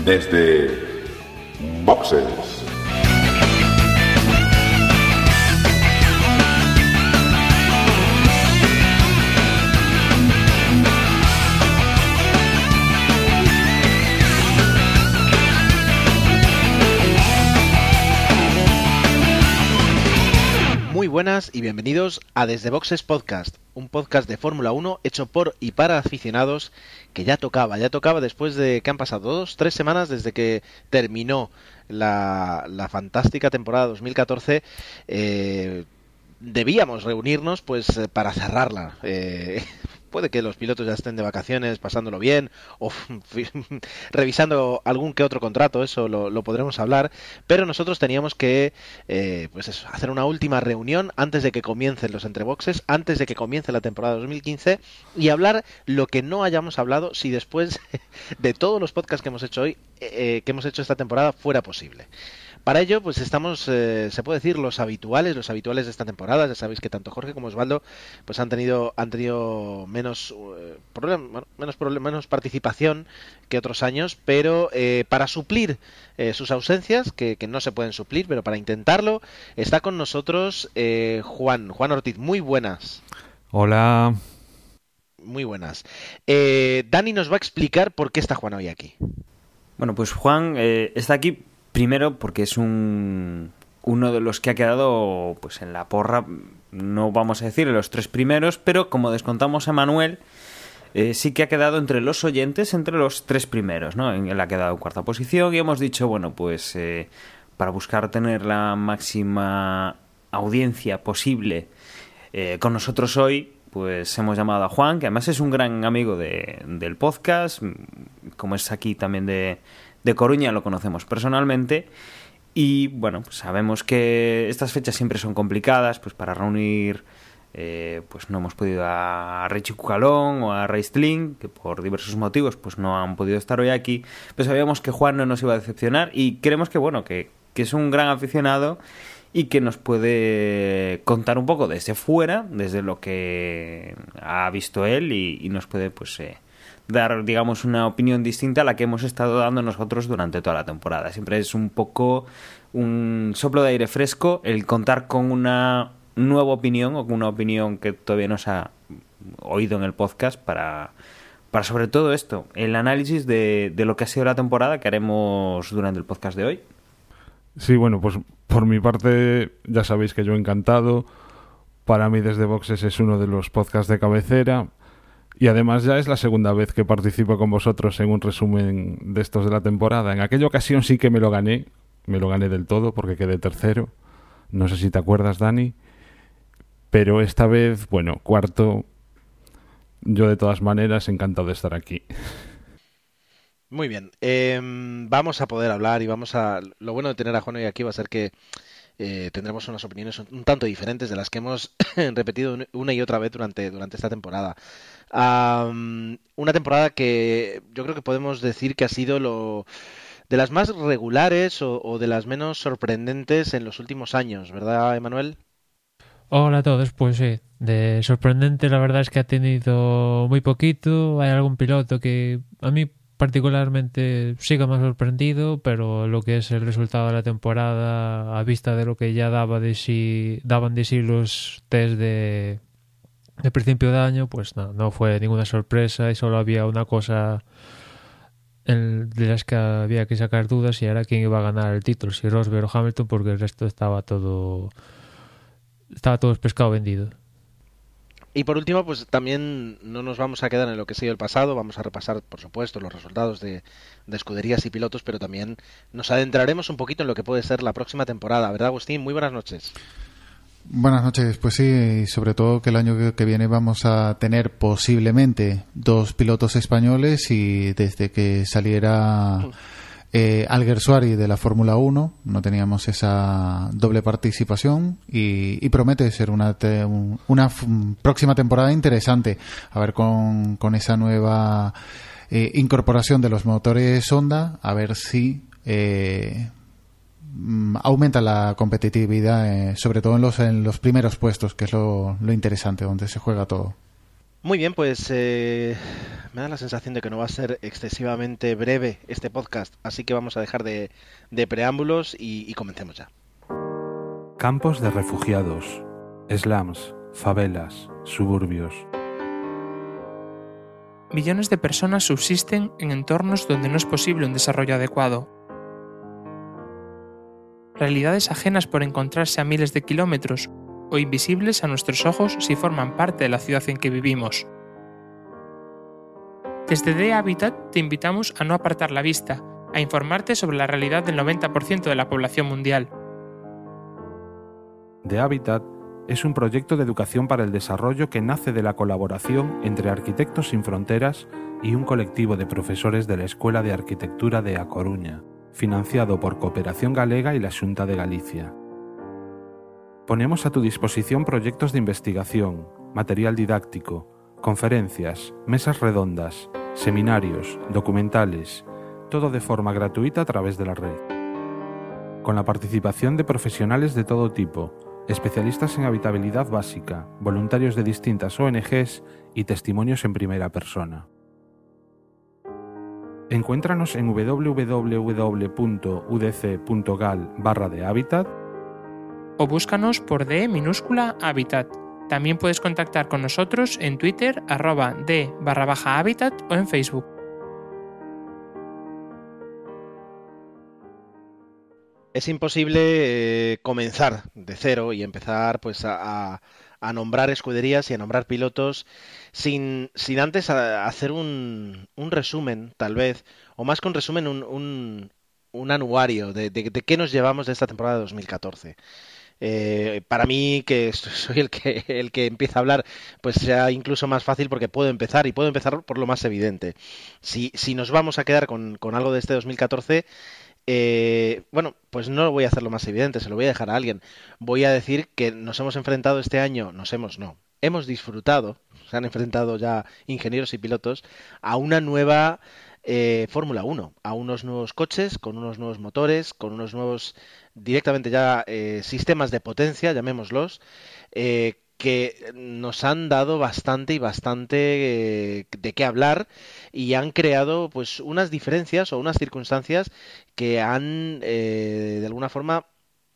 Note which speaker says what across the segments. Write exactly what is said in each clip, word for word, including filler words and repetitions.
Speaker 1: desde Boxes.
Speaker 2: Muy buenas y bienvenidos a Desde Boxes Podcast, un podcast de Fórmula uno hecho por y para aficionados que ya tocaba, ya tocaba después de que han pasado dos, tres semanas desde que terminó la, la fantástica temporada dos mil catorce. Eh, debíamos reunirnos pues para cerrarla. Eh, puede que los pilotos ya estén de vacaciones pasándolo bien o revisando algún que otro contrato, eso lo, lo podremos hablar, pero nosotros teníamos que eh, pues eso, hacer una última reunión antes de que comiencen los entreboxes, antes de que comience la temporada dos mil quince y hablar lo que no hayamos hablado si después de todos los podcasts que hemos hecho hoy, eh, que hemos hecho esta temporada, fuera posible. Para ello, pues estamos, eh, se puede decir, los habituales, los habituales de esta temporada. Ya sabéis que tanto Jorge como Osvaldo pues han tenido han tenido menos eh, problem, bueno, menos problem, menos participación que otros años, pero eh, para suplir eh, sus ausencias, que, que no se pueden suplir, pero para intentarlo, está con nosotros eh, Juan, Juan Ortiz. Muy buenas.
Speaker 3: Hola.
Speaker 2: Muy buenas. Eh, Dani nos va a explicar por qué está Juan hoy aquí.
Speaker 3: Bueno, pues Juan eh, está aquí primero porque es un uno de los que ha quedado pues en la porra, no vamos a decir en los tres primeros, pero como descontamos a Manuel, eh, sí que ha quedado entre los oyentes, entre los tres primeros, ¿no? Él ha quedado en cuarta posición y hemos dicho, bueno, pues eh, para buscar tener la máxima audiencia posible eh, con nosotros hoy, pues hemos llamado a Juan, que además es un gran amigo de, del podcast, como es aquí también de, de Coruña, lo conocemos personalmente. Y bueno, pues sabemos que estas fechas siempre son complicadas, pues para reunir, eh, pues no hemos podido a Richie Cucalón o a Reistlin, que por diversos motivos pues no han podido estar hoy aquí, pero sabíamos que Juan no nos iba a decepcionar y creemos que bueno, que, que es un gran aficionado y que nos puede contar un poco desde fuera, desde lo que ha visto él y, y nos puede pues eh, dar, digamos, una opinión distinta a la que hemos estado dando nosotros durante toda la temporada. Siempre es un poco un soplo de aire fresco el contar con una nueva opinión o con una opinión que todavía no se ha oído en el podcast para, para sobre todo esto, el análisis de, de lo que ha sido la temporada que haremos durante el podcast de hoy.
Speaker 4: Sí, bueno, pues por mi parte ya sabéis que yo encantado. Para mí Desde Boxes es uno de los podcasts de cabecera y además ya es la segunda vez que participo con vosotros en un resumen de estos de la temporada. En aquella ocasión sí que me lo gané, me lo gané del todo porque quedé tercero. No sé si te acuerdas, Dani. Pero esta vez, bueno, cuarto. Yo de todas maneras encantado de estar aquí.
Speaker 2: Muy bien, eh, vamos a poder hablar y vamos a... Lo bueno de tener a Juan hoy aquí va a ser que eh, tendremos unas opiniones un, un tanto diferentes de las que hemos repetido una y otra vez durante, durante esta temporada. Um, una temporada que yo creo que podemos decir que ha sido lo de las más regulares o, o de las menos sorprendentes en los últimos años, ¿verdad, Emanuel?
Speaker 5: Hola a todos, pues sí, de sorprendente la verdad es que ha tenido muy poquito. Hay algún piloto que a mí particularmente sí que me ha sorprendido, pero lo que es el resultado de la temporada a vista de lo que ya daba de sí, daban de sí los test de, de principio de año, pues no, no fue ninguna sorpresa y solo había una cosa en, de las que había que sacar dudas y era quién iba a ganar el título, si Rosberg o Hamilton, porque el resto estaba todo estaba todo el pescado vendido.
Speaker 2: Y por último, pues también no nos vamos a quedar en lo que ha sido el pasado, vamos a repasar, por supuesto, los resultados de, de escuderías y pilotos, pero también nos adentraremos un poquito en lo que puede ser la próxima temporada, ¿verdad, Agustín? Muy buenas noches.
Speaker 6: Buenas noches, pues sí, y sobre todo que el año que viene vamos a tener posiblemente dos pilotos españoles y desde que saliera eh, Alguersuari de la Fórmula uno no teníamos esa doble participación y, y promete ser una, te, un, una f- próxima temporada interesante, a ver con, con esa nueva eh, incorporación de los motores Honda, a ver si eh, aumenta la competitividad, eh, sobre todo en los, en los primeros puestos, que es lo, lo interesante, donde se juega todo.
Speaker 2: Muy bien, pues eh, me da la sensación de que no va a ser excesivamente breve este podcast, así que vamos a dejar de, de preámbulos y, y comencemos ya.
Speaker 4: Campos de refugiados, slums, favelas, suburbios.
Speaker 7: Millones de personas subsisten en entornos donde no es posible un desarrollo adecuado. Realidades ajenas por encontrarse a miles de kilómetros o invisibles a nuestros ojos si forman parte de la ciudad en que vivimos. Desde The Habitat te invitamos a no apartar la vista, a informarte sobre la realidad del noventa por ciento de la población mundial.
Speaker 4: The Habitat es un proyecto de educación para el desarrollo que nace de la colaboración entre Arquitectos Sin Fronteras y un colectivo de profesores de la Escuela de Arquitectura de A Coruña, financiado por Cooperación Galega y la Xunta de Galicia. Ponemos a tu disposición proyectos de investigación, material didáctico, conferencias, mesas redondas, seminarios, documentales, todo de forma gratuita a través de la red. Con la participación de profesionales de todo tipo, especialistas en habitabilidad básica, voluntarios de distintas O N Ges y testimonios en primera persona. Encuéntranos en w w w punto u d c punto gal barra de Habitat
Speaker 7: o búscanos por D minúscula Habitat. También puedes contactar con nosotros en Twitter, arroba D barra baja Habitat o en Facebook.
Speaker 2: Es imposible eh, comenzar de cero y empezar pues a, a, a nombrar escuderías y a nombrar pilotos sin, sin antes a, a hacer un, un resumen, tal vez, o más que un resumen, un, un, un anuario de, de, de qué nos llevamos de esta temporada de dos mil catorce. Eh, para mí, que soy el que el que empieza a hablar, pues sea incluso más fácil porque puedo empezar y puedo empezar por lo más evidente. Si, si nos vamos a quedar con, con algo de este dos mil catorce, eh, bueno, pues no voy a hacer lo más evidente, se lo voy a dejar a alguien. Voy a decir que nos hemos enfrentado este año, nos hemos, no, hemos disfrutado, se han enfrentado ya ingenieros y pilotos a una nueva Eh, Fórmula uno, a unos nuevos coches, con unos nuevos motores, con unos nuevos directamente ya eh, sistemas de potencia, llamémoslos, eh, que nos han dado bastante y bastante eh, de qué hablar y han creado pues unas diferencias o unas circunstancias que han eh, de alguna forma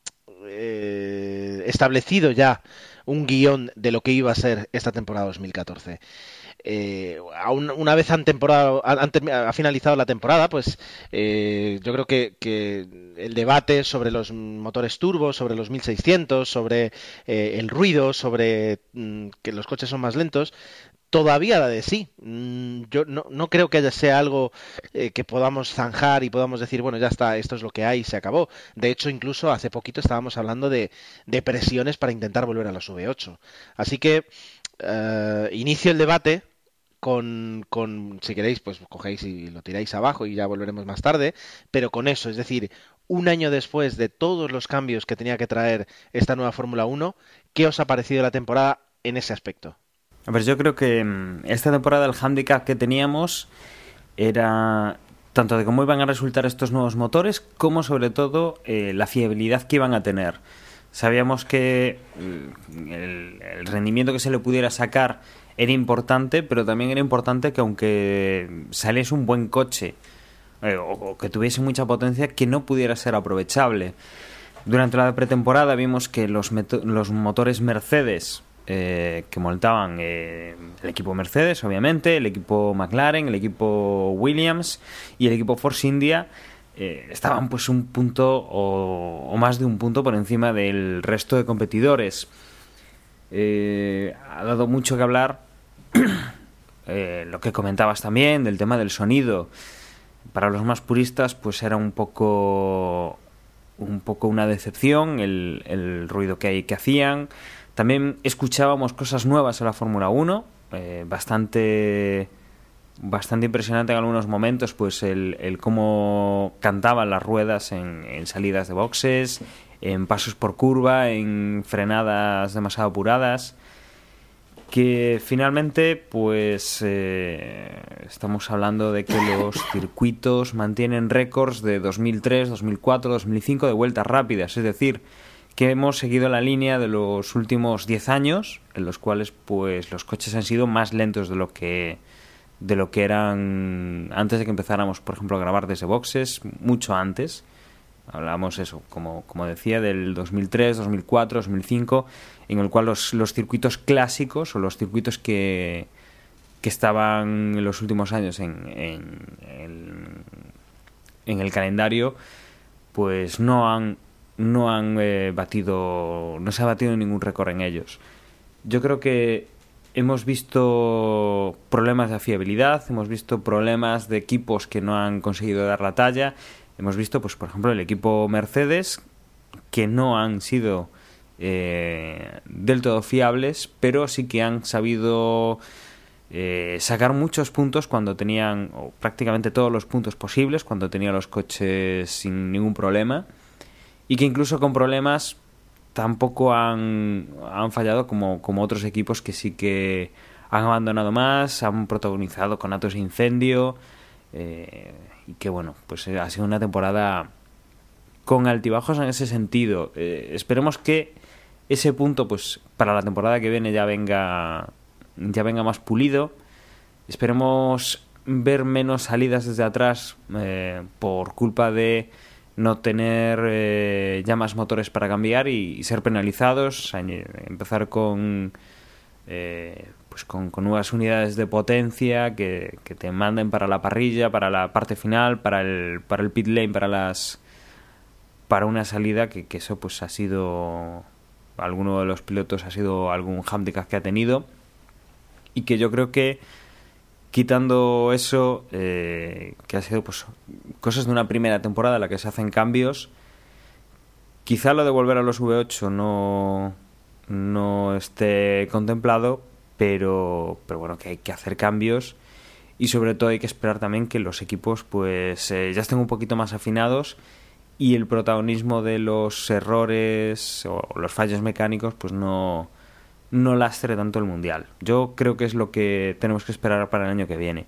Speaker 2: eh, establecido ya un guión de lo que iba a ser esta temporada dos mil catorce. Eh, una vez han, temporada, han, ha finalizado la temporada, pues eh, yo creo que, que el debate sobre los motores turbo, sobre los mil seiscientos, sobre eh, el ruido, sobre mm, que los coches son más lentos, todavía da de sí. Mm, yo no, no creo que haya sea algo eh, que podamos zanjar y podamos decir, bueno, ya está, esto es lo que hay, se acabó. De hecho, incluso hace poquito estábamos hablando de, de presiones para intentar volver a los V ocho. Así que eh, inicio el debate Con, con, si queréis, pues cogéis y lo tiráis abajo y ya volveremos más tarde, pero con eso, es decir, un año después de todos los cambios que tenía que traer esta nueva Fórmula uno, ¿qué os ha parecido la temporada en ese aspecto?
Speaker 3: A ver, yo creo que esta temporada el hándicap que teníamos era tanto de cómo iban a resultar estos nuevos motores, como sobre todo eh, la fiabilidad que iban a tener. Sabíamos que el, el rendimiento que se le pudiera sacar era importante, pero también era importante que aunque saliese un buen coche eh, o, o que tuviese mucha potencia, que no pudiera ser aprovechable. Durante la pretemporada vimos que los, meto- los motores Mercedes eh, que montaban eh, el equipo Mercedes, obviamente, el equipo McLaren, el equipo Williams y el equipo Force India eh, estaban pues un punto o, o más de un punto por encima del resto de competidores. Eh, ha dado mucho que hablar eh, lo que comentabas también del tema del sonido. Para los más puristas pues era un poco un poco una decepción el, el ruido que, hay, que hacían. También escuchábamos cosas nuevas en la Fórmula uno, eh, bastante bastante impresionante en algunos momentos, pues el, el cómo cantaban las ruedas en, en salidas de boxes, en pasos por curva, en frenadas demasiado apuradas, que finalmente pues eh, estamos hablando de que los circuitos mantienen récords de dos mil tres, dos mil cuatro, dos mil cinco de vueltas rápidas, es decir, que hemos seguido la línea de los últimos diez años, en los cuales pues los coches han sido más lentos de lo que de lo que eran antes de que empezáramos, por ejemplo, a grabar desde boxes, mucho antes. Hablamos eso, como, como decía, del dos mil tres, dos mil cuatro, dos mil cinco, en el cual los, los circuitos clásicos o los circuitos que, que estaban en los últimos años en, en, en, en el calendario, pues no han, no han eh, batido, no se ha batido ningún récord en ellos. Yo creo que hemos visto problemas de fiabilidad, hemos visto problemas de equipos que no han conseguido dar la talla. Hemos visto, pues, por ejemplo, el equipo Mercedes, que no han sido eh, del todo fiables, pero sí que han sabido eh, sacar muchos puntos cuando tenían, o prácticamente todos los puntos posibles, cuando tenían los coches sin ningún problema, y que incluso con problemas tampoco han, han fallado como, como otros equipos que sí que han abandonado más, han protagonizado con actos de incendio, eh, y que bueno, pues ha sido una temporada con altibajos en ese sentido. Eh, esperemos que ese punto, pues para la temporada que viene ya venga ya venga más pulido. Esperemos ver menos salidas desde atrás eh, por culpa de no tener eh, ya más motores para cambiar y, y ser penalizados, empezar con eh, pues con, con nuevas unidades de potencia que, que te manden para la parrilla, para la parte final, para el para el pit lane, para las para una salida que, que eso pues ha sido, alguno de los pilotos ha sido algún handicap que ha tenido, y que yo creo que quitando eso, eh, que ha sido pues cosas de una primera temporada en la que se hacen cambios, quizá lo de volver a los V ocho no no esté contemplado, pero pero bueno, que hay que hacer cambios, y sobre todo hay que esperar también que los equipos pues eh, ya estén un poquito más afinados y el protagonismo de los errores o los fallos mecánicos pues no no lastre tanto el mundial. Yo creo que es lo que tenemos que esperar para el año que viene.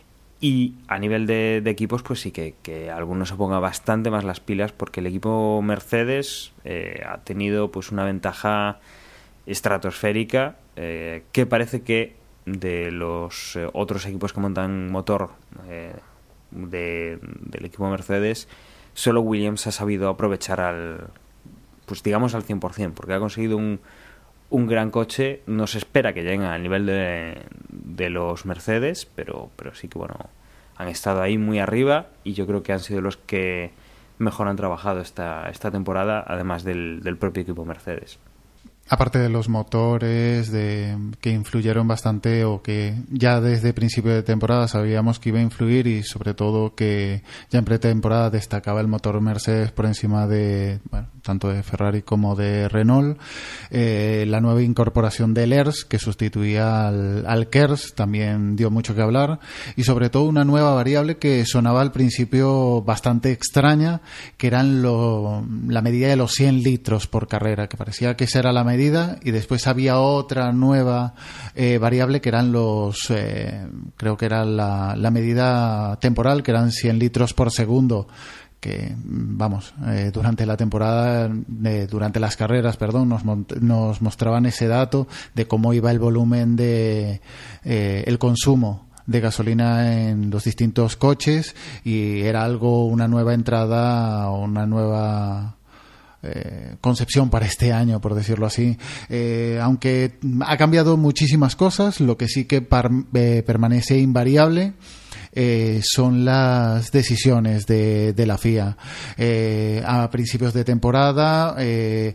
Speaker 3: Y a nivel de, de equipos, pues sí que, que alguno se ponga bastante más las pilas, porque el equipo Mercedes eh, ha tenido pues una ventaja estratosférica, eh, que parece que de los eh, otros equipos que montan motor eh, de, del equipo Mercedes, solo Williams ha sabido aprovechar al, pues digamos al cien por ciento, porque ha conseguido un un gran coche. No se espera que lleguen al nivel de, de los Mercedes, pero, pero sí que bueno, han estado ahí muy arriba, y yo creo que han sido los que mejor han trabajado esta, esta temporada, además del, del propio equipo Mercedes.
Speaker 6: Aparte de los motores de que influyeron bastante, o que ya desde principio de temporada sabíamos que iba a influir, y sobre todo que ya en pretemporada destacaba el motor Mercedes por encima de, bueno, tanto de Ferrari como de Renault. Eh, la nueva incorporación del E R S, que sustituía al, al KERS, también dio mucho que hablar, y sobre todo una nueva variable que sonaba al principio bastante extraña, que eran lo, la medida de los cien litros por carrera, que parecía que esa era la medida. Y después había otra nueva eh, variable que eran los eh, creo que era la, la medida temporal, que eran cien litros por segundo, que vamos, eh, durante la temporada, eh, durante las carreras, perdón, nos, nos mostraban ese dato de cómo iba el volumen de eh, el consumo de gasolina en los distintos coches, y era algo, una nueva entrada, una nueva Eh, concepción para este año, por decirlo así. Eh, aunque ha cambiado muchísimas cosas, lo que sí que par, eh, permanece invariable eh, son las decisiones de, de la F I A. Eh, a principios de temporada, eh,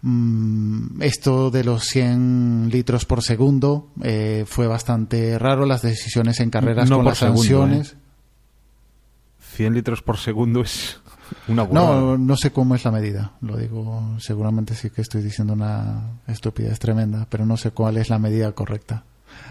Speaker 6: mm, esto de los cien litros por segundo eh, fue bastante raro. Las decisiones en carreras
Speaker 4: no
Speaker 6: con las
Speaker 4: segundo,
Speaker 6: sanciones.
Speaker 4: ¿eh? cien litros por segundo es una
Speaker 6: burrada. No, no sé cómo es la medida, lo digo, seguramente sí que estoy diciendo una estupidez tremenda, pero no sé cuál es la medida correcta.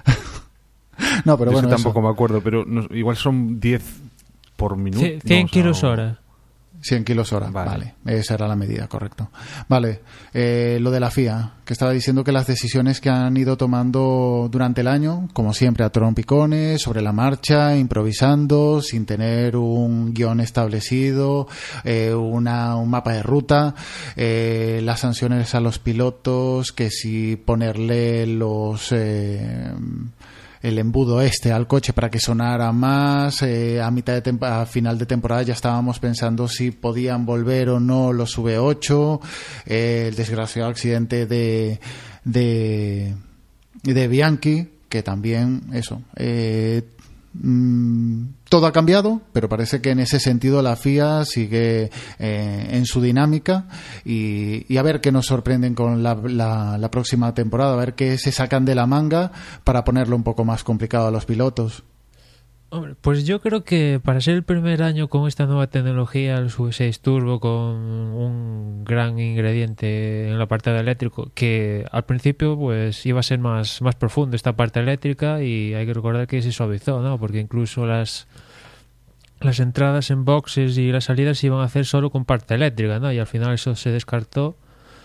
Speaker 6: No, pero
Speaker 4: yo
Speaker 6: bueno,
Speaker 4: tampoco
Speaker 6: eso.
Speaker 4: me acuerdo, pero no, igual son diez por minuto.
Speaker 5: cien
Speaker 4: no,
Speaker 5: kilos
Speaker 4: o sea,
Speaker 5: hora.
Speaker 6: cien kilos hora, vale. vale. Esa era la medida, correcto. Vale, eh, lo de la F I A, que estaba diciendo que las decisiones que han ido tomando durante el año, como siempre a trompicones, sobre la marcha, improvisando, sin tener un guión establecido, eh, una, un mapa de ruta, eh, las sanciones a los pilotos, que si ponerle los... Eh, el embudo este al coche para que sonara más, eh, a mitad de temp- a final de temporada ya estábamos pensando si podían volver o no los V ocho, eh, el desgraciado accidente de de de Bianchi, que también eso, eh, mm, todo ha cambiado, pero parece que en ese sentido la F I A sigue eh, en su dinámica y, y a ver qué nos sorprenden con la, la, la próxima temporada, a ver qué se sacan de la manga para ponerlo un poco más complicado a los pilotos.
Speaker 5: Hombre, pues yo creo que para ser el primer año con esta nueva tecnología, el V seis Turbo, con un gran ingrediente en la parte de eléctrico, que al principio pues iba a ser más, más profundo esta parte eléctrica, y hay que recordar que se suavizó, ¿no? Porque incluso las las entradas en boxes y las salidas se iban a hacer solo con parte eléctrica, ¿no? Y al final eso se descartó.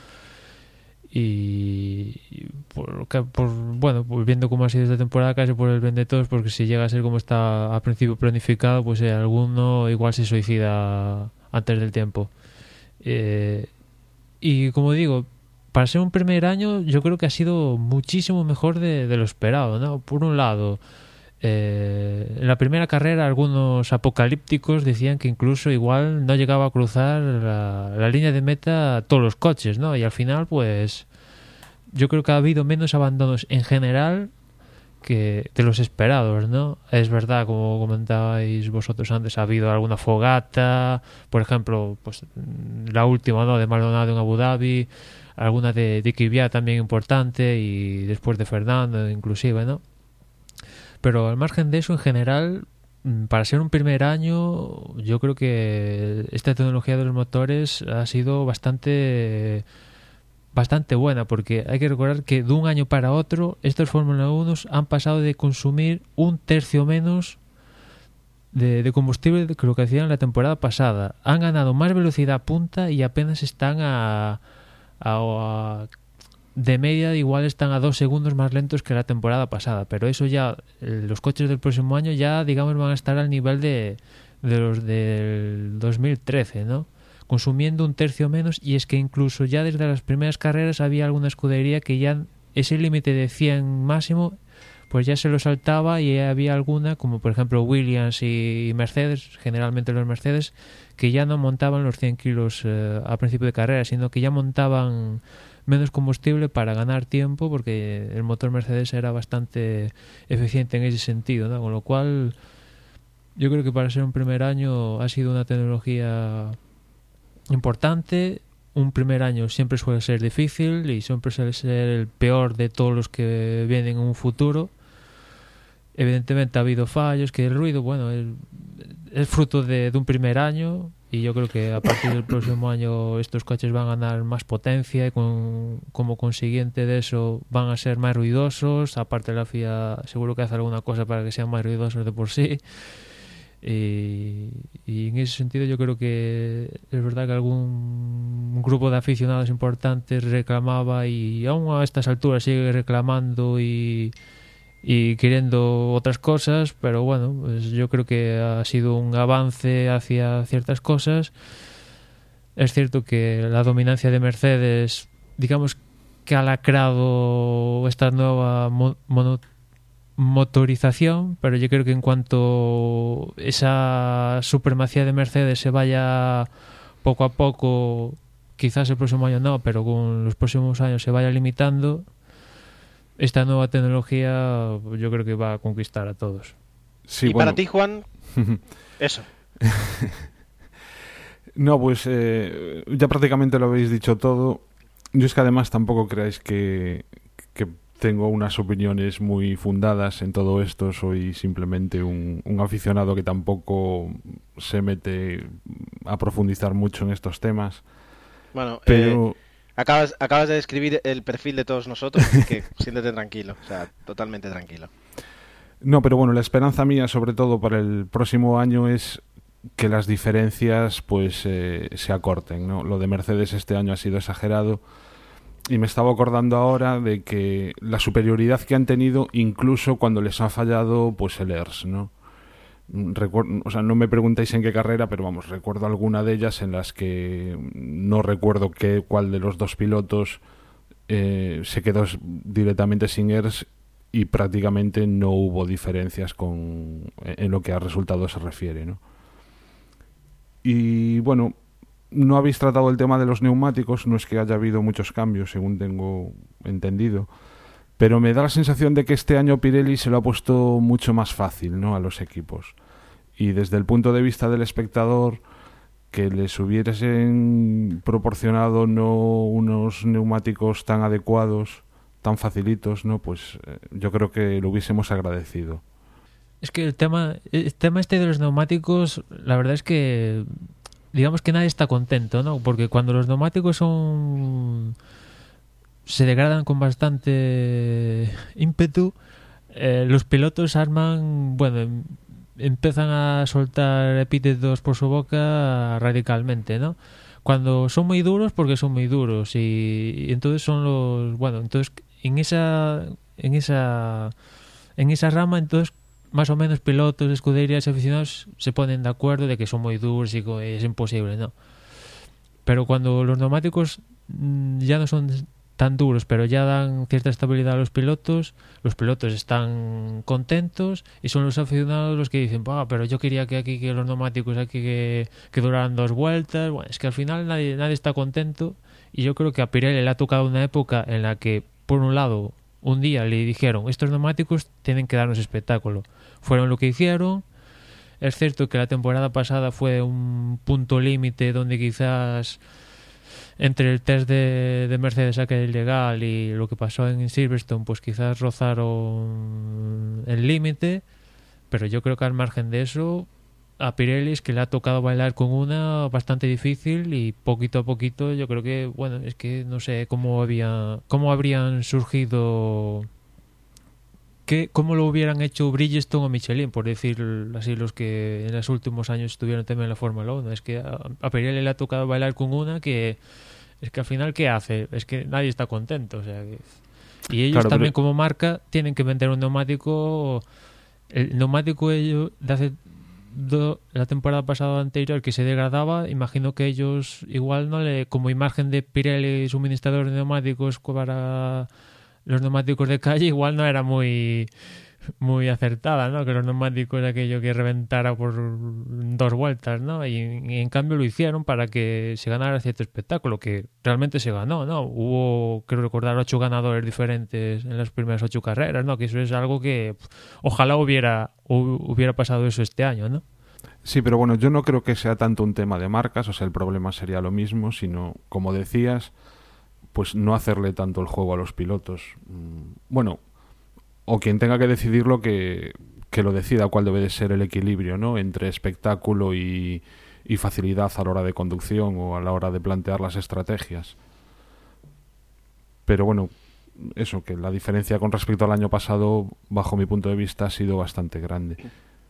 Speaker 5: Y, y por, por, bueno, pues viendo cómo ha sido esta temporada, casi por el bien de todos, porque si llega a ser como está a principio planificado, pues eh, alguno igual se suicida antes del tiempo. Eh, y como digo, para ser un primer año, yo creo que ha sido muchísimo mejor de, de lo esperado, ¿no? Por un lado, eh, en la primera carrera algunos apocalípticos decían que incluso igual no llegaba a cruzar la, la línea de meta todos los coches, ¿no? Y al final pues yo creo que ha habido menos abandonos en general que de los esperados, ¿no? Es verdad, como comentabais vosotros antes, ha habido alguna fogata, por ejemplo, pues la última, ¿no?, de Maldonado en Abu Dhabi, alguna de, de Kvyat también importante, y después de Fernando inclusive, ¿no? Pero al margen de eso, en general, para ser un primer año, yo creo que esta tecnología de los motores ha sido bastante bastante buena, porque hay que recordar que de un año para otro estos Fórmula uno han pasado de consumir un tercio menos de, de combustible que lo que hacían la temporada pasada. Han ganado más velocidad punta y apenas están a, a, a de media igual están a dos segundos más lentos que la temporada pasada, pero eso ya, los coches del próximo año ya, digamos, van a estar al nivel de, de los del dos mil trece, ¿no? Consumiendo un tercio menos, y es que incluso ya desde las primeras carreras había alguna escudería que ya ese límite de cien máximo pues ya se lo saltaba, y había alguna, como por ejemplo Williams y Mercedes, generalmente los Mercedes, que ya no montaban los cien kilos eh, a principio de carrera, sino que ya montaban menos combustible para ganar tiempo, porque el motor Mercedes era bastante eficiente en ese sentido, ¿no? Con lo cual yo creo que para ser un primer año ha sido una tecnología importante. Un primer año siempre suele ser difícil y siempre suele ser el peor de todos los que vienen en un futuro. Evidentemente ha habido fallos, que el ruido, bueno, es, es fruto de, de un primer año, y yo creo que a partir del próximo año estos coches van a ganar más potencia y con, como consiguiente de eso van a ser más ruidosos. Aparte la F I A seguro que hace alguna cosa para que sean más ruidosos de por sí. Y, y en ese sentido yo creo que es verdad que algún grupo de aficionados importantes reclamaba, y aún a estas alturas sigue reclamando y, y queriendo otras cosas, pero bueno, pues yo creo que ha sido un avance hacia ciertas cosas. Es cierto que la dominancia de Mercedes, digamos que ha lacrado esta nueva mo- mono motorización, pero yo creo que en cuanto esa supremacía de Mercedes se vaya poco a poco, quizás el próximo año no, pero con los próximos años se vaya limitando, esta nueva tecnología yo creo que va a conquistar a todos.
Speaker 4: Sí,
Speaker 2: y
Speaker 4: bueno.
Speaker 2: para ti, Juan, eso.
Speaker 4: No, pues eh, ya prácticamente lo habéis dicho todo. Yo es que además tampoco creáis que, que tengo unas opiniones muy fundadas en todo esto. Soy simplemente un, un aficionado que tampoco se mete a profundizar mucho en estos temas.
Speaker 2: Bueno,
Speaker 4: pero...
Speaker 2: eh, acabas, acabas de describir el perfil de todos nosotros, así que siéntete tranquilo, o sea, totalmente tranquilo.
Speaker 4: No, pero bueno, la esperanza mía, sobre todo para el próximo año, es que las diferencias pues eh, se acorten, ¿no? Lo de Mercedes este año ha sido exagerado y me estaba acordando ahora de que la superioridad que han tenido incluso cuando les ha fallado pues el E R S, ¿no? Recuerdo, o sea, no me preguntéis en qué carrera, pero vamos, recuerdo alguna de ellas en las que no recuerdo qué, cuál de los dos pilotos eh, se quedó directamente sin E R S y prácticamente no hubo diferencias con, en lo que a resultados se refiere, ¿no? Y bueno, no habéis tratado el tema de los neumáticos, no es que haya habido muchos cambios, según tengo entendido, pero me da la sensación de que este año Pirelli se lo ha puesto mucho más fácil, ¿no?, a los equipos. Y desde el punto de vista del espectador, que les hubiesen proporcionado no unos neumáticos tan adecuados, tan facilitos, ¿no?, pues eh, yo creo que lo hubiésemos agradecido.
Speaker 5: Es que el tema, el tema este de los neumáticos, la verdad es que digamos que nadie está contento, ¿no? Porque cuando los neumáticos son se degradan con bastante ímpetu, eh, los pilotos arman, bueno, empiezan a soltar epítetos por su boca radicalmente, ¿no? Cuando son muy duros, porque son muy duros y, y entonces son los, bueno, entonces en esa en esa en esa rama entonces más o menos pilotos, escuderías, aficionados se ponen de acuerdo de que son muy duros y que es imposible, ¿no? Pero cuando los neumáticos mmm, ya no son tan duros, pero ya dan cierta estabilidad a los pilotos, los pilotos están contentos y son los aficionados los que dicen, ah, pero yo quería que aquí que los neumáticos aquí que, que duraran dos vueltas. Bueno, es que al final nadie, nadie está contento y yo creo que a Pirelli le ha tocado una época en la que, por un lado, un día le dijeron, estos neumáticos tienen que darnos espectáculo. Fueron lo que hicieron. Es cierto que la temporada pasada fue un punto límite donde quizás entre el test de, de Mercedes aquel ilegal y lo que pasó en Silverstone, pues quizás rozaron el límite, pero yo creo que al margen de eso, a Pirelli es que le ha tocado bailar con una bastante difícil y poquito a poquito yo creo que, bueno, es que no sé cómo había cómo habrían surgido, que cómo lo hubieran hecho Bridgestone o Michelin, por decir así, los que en los últimos años estuvieron también en la Fórmula uno. Es que a, a Pirelli le ha tocado bailar con una que es que al final ¿qué hace? Es que nadie está contento, o sea, que, y ellos claro, también pero... como marca tienen que vender un neumático, el neumático ellos de hace do, la temporada pasada anterior que se degradaba, imagino que ellos igual no le, como imagen de Pirelli suministrador de neumáticos para los neumáticos de calle, igual no era muy muy acertada, ¿no? Que los neumáticos aquello que reventara por dos vueltas, ¿no? Y, y en cambio lo hicieron para que se ganara cierto espectáculo, que realmente se ganó, ¿no? Hubo, creo recordar, ocho ganadores diferentes en las primeras ocho carreras, ¿no? Que eso es algo que pff, ojalá hubiera hubiera pasado eso este año, ¿no?
Speaker 4: Sí, pero bueno, yo no creo que sea tanto un tema de marcas, o sea, el problema sería lo mismo, sino, como decías, pues no hacerle tanto el juego a los pilotos. Bueno, o quien tenga que decidirlo que, que lo decida cuál debe de ser el equilibrio, ¿no?, entre espectáculo y, y facilidad a la hora de conducción o a la hora de plantear las estrategias. Pero bueno, eso, que la diferencia con respecto al año pasado, bajo mi punto de vista, ha sido bastante grande.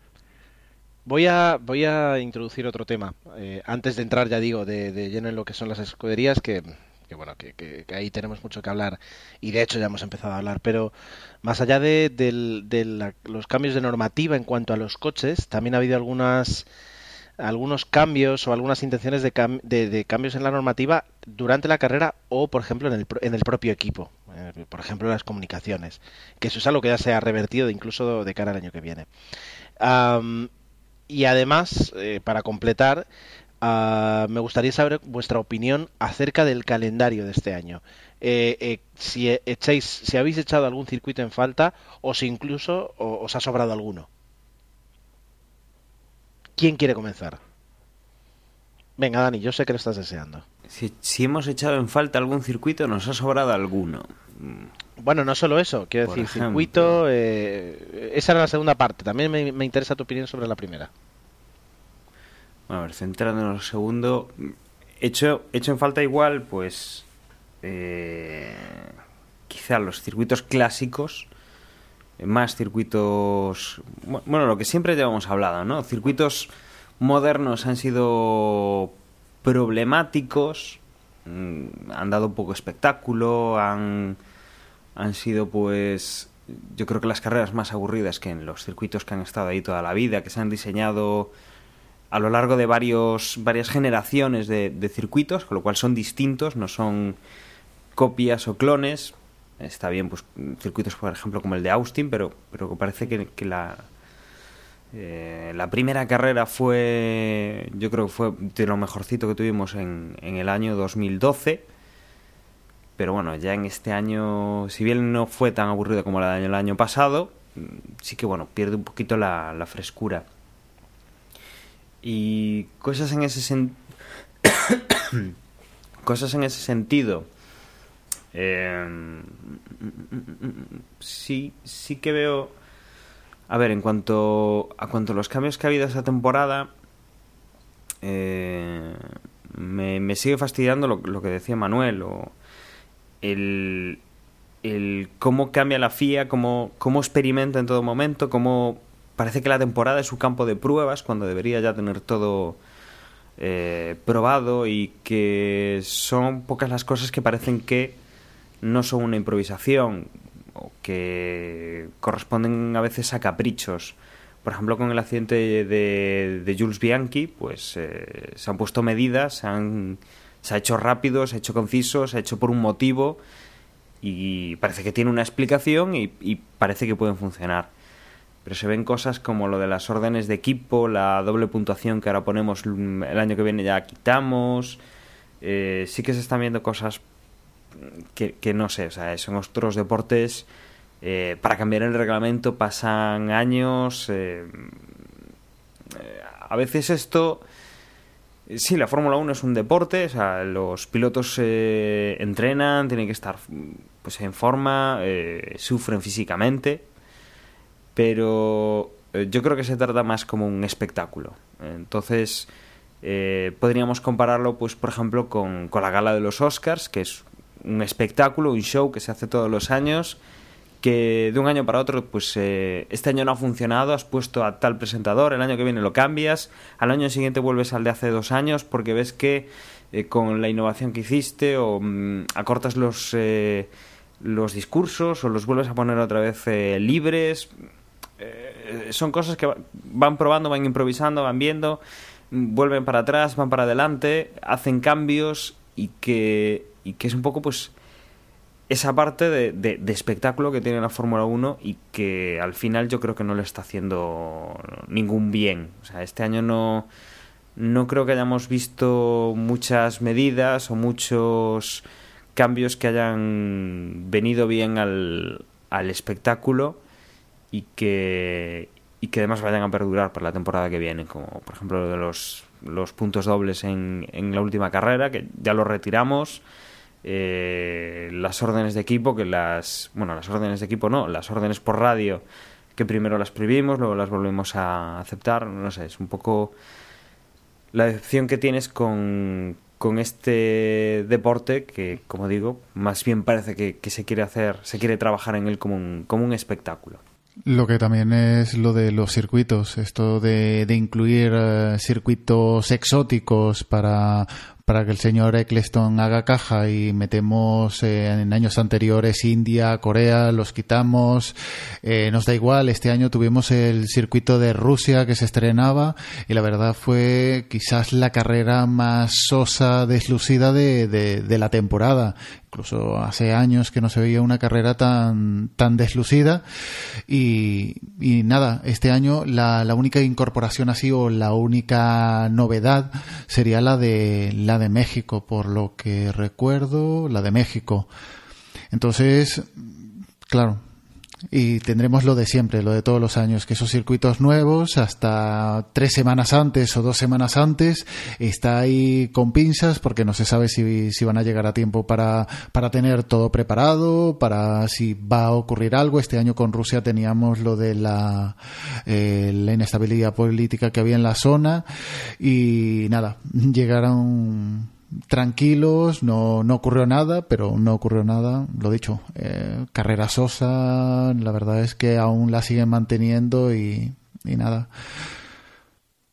Speaker 2: Voy a, voy a introducir otro tema. Eh, antes de entrar, ya digo, de, de lleno en lo que son las escuderías, que... que bueno, que, que, que ahí tenemos mucho que hablar y de hecho ya hemos empezado a hablar, pero más allá de, de, de la, los cambios de normativa en cuanto a los coches, también ha habido algunas algunos cambios o algunas intenciones de, cam, de, de cambios en la normativa durante la carrera o, por ejemplo, en el, en el propio equipo, eh, por ejemplo, las comunicaciones, que eso es algo que ya se ha revertido incluso de cara al año que viene. Um, y además, eh, para completar, Uh, me gustaría saber vuestra opinión acerca del calendario de este año. Eh, eh, si echáis, si habéis echado algún circuito en falta o si incluso o, os ha sobrado alguno. ¿Quién quiere comenzar? Venga, Dani, yo sé que lo estás deseando.
Speaker 3: Si, si hemos echado en falta algún circuito, nos ha sobrado alguno.
Speaker 2: Bueno, no solo eso, quiero Por decir, ejemplo. circuito... Eh, esa era la segunda parte. También me, me interesa tu opinión sobre la primera.
Speaker 3: Bueno, a ver, centrándonos en lo segundo, hecho, hecho en falta igual, pues eh, quizá los circuitos clásicos, más circuitos, bueno, lo que siempre ya hemos hablado, ¿no? Circuitos modernos han sido problemáticos, han dado poco espectáculo, han, han sido pues yo creo que las carreras más aburridas que en los circuitos que han estado ahí toda la vida, que se han diseñado a lo largo de varios, varias generaciones de, de circuitos, con lo cual son distintos, no son copias o clones. Está bien, pues circuitos, por ejemplo, como el de Austin, pero, pero parece que, que la, eh, la primera carrera fue, yo creo que fue de lo mejorcito que tuvimos en, en el año dos mil doce. Pero bueno, ya en este año, si bien no fue tan aburrido como la del año pasado, sí que bueno, pierde un poquito la, la frescura. Y cosas en ese sen... cosas en ese sentido, eh... sí, sí que veo. A ver, en cuanto a cuanto a los cambios que ha habido esta temporada, eh... me, me sigue fastidiando lo, lo que decía Manuel, o el, el cómo cambia la F I A, cómo, cómo experimenta en todo momento, cómo parece que la temporada es su campo de pruebas cuando debería ya tener todo eh, probado, y que son pocas las cosas que parecen que no son una improvisación o que corresponden a veces a caprichos. Por ejemplo, con el accidente de, de Jules Bianchi, pues eh, se han puesto medidas, se han se ha hecho rápido, se ha hecho conciso, se ha hecho por un motivo, y parece que tiene una explicación y, y parece que pueden funcionar. Pero se ven cosas como lo de las órdenes de equipo, la doble puntuación que ahora ponemos, el año que viene ya quitamos. Eh, sí que se están viendo cosas que, que no sé, o sea, son otros deportes. Eh, para cambiar el reglamento pasan años. Eh, eh, a veces esto... Sí, la Fórmula uno es un deporte, o sea, los pilotos eh, entrenan, tienen que estar pues en forma, eh, sufren físicamente, pero eh, yo creo que se trata más como un espectáculo. Entonces, eh, podríamos compararlo, pues, por ejemplo, con, con la gala de los Oscars, que es un espectáculo, un show que se hace todos los años, que de un año para otro, pues eh, este año no ha funcionado, has puesto a tal presentador, el año que viene lo cambias, al año siguiente vuelves al de hace dos años porque ves que eh, con la innovación que hiciste o mmm, acortas los eh, los discursos o los vuelves a poner otra vez eh, libres. Eh, son cosas que van probando, van improvisando, van viendo, vuelven para atrás, van para adelante, hacen cambios, y que, y que es un poco pues esa parte de, de, de espectáculo que tiene la Fórmula uno, y que al final yo creo que no le está haciendo ningún bien. O sea, este año no, no creo que hayamos visto muchas medidas o muchos cambios que hayan venido bien al, al espectáculo, y que, y que además vayan a perdurar para la temporada que viene, como por ejemplo lo de los, los puntos dobles en, en la última carrera, que ya los retiramos. Eh, las órdenes de equipo, que las bueno las órdenes de equipo no, las órdenes por radio, que primero las prohibimos, luego las volvemos a aceptar. No sé, es un poco la decepción que tienes con, con este deporte, que como digo, más bien parece que, que se quiere hacer, se quiere trabajar en él como un, como un espectáculo.
Speaker 6: Lo que también es lo de los circuitos, esto de, de incluir uh, circuitos exóticos para, para que el señor Eccleston haga caja, y metemos eh, en años anteriores India, Corea, los quitamos, eh, nos da igual. Este año tuvimos el circuito de Rusia que se estrenaba, y la verdad fue quizás la carrera más sosa, deslucida de, de, de la temporada. Incluso hace años que no se veía una carrera tan tan deslucida, y, y nada, este año la, la única incorporación así, o la única novedad, sería la de la de México, por lo que recuerdo, la de México. Entonces, claro, y tendremos lo de siempre, lo de todos los años, que esos circuitos nuevos, hasta tres semanas antes o dos semanas antes, está ahí con pinzas, porque no se sabe si, si van a llegar a tiempo para, para tener todo preparado, para si va a ocurrir algo. Este año con Rusia teníamos lo de la, eh, la inestabilidad política que había en la zona, y nada, llegaron tranquilos, no, no ocurrió nada, pero no ocurrió nada, lo dicho, eh, carrera sosa, la verdad es que aún la siguen manteniendo, y, y nada.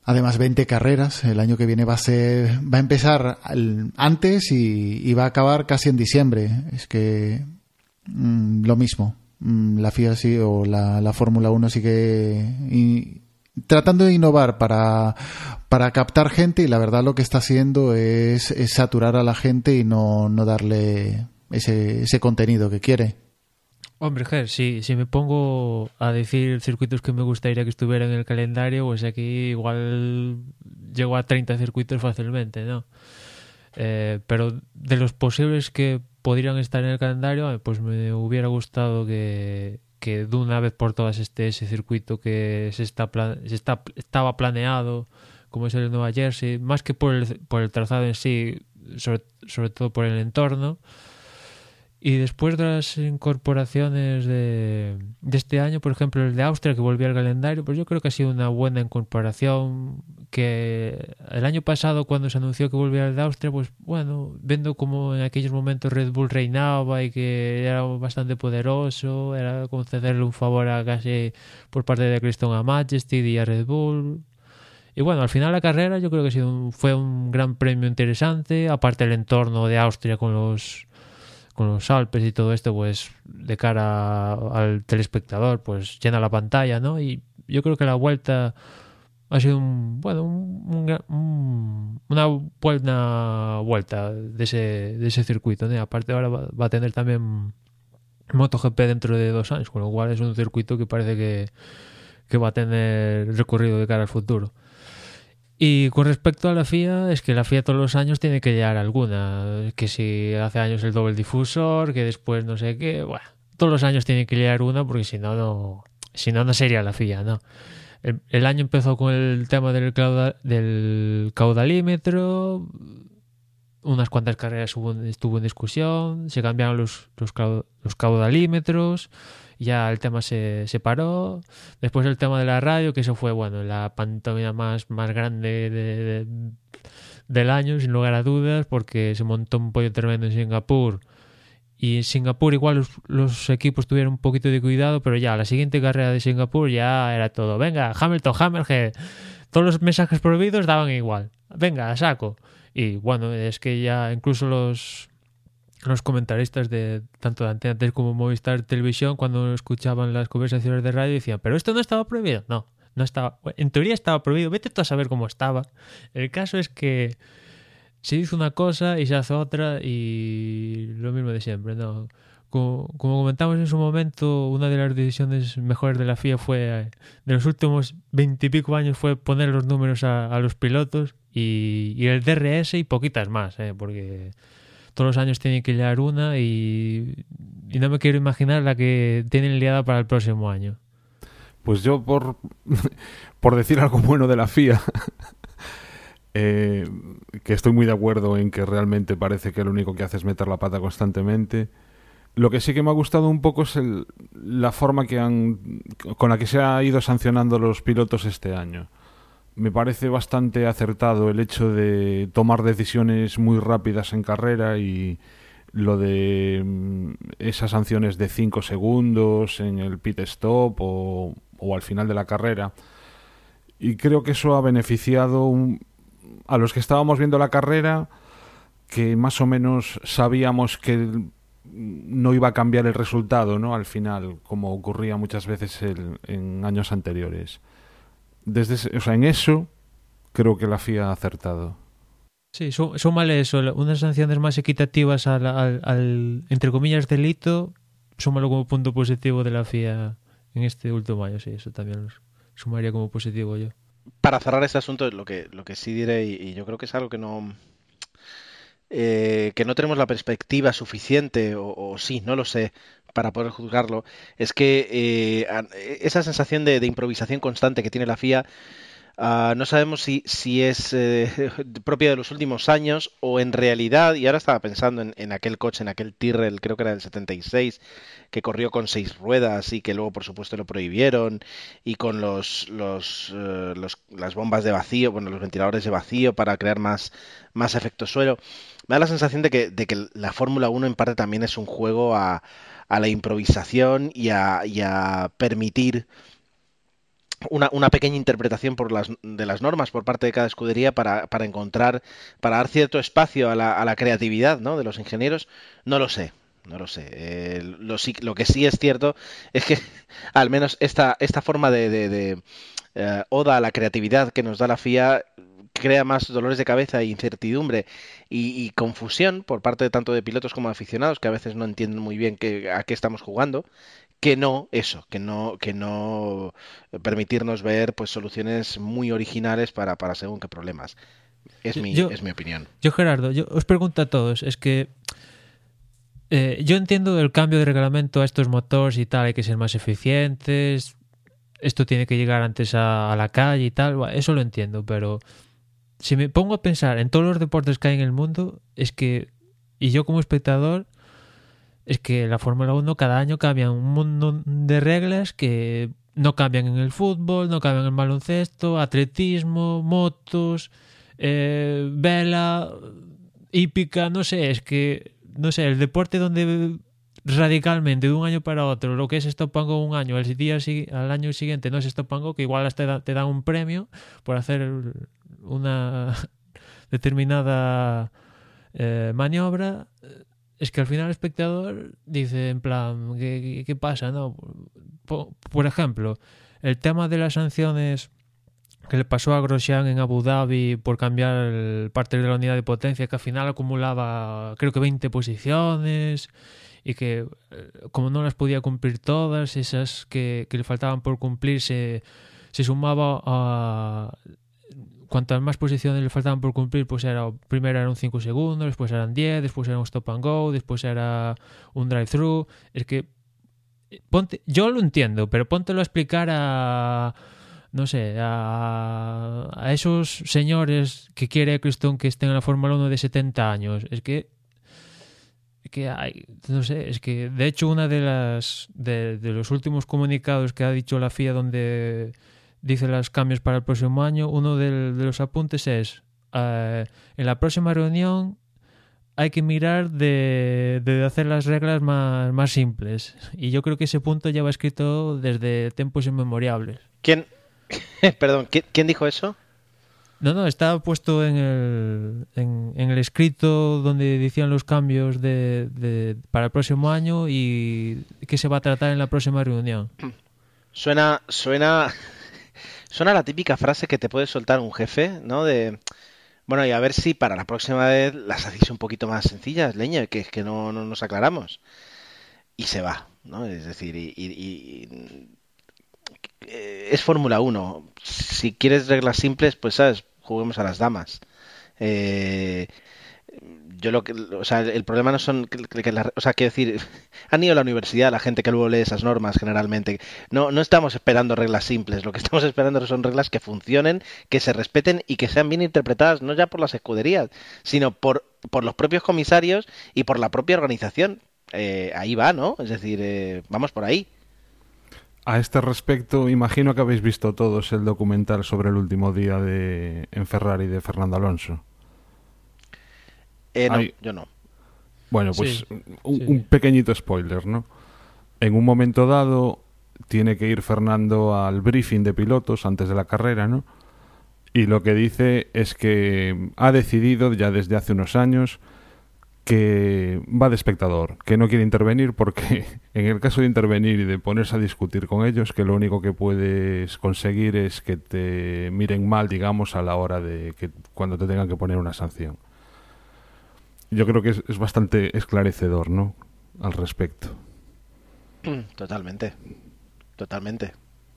Speaker 6: Además, veinte carreras. El año que viene va a ser, va a empezar al, antes y, y va a acabar casi en diciembre. Es que mmm, lo mismo. Mm, la F I A sí, o la, la Fórmula uno sigue y, tratando de innovar para, para captar gente, y la verdad lo que está haciendo es, es saturar a la gente y no, no darle ese, ese contenido que quiere.
Speaker 5: Hombre, Ger, si, si me pongo a decir circuitos que me gustaría que estuvieran en el calendario, pues aquí igual llego a treinta circuitos fácilmente, ¿no? Eh, pero de los posibles que podrían estar en el calendario, pues me hubiera gustado que, que de una vez por todas esté ese circuito que se está, plan, se está estaba planeado, como es el de Nueva Jersey, más que por el, por el trazado en sí, sobre, sobre todo por el entorno. Y después de las incorporaciones de, de este año, por ejemplo, el de Austria, que volvió al calendario, pues yo creo que ha sido una buena incorporación. Que el año pasado, cuando se anunció que volvía el de Austria, pues bueno, viendo como en aquellos momentos Red Bull reinaba y que era bastante poderoso, era concederle un favor a casi por parte de Crystal a Majesty y a Red Bull. Y bueno, al final la carrera yo creo que ha sido un, fue un gran premio interesante, aparte el entorno de Austria con los... con los Alpes y todo esto, pues de cara al telespectador, pues llena la pantalla, ¿no? Y yo creo que la vuelta ha sido un, bueno, un, un, una buena vuelta de ese, de ese circuito, ¿no? Aparte ahora va, va a tener también MotoGP dentro de dos años, con lo cual es un circuito que parece que, que va a tener recorrido de cara al futuro. Y con respecto a la F I A, es que la F I A todos los años tiene que llegar alguna. Que si hace años el doble difusor, que después no sé qué. Bueno, todos los años tiene que llegar una porque si no, no, si no, no sería la F I A, ¿no? El, el año empezó con el tema del, cauda, del caudalímetro. Unas cuantas carreras hubo, estuvo en discusión. Se cambiaron los, los, los caudalímetros. Ya el tema se, se paró. Después el tema de la radio, que eso fue, bueno, la pantomima más, más grande de, de, del año, sin lugar a dudas, porque se montó un pollo tremendo en Singapur. Y en Singapur igual los, los equipos tuvieron un poquito de cuidado, pero ya la siguiente carrera de Singapur ya era todo. Venga, Hamilton, Hammerhead. Todos los mensajes prohibidos daban igual. Venga, a saco. Y bueno, es que ya incluso los... los comentaristas de tanto de Antena tres como Movistar Televisión, cuando escuchaban las conversaciones de radio, decían, pero esto no estaba prohibido. No, no estaba. En teoría estaba prohibido. Vete tú a saber cómo estaba. El caso es que se dice una cosa y se hace otra y lo mismo de siempre, ¿no? Como, como comentamos en su momento, una de las decisiones mejores de la F I A fue, de los últimos veintipico años, fue poner los números a, a los pilotos y, y el D R S y poquitas más, ¿eh? Porque todos los años tiene que llegar una y, y no me quiero imaginar la que tienen liada para el próximo año.
Speaker 4: Pues yo, por, por decir algo bueno de la F I A, eh, que estoy muy de acuerdo en que realmente parece que lo único que hace es meter la pata constantemente. Lo que sí que me ha gustado un poco es el, la forma que han, con la que se ha ido sancionando los pilotos este año. Me parece bastante acertado el hecho de tomar decisiones muy rápidas en carrera y lo de esas sanciones de cinco segundos en el pit stop o, o al final de la carrera. Y creo que eso ha beneficiado un, a los que estábamos viendo la carrera, que más o menos sabíamos que no iba a cambiar el resultado, ¿no? Al final, como ocurría muchas veces el, en años anteriores. Desde ese, o sea, en eso creo que la F I A ha acertado.
Speaker 5: Sí, súmale eso, unas sanciones más equitativas al, al, al entre comillas delito, súmalo como punto positivo de la F I A en este último año, sí, eso también lo sumaría como positivo yo.
Speaker 2: Para cerrar este asunto, lo que lo que sí diré, y, y yo creo que es algo que no eh, que no tenemos la perspectiva suficiente, o, o sí, no lo sé, para poder juzgarlo, es que eh, esa sensación de, de improvisación constante que tiene la F I A, uh, no sabemos si, si es eh, propia de los últimos años o en realidad, y ahora estaba pensando en, en aquel coche, en aquel Tyrrell, creo que era del setenta y seis, que corrió con seis ruedas y que luego por supuesto lo prohibieron, y con los, los, uh, los las bombas de vacío, bueno, los ventiladores de vacío para crear más, más efecto suelo. Me da la sensación de que, de que la Fórmula uno en parte también es un juego a, a la improvisación y a, y a permitir una, una pequeña interpretación por las, de las normas por parte de cada escudería para, para encontrar, para dar cierto espacio a la, a la creatividad, ¿no?, de los ingenieros. No lo sé, no lo sé. Eh, lo, sí, lo que sí es cierto es que al menos esta, esta forma de, de, de eh, oda a la creatividad que nos da la F I A crea más dolores de cabeza e incertidumbre y, y confusión por parte de tanto de pilotos como de aficionados, que a veces no entienden muy bien qué, a qué estamos jugando, que no eso, que no, que no permitirnos ver pues soluciones muy originales para, para según qué problemas. Es mi,
Speaker 5: yo,
Speaker 2: es mi opinión.
Speaker 5: Yo, Gerardo, yo os pregunto a todos, es que eh, yo entiendo el cambio de reglamento a estos motores y tal, hay que ser más eficientes, esto tiene que llegar antes a, a la calle y tal, eso lo entiendo, pero si me pongo a pensar en todos los deportes que hay en el mundo, es que, y yo como espectador, es que la Fórmula uno cada año cambian un montón de reglas que no cambian en el fútbol, no cambian en el baloncesto, atletismo, motos, eh, vela, hípica, no sé, es que, no sé, el deporte donde radicalmente de un año para otro lo que es stop and go un año, al, día, al año siguiente no es stop and go, que igual hasta te dan un premio por hacer una determinada eh, maniobra. Es que al final el espectador dice en plan, ¿qué, qué pasa? ¿No? Por, por ejemplo, el tema de las sanciones que le pasó a Grosjean en Abu Dhabi por cambiar el parte de la unidad de potencia, que al final acumulaba creo que veinte posiciones y que como no las podía cumplir todas, esas que, que le faltaban por cumplir se, se sumaba a... Cuantas más posiciones le faltaban por cumplir, pues era primero eran cinco segundos, después eran diez, después era un stop and go, después era un drive-thru. Es que ponte, yo lo entiendo, pero póntelo a explicar a no sé, a, a esos señores que quiere Eccleston que estén en la Fórmula uno de setenta años. Es que que hay, no sé, es que de hecho una de las de, de los últimos comunicados que ha dicho la F I A donde dice los cambios para el próximo año, uno de, de los apuntes es uh, en la próxima reunión hay que mirar de, de hacer las reglas más, más simples, y yo creo que ese punto ya va escrito desde tiempos inmemorables.
Speaker 2: ¿Quién? Perdón, ¿quién, ¿quién dijo eso?
Speaker 5: No, no, estaba puesto en el, en, en el escrito donde decían los cambios de, de, para el próximo año y qué se va a tratar en la próxima reunión.
Speaker 2: Suena, suena, suena la típica frase que te puede soltar un jefe, ¿no? De, bueno, y a ver si para la próxima vez las hacéis un poquito más sencillas, leña, que es que no, no nos aclaramos. Y se va, ¿no? Es decir, y, y, y es Fórmula uno. Si quieres reglas simples, pues sabes, juguemos a las damas. Eh, yo lo que, o sea, el problema no son, que, que la, o sea, quiero decir, han ido a la universidad la gente que luego lee esas normas generalmente. No, no estamos esperando reglas simples. Lo que estamos esperando son reglas que funcionen, que se respeten y que sean bien interpretadas, no ya por las escuderías, sino por por los propios comisarios y por la propia organización. Eh, ahí va, ¿no? Es decir, eh, vamos por ahí.
Speaker 4: A este respecto, imagino que habéis visto todos el documental sobre el último día de en Ferrari de Fernando Alonso.
Speaker 2: Eh, no,
Speaker 4: Hay...
Speaker 2: yo no.
Speaker 4: Bueno, pues
Speaker 5: sí,
Speaker 4: un,
Speaker 5: sí.
Speaker 4: un pequeñito spoiler, ¿no? En un momento dado tiene que ir Fernando al briefing de pilotos antes de la carrera, ¿no? Y lo que dice es que ha decidido ya desde hace unos años que va de espectador, que no quiere intervenir porque en el caso de intervenir y de ponerse a discutir con ellos, que lo único que puedes conseguir es que te miren mal, digamos, a la hora de que cuando te tengan que poner una sanción. Yo creo que es, es bastante esclarecedor, ¿no?, al respecto.
Speaker 2: Totalmente, totalmente.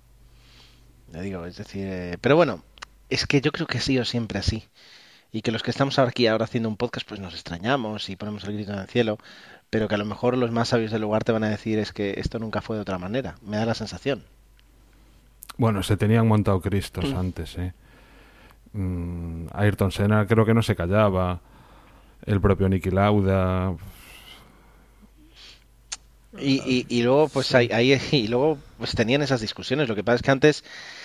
Speaker 2: Ya digo, es decir, eh, pero bueno, es que yo creo que ha sido siempre así. Y que los que estamos ahora aquí ahora haciendo un podcast pues nos extrañamos y ponemos el grito en el cielo, pero que a lo mejor los más sabios del lugar te van a decir es que esto nunca fue de otra manera. Me da la sensación.
Speaker 4: Bueno, se tenían montado cristos mm. antes, ¿eh? Mm, Ayrton Senna creo que no se callaba, el propio Niki Lauda.
Speaker 2: Y, y, y luego pues ahí, ahí y luego pues tenían esas discusiones. Lo que pasa es que antes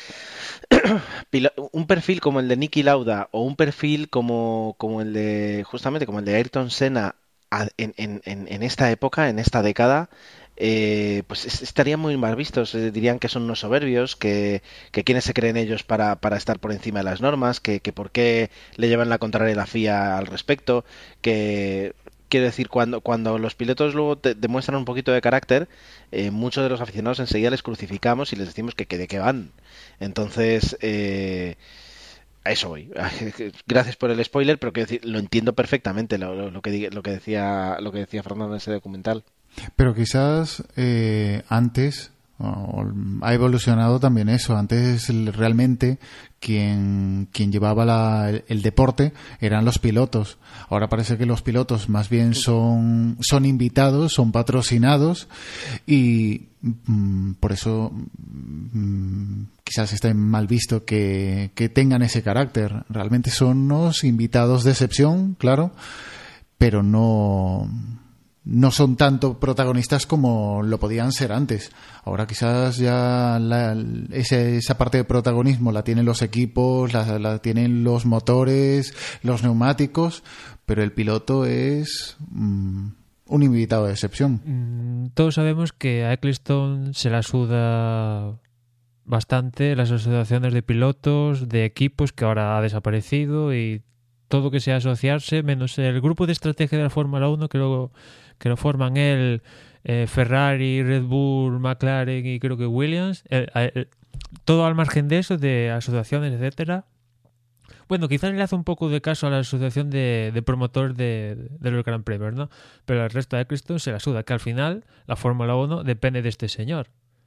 Speaker 2: un perfil como el de Niki Lauda o un perfil como, como el de justamente como el de Ayrton Senna en, en, en esta época, en esta década, eh, pues es, estarían muy mal vistos. Eh, dirían que son unos soberbios, que, que quiénes se creen ellos para, para estar por encima de las normas, que, que por qué le llevan la contraria a la F I A al respecto, que... Quiero decir, cuando, cuando los pilotos luego te, demuestran un poquito de carácter, eh, muchos de los aficionados enseguida les crucificamos y les decimos que, que de qué van. Entonces, eh, a eso voy. Gracias por el spoiler, pero quiero decir, lo entiendo perfectamente lo, lo, lo, que, lo, que, decía, lo que decía Fernando en ese documental.
Speaker 6: Pero quizás eh, antes oh, ha evolucionado también eso. Antes realmente quien, quien llevaba la, el, el deporte eran los pilotos. Ahora parece que los pilotos más bien son, son invitados, son patrocinados y mm, por eso mm, quizás está mal visto que, que tengan ese carácter. Realmente son unos invitados de excepción, claro, pero no... no son tanto protagonistas como lo podían ser antes. Ahora quizás ya la, ese, esa parte de protagonismo la tienen los equipos, la, la tienen los motores, los neumáticos, pero el piloto es mmm, un invitado de excepción.
Speaker 5: Todos sabemos que a Ecclestone se la suda bastante las asociaciones de pilotos, de equipos, que ahora ha desaparecido, y todo que sea asociarse, menos el grupo de estrategia de la Fórmula uno que luego que lo forman él, eh, Ferrari, Red Bull, McLaren y creo que Williams, el, el, todo al margen de eso, de asociaciones, etcétera. Bueno, quizás le hace un poco de caso a la asociación de, de promotores de, de los Gran Premios, ¿no? Pero el resto de Ecclestone se la suda, que al final la Fórmula uno depende de este señor.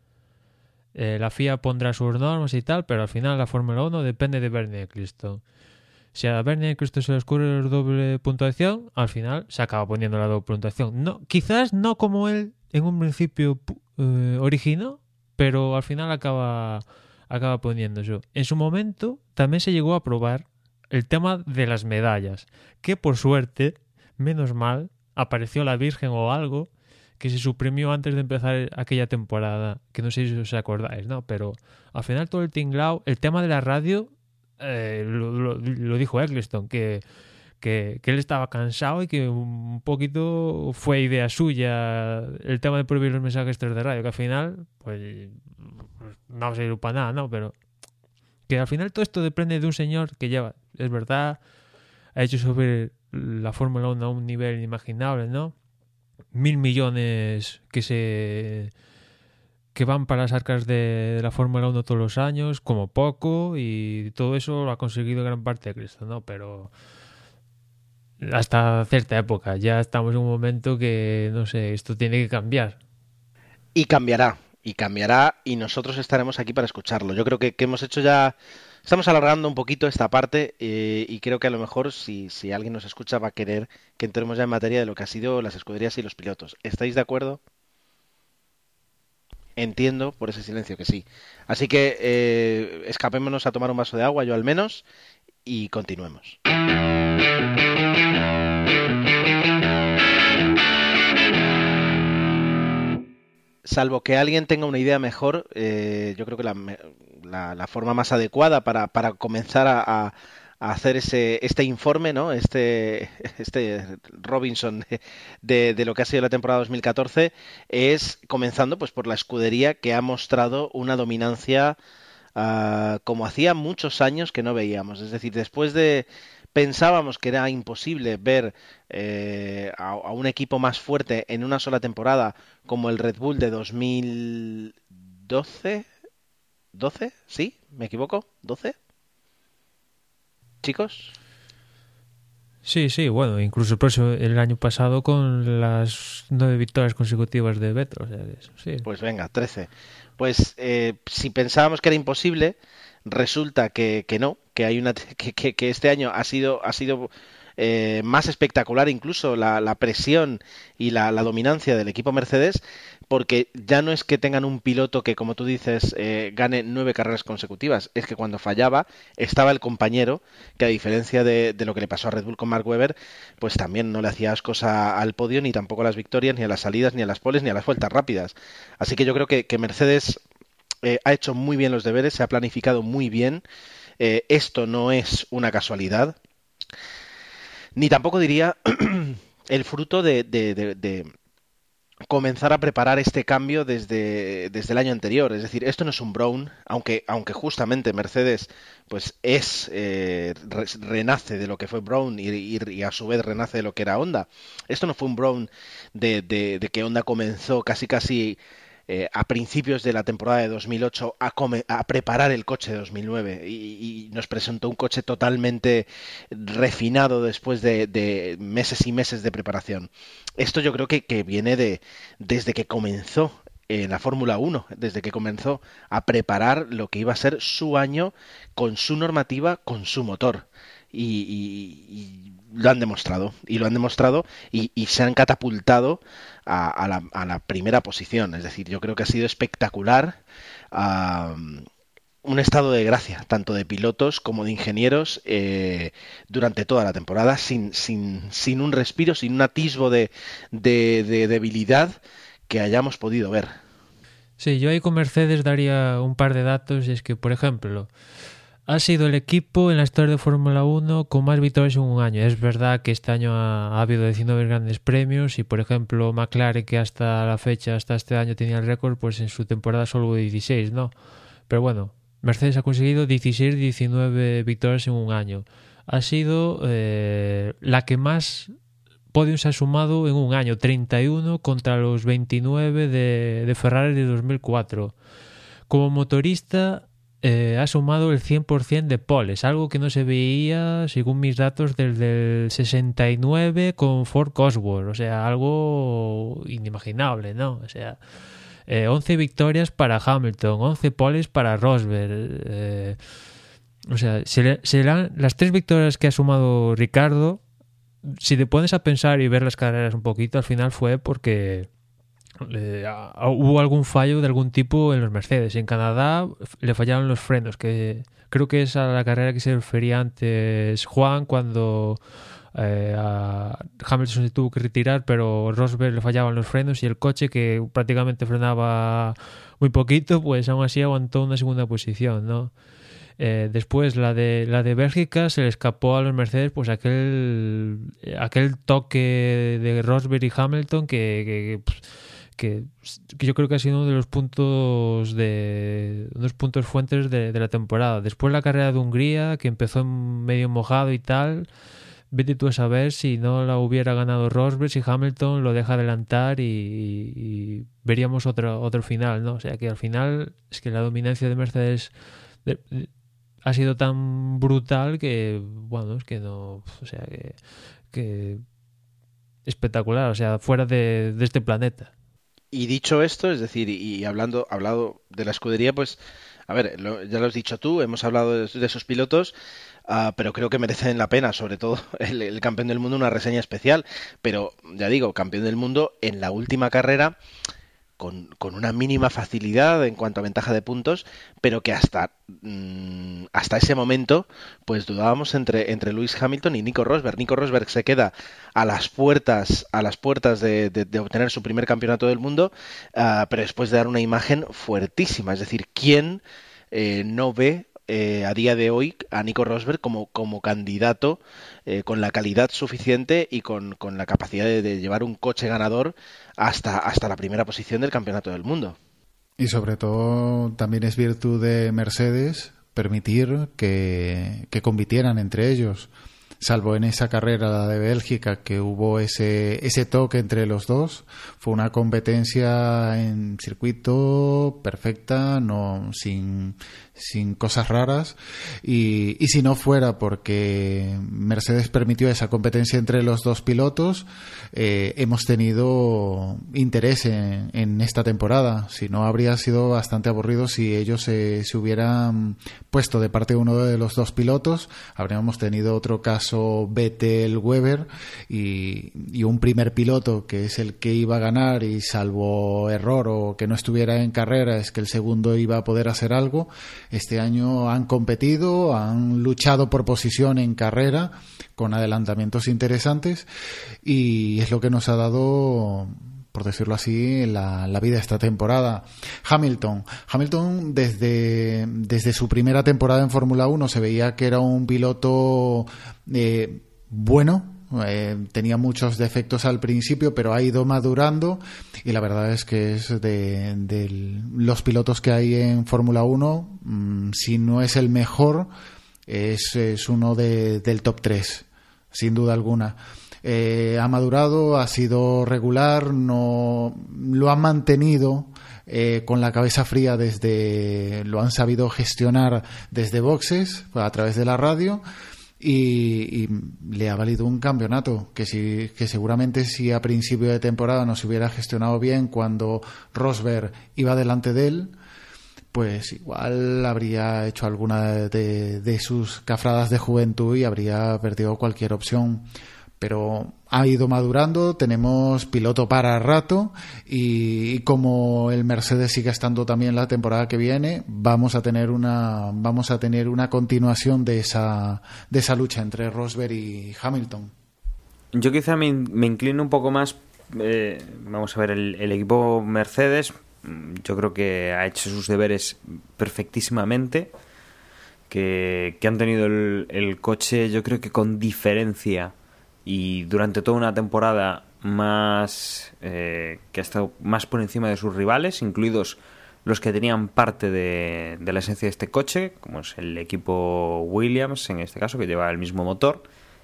Speaker 5: Eh, la F I A pondrá sus normas y tal, pero al final la Fórmula uno depende de Bernie Ecclestone. Si a Bernie Ecclestone se le ocurre la doble puntuación, al final se acaba poniendo la doble puntuación. No, quizás no como él en un principio eh, originó, pero al final acaba, acaba poniendo eso. En su momento también se llegó a probar el tema de las medallas, que por suerte, menos mal, apareció la Virgen o algo que se suprimió antes de empezar aquella temporada, que no sé si os acordáis, ¿no? Pero al final todo el tinglao, el tema de la radio... Eh, lo, lo, lo dijo Ecclestone, que, que, que él estaba cansado y que un poquito fue idea suya el tema de prohibir los mensajes de radio, que al final pues no sirve para nada, ¿no? Pero que al final todo esto depende de un señor que lleva, es verdad, ha hecho subir la Fórmula uno a un nivel inimaginable, ¿no? Mil millones que se... que van para las arcas de la Fórmula uno todos los años, como poco, y todo eso lo ha conseguido gran parte de Cristo, ¿no? Pero hasta cierta época, ya estamos en un momento que, no sé, esto tiene que cambiar.
Speaker 2: Y cambiará, y cambiará, y nosotros estaremos aquí para escucharlo. Yo creo que, que hemos hecho ya... Estamos alargando un poquito esta parte eh, y creo que a lo mejor si, si alguien nos escucha va a querer que entremos ya en materia de lo que ha sido las escuderías y los pilotos. ¿Estáis de acuerdo? Entiendo por ese silencio que sí. Así que eh, escapémonos a tomar un vaso de agua, yo al menos, y continuemos. Salvo que alguien tenga una idea mejor, eh, yo creo que la, la, la forma más adecuada para, para comenzar a, a a hacer ese este informe, ¿no? Este este Robinson de, de, de lo que ha sido la temporada dos mil catorce es comenzando pues por la escudería que ha mostrado una dominancia uh, como hacía muchos años que no veíamos. Es decir, después de pensábamos que era imposible ver eh, a, a un equipo más fuerte en una sola temporada como el Red Bull de dos mil doce, ¿doce? ¿Sí? ¿Me equivoco? ¿doce? ¿Chicos?
Speaker 5: Sí, sí, bueno, incluso el, próximo, el año pasado con las nueve victorias consecutivas de Vettel, o sea, eso, sí.
Speaker 2: Pues venga, trece. Pues eh, si pensábamos que era imposible, resulta que, que no, que hay una que, que, que este año ha sido ha sido eh, más espectacular incluso la, la presión y la, la dominancia del equipo Mercedes, porque ya no es que tengan un piloto que, como tú dices, eh, gane nueve carreras consecutivas, es que cuando fallaba estaba el compañero que, a diferencia de, de lo que le pasó a Red Bull con Mark Webber, pues también no le hacía ascos a, al podio, ni tampoco a las victorias, ni a las salidas, ni a las poles, ni a las vueltas rápidas. Así que yo creo que, que Mercedes eh, ha hecho muy bien los deberes, se ha planificado muy bien. Eh, esto no es una casualidad, ni tampoco diría el fruto de... de, de, de comenzar a preparar este cambio desde, desde el año anterior. Es decir, esto no es un Brown, aunque, aunque justamente Mercedes pues es eh, re, renace de lo que fue Brown y, y, y a su vez renace de lo que era Honda. Esto no fue un Brown de, de, de que Honda comenzó casi casi eh, a principios de la temporada de dos mil ocho a, come, a preparar el coche de dos mil nueve y, y nos presentó un coche totalmente refinado después de, de meses y meses de preparación. Esto yo creo que, que viene de desde que comenzó en la Fórmula uno, desde que comenzó a preparar lo que iba a ser su año con su normativa, con su motor. Y, y, y lo han demostrado, y lo han demostrado y, y se han catapultado a, a, la, a la primera posición. Es decir, yo creo que ha sido espectacular, uh, un estado de gracia, tanto de pilotos como de ingenieros, eh, durante toda la temporada, sin, sin, sin un respiro, sin un atisbo de, de, de debilidad que hayamos podido ver.
Speaker 5: Sí, yo ahí con Mercedes daría un par de datos, y es que, por ejemplo, ha sido el equipo en la historia de Fórmula uno con más victorias en un año. Es verdad que este año ha, ha habido diecinueve grandes premios y, por ejemplo, McLaren, que hasta la fecha, hasta este año tenía el récord, pues en su temporada solo hubo dieciséis, ¿no? Pero bueno, Mercedes ha conseguido dieciséis, diecinueve victorias en un año. Ha sido eh, la que más podiums ha sumado en un año, treinta y uno contra los veintinueve de, de Ferrari de dos mil cuatro. Como motorista eh, ha sumado el cien por ciento de poles, algo que no se veía, según mis datos, desde el sesenta y nueve con Ford Cosworth. O sea, algo inimaginable, ¿no? O sea, eh, once victorias para Hamilton, once poles para Rosberg. Eh, o sea, se, se le, las tres victorias que ha sumado Ricardo, si te pones a pensar y ver las carreras un poquito, al final fue porque eh, hubo algún fallo de algún tipo en los Mercedes. En Canadá le fallaron los frenos, que creo que es a la carrera que se refería antes Juan, cuando eh, a Hamilton se tuvo que retirar, pero Rosberg le fallaban los frenos y el coche, que prácticamente frenaba muy poquito, pues aún así aguantó una segunda posición, ¿no? Eh, después la de la de Bélgica se le escapó a los Mercedes pues aquel aquel toque de Rosberg y Hamilton que, que, que, que yo creo que ha sido uno de los puntos de unos puntos fuentes de, de la temporada. Después la carrera de Hungría, que empezó medio mojado y tal, vete tú a saber si no la hubiera ganado Rosberg, si Hamilton lo deja adelantar y, y veríamos otro otro final, ¿no? O sea que al final es que la dominancia de Mercedes de, de, ha sido tan brutal que, bueno, es que no, o sea, que, que espectacular, o sea, fuera de, de este planeta.
Speaker 2: Y dicho esto, es decir, y hablando, hablado de la escudería, pues, a ver, lo, ya lo has dicho tú, hemos hablado de, de esos pilotos, uh, pero creo que merecen la pena, sobre todo el, el campeón del mundo, una reseña especial. Pero, ya digo, campeón del mundo en la última carrera, Con, con una mínima facilidad en cuanto a ventaja de puntos, pero que hasta mmm, hasta ese momento pues dudábamos entre, entre Lewis Hamilton y Nico Rosberg. Nico Rosberg se queda a las puertas a las puertas de, de, de obtener su primer campeonato del mundo, uh, pero después de dar una imagen fuertísima. Es decir, ¿quién eh, no ve eh, a día de hoy a Nico Rosberg como, como candidato eh, con la calidad suficiente y con, con la capacidad de, de llevar un coche ganador hasta, hasta la primera posición del campeonato del mundo?
Speaker 6: Y sobre todo también es virtud de Mercedes permitir que, que compitieran entre ellos, salvo en esa carrera, la de Bélgica, que hubo ese, ese toque entre los dos. Fue una competencia en circuito perfecta, no sin, sin cosas raras, y, y si no fuera porque Mercedes permitió esa competencia entre los dos pilotos, eh, hemos tenido interés en, en esta temporada. Si no, habría sido bastante aburrido si ellos se, se hubieran puesto de parte de uno de los dos pilotos. Habríamos tenido otro caso Vettel-Weber y, y un primer piloto que es el que iba a ganar, y salvo error o que no estuviera en carrera es que el segundo iba a poder hacer algo. Este año han competido, han luchado por posición en carrera con adelantamientos interesantes, y es lo que nos ha dado, por decirlo así, la, la vida esta temporada. Hamilton. Hamilton desde, desde su primera temporada en Fórmula uno se veía que era un piloto eh, bueno, Eh, tenía muchos defectos al principio, pero ha ido madurando y la verdad es que es de, de los pilotos que hay en Fórmula uno, mmm, si no es el mejor, es, es uno de, del top tres, sin duda alguna. Eh, ha madurado, ha sido regular, no lo ha mantenido eh, con la cabeza fría desde, lo han sabido gestionar desde boxes a través de la radio y, y le ha valido un campeonato que, si, que seguramente si a principio de temporada no se hubiera gestionado bien cuando Rosberg iba delante de él, pues igual habría hecho alguna de, de sus cafradas de juventud y habría perdido cualquier opción. Pero ha ido madurando, tenemos piloto para rato y, y como el Mercedes sigue estando también la temporada que viene, vamos a tener una vamos a tener una continuación de esa de esa lucha entre Rosberg y Hamilton.
Speaker 3: Yo quizá me, me inclino un poco más, eh, vamos a ver, el, el equipo Mercedes, yo creo que ha hecho sus deberes perfectísimamente, que, que han tenido el, el coche, yo creo que con diferencia, y durante toda una temporada más eh, que ha estado más por encima de sus rivales, incluidos los que tenían parte de, de la esencia de este coche, como es el equipo Williams, en este caso, que lleva el mismo motor.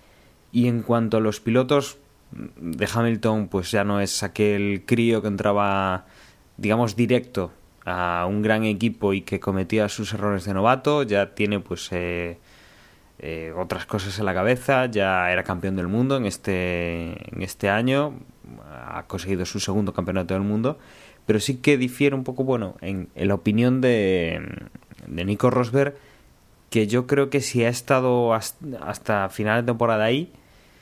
Speaker 3: Y en cuanto a los pilotos de Hamilton, pues ya no es aquel crío que entraba, digamos, directo a un gran equipo y que cometía sus errores de novato. Ya tiene pues eh, eh, otras cosas en la cabeza, ya era campeón del mundo en este, en este año, ha conseguido su segundo campeonato del mundo, pero sí que difiere un poco, bueno, en, en la opinión de, de Nico Rosberg, que yo creo que si ha estado hasta, hasta final de temporada ahí,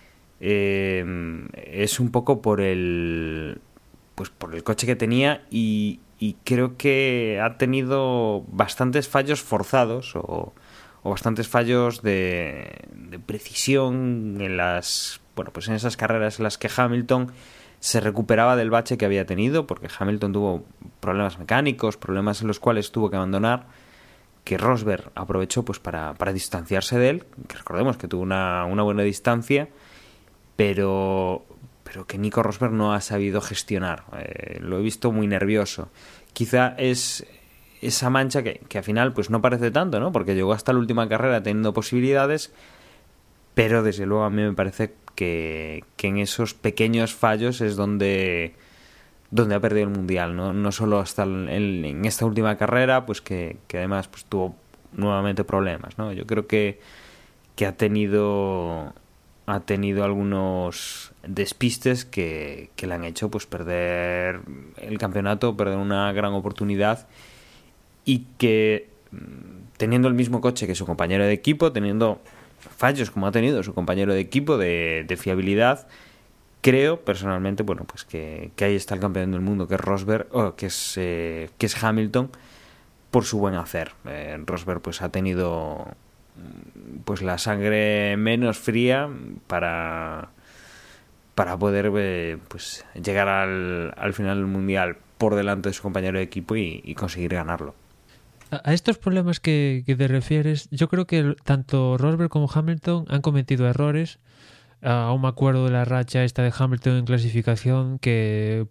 Speaker 3: eh, es un poco por el pues por el coche que tenía y, y creo que ha tenido bastantes fallos forzados o, o bastantes fallos de, de precisión en las bueno pues en esas carreras en las que Hamilton se recuperaba del bache que había tenido, porque Hamilton tuvo problemas mecánicos, problemas en los cuales tuvo que abandonar, que Rosberg aprovechó pues para, para distanciarse de él, que recordemos que tuvo una, una buena distancia, pero, pero que Nico Rosberg no ha sabido gestionar. Eh, lo he visto muy nervioso. Quizá es esa mancha que, que al final pues no parece tanto, ¿no? Porque llegó hasta la última carrera teniendo posibilidades, pero desde luego a mí me parece que, que en esos pequeños fallos es donde, donde ha perdido el Mundial, ¿no? No solo hasta el, el, en esta última carrera, pues que, que además pues tuvo nuevamente problemas, ¿no? Yo creo que, que ha tenido ha tenido algunos despistes que, que le han hecho pues perder el campeonato, perder una gran oportunidad, y que teniendo el mismo coche que su compañero de equipo, teniendo fallos como ha tenido su compañero de equipo de, de fiabilidad, creo personalmente, bueno, pues que, que ahí está el campeón del mundo, que es Rosberg, oh, que es eh, que es Hamilton, por su buen hacer. Eh, Rosberg pues ha tenido pues la sangre menos fría para para poder eh, pues llegar al, al final del mundial por delante de su compañero de equipo y, y conseguir ganarlo.
Speaker 5: A estos problemas que, que te refieres, yo creo que tanto Rosberg como Hamilton han cometido errores. Uh, aún me acuerdo de la racha esta de Hamilton en clasificación, que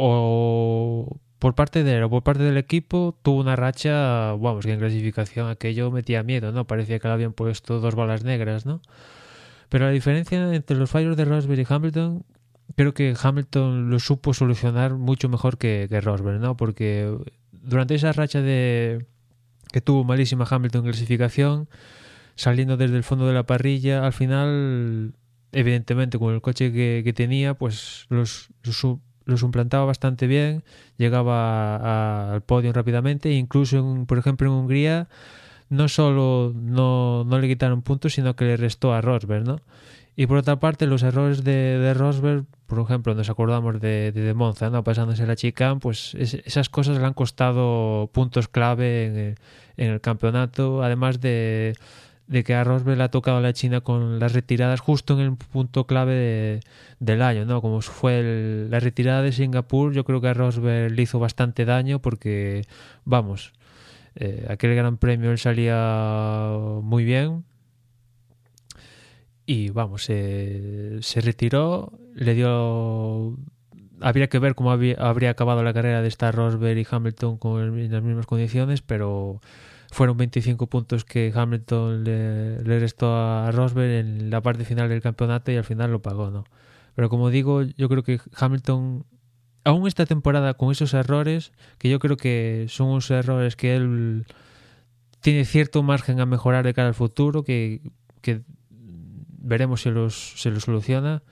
Speaker 5: o por parte de él o por parte del equipo tuvo una racha, vamos, que en clasificación aquello metía miedo, ¿no? Parecía que le habían puesto dos balas negras, ¿no? Pero la diferencia entre los fallos de Rosberg y Hamilton, creo que Hamilton lo supo solucionar mucho mejor que, que Rosberg, ¿no? Porque durante esa racha de que tuvo malísima Hamilton en clasificación, saliendo desde el fondo de la parrilla, al final, evidentemente con el coche que, que tenía, pues los, los, los suplantaba bastante bien, llegaba a, a, al podio rápidamente, e incluso en, por ejemplo en Hungría no solo no, no le quitaron puntos, sino que le restó a Rosberg, ¿no? Y por otra parte, los errores de, de Rosberg, por ejemplo, nos acordamos de, de, de Monza, ¿no? Pasándose la chicane, pues es, esas cosas le han costado puntos clave en el, en el campeonato, además de, de que a Rosberg le ha tocado la China con las retiradas justo en el punto clave de, del año, ¿no? Como fue el, la retirada de Singapur, yo creo que a Rosberg le hizo bastante daño porque, vamos, eh, aquel gran premio él salía muy bien. y vamos, eh, se retiró, le dio... Habría que ver cómo había, habría acabado la carrera de esta Rosberg y Hamilton con el, en las mismas condiciones, pero fueron veinticinco puntos que Hamilton le, le restó a Rosberg en la parte final del campeonato y al final lo pagó, ¿no? Pero como digo, yo creo que Hamilton, aún esta temporada con esos errores, que yo creo que son unos errores que él tiene cierto margen a mejorar de cara al futuro, que, que veremos si los, se los soluciona.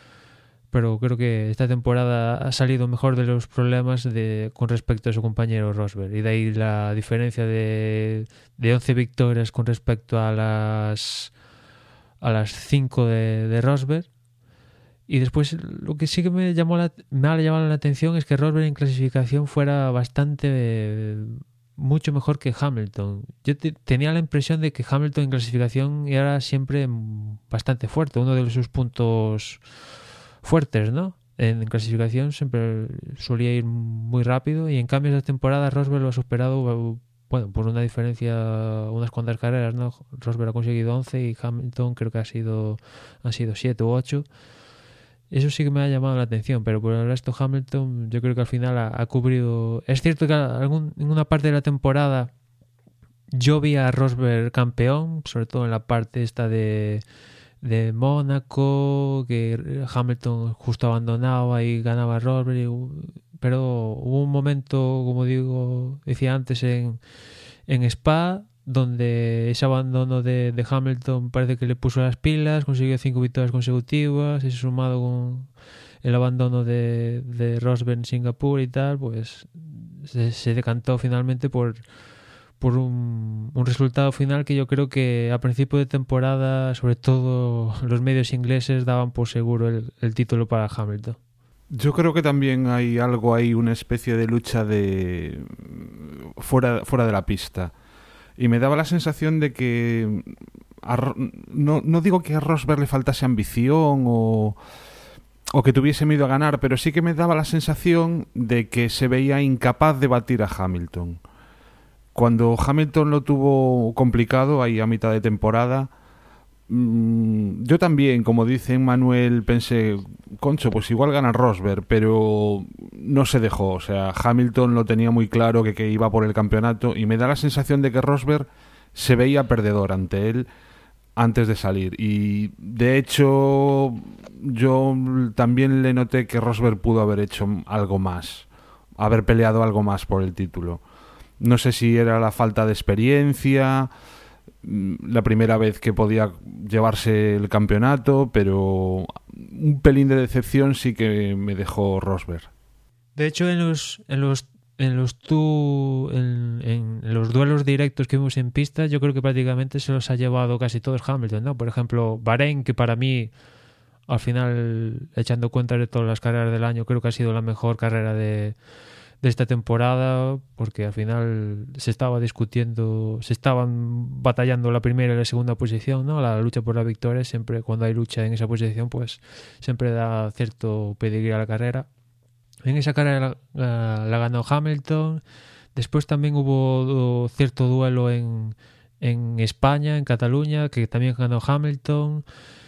Speaker 5: Pero creo que esta temporada ha salido mejor de los problemas de, con respecto a su compañero Rosberg. Y de ahí la diferencia de, de once victorias con respecto a las a las cinco de, de Rosberg. Y después lo que sí que me llamó la, me ha llamado la atención es que Rosberg en clasificación fuera bastante eh, mucho mejor que Hamilton. Yo te, tenía la impresión de que Hamilton en clasificación era siempre bastante fuerte, uno de sus puntos fuertes, ¿no? En clasificación siempre solía ir muy rápido y en cambio esta temporada Rosberg lo ha superado, bueno, por una diferencia, unas cuantas carreras, ¿no? Rosberg ha conseguido once y Hamilton creo que ha sido han sido siete u ocho. Eso sí que me ha llamado la atención, pero por el resto Hamilton yo creo que al final ha, ha cubrido... Es cierto que algún, en una parte de la temporada yo vi a Rosberg campeón, sobre todo en la parte esta de de Mónaco, que Hamilton justo abandonaba y ganaba Rosberg, y, pero hubo un momento, como digo, decía antes, en, en Spa, donde ese abandono de, de Hamilton parece que le puso las pilas, consiguió cinco victorias consecutivas, y sumado con el abandono de, de Rosberg en Singapur y tal, pues se, se decantó finalmente por por un, un resultado final que yo creo que a principio de temporada, sobre todo los medios ingleses, daban por seguro el, el título para Hamilton.
Speaker 4: Yo creo que también hay algo ahí, una especie de lucha de fuera, fuera de la pista. Y me daba la sensación de que a, no, no digo que a Rosberg le faltase ambición o, o que tuviese miedo a ganar, pero sí que me daba la sensación de que se veía incapaz de batir a Hamilton. Cuando Hamilton lo tuvo complicado ahí a mitad de temporada, mmm, yo también, como dice Manuel, pensé, concho, pues igual gana Rosberg, pero no se dejó. O sea, Hamilton lo tenía muy claro que, que iba por el campeonato y me da la sensación de que Rosberg se veía perdedor ante él antes de salir. Y de hecho, yo también le noté que Rosberg pudo haber hecho algo más, haber peleado algo más por el título. No sé si era la falta de experiencia, la primera vez que podía llevarse el campeonato, pero un pelín de decepción sí que me dejó Rosberg.
Speaker 5: De hecho, en los en los en los tu, en, en los duelos directos que vimos en pista, yo creo que prácticamente se los ha llevado casi todos Hamilton, ¿no? Por ejemplo, Bahrein, que para mí, al final, echando cuenta de todas las carreras del año, creo que ha sido la mejor carrera de de esta temporada, porque al final se estaba discutiendo, se estaban batallando la primera y la segunda posición, ¿no? La lucha por la victoria, siempre cuando hay lucha en esa posición, pues siempre da cierto pedigrí a la carrera. En esa carrera la, la ganó Hamilton. Después también hubo cierto duelo en, en España, en Cataluña, que también ganó Hamilton.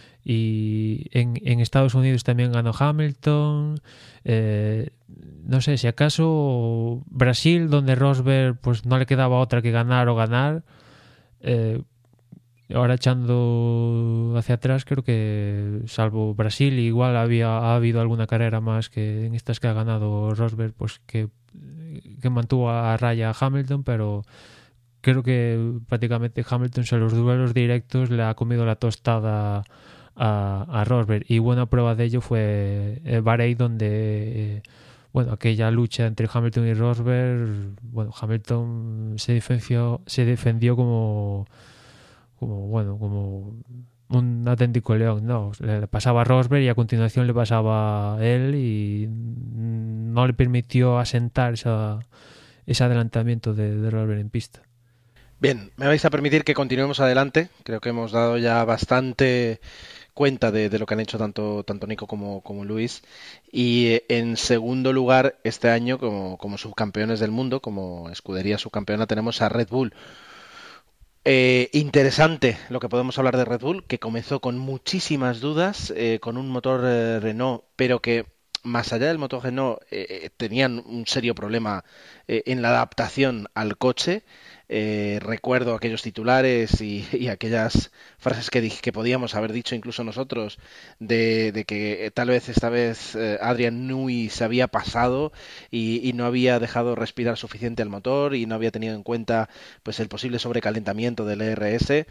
Speaker 5: Y en, en Estados Unidos también ganó Hamilton. Eh, no sé, si acaso Brasil, donde Rosberg pues no le quedaba otra que ganar o ganar. Eh, ahora echando hacia atrás, creo que salvo Brasil, igual había ha habido alguna carrera más que en estas que ha ganado Rosberg, pues que, que mantuvo a raya a Hamilton, pero creo que prácticamente Hamilton en los duelos directos le ha comido la tostada a, a Rosberg, y buena prueba de ello fue el Bahrein, donde eh, bueno, aquella lucha entre Hamilton y Rosberg, bueno, Hamilton se defendió, se defendió como como bueno, como un auténtico león, no, le pasaba a Rosberg y a continuación le pasaba a él y no le permitió asentar esa, ese adelantamiento de, de Rosberg en pista.
Speaker 2: Bien, me vais a permitir que continuemos adelante. Creo que hemos dado ya bastante cuenta de, de lo que han hecho tanto, tanto Nico como, como Luis. Y en segundo lugar, este año, como, como subcampeones del mundo, como escudería subcampeona, tenemos a Red Bull. Eh, interesante lo que podemos hablar de Red Bull, que comenzó con muchísimas dudas, eh, con un motor eh, Renault, pero que más allá del motor Renault eh, tenían un serio problema eh, en la adaptación al coche. Eh, recuerdo aquellos titulares y, y aquellas frases que, dije, que podíamos haber dicho incluso nosotros de, de que tal vez esta vez eh, Adrian Newey se había pasado y, y no había dejado respirar suficiente al motor y no había tenido en cuenta pues el posible sobrecalentamiento del E R S.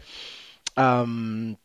Speaker 2: Um,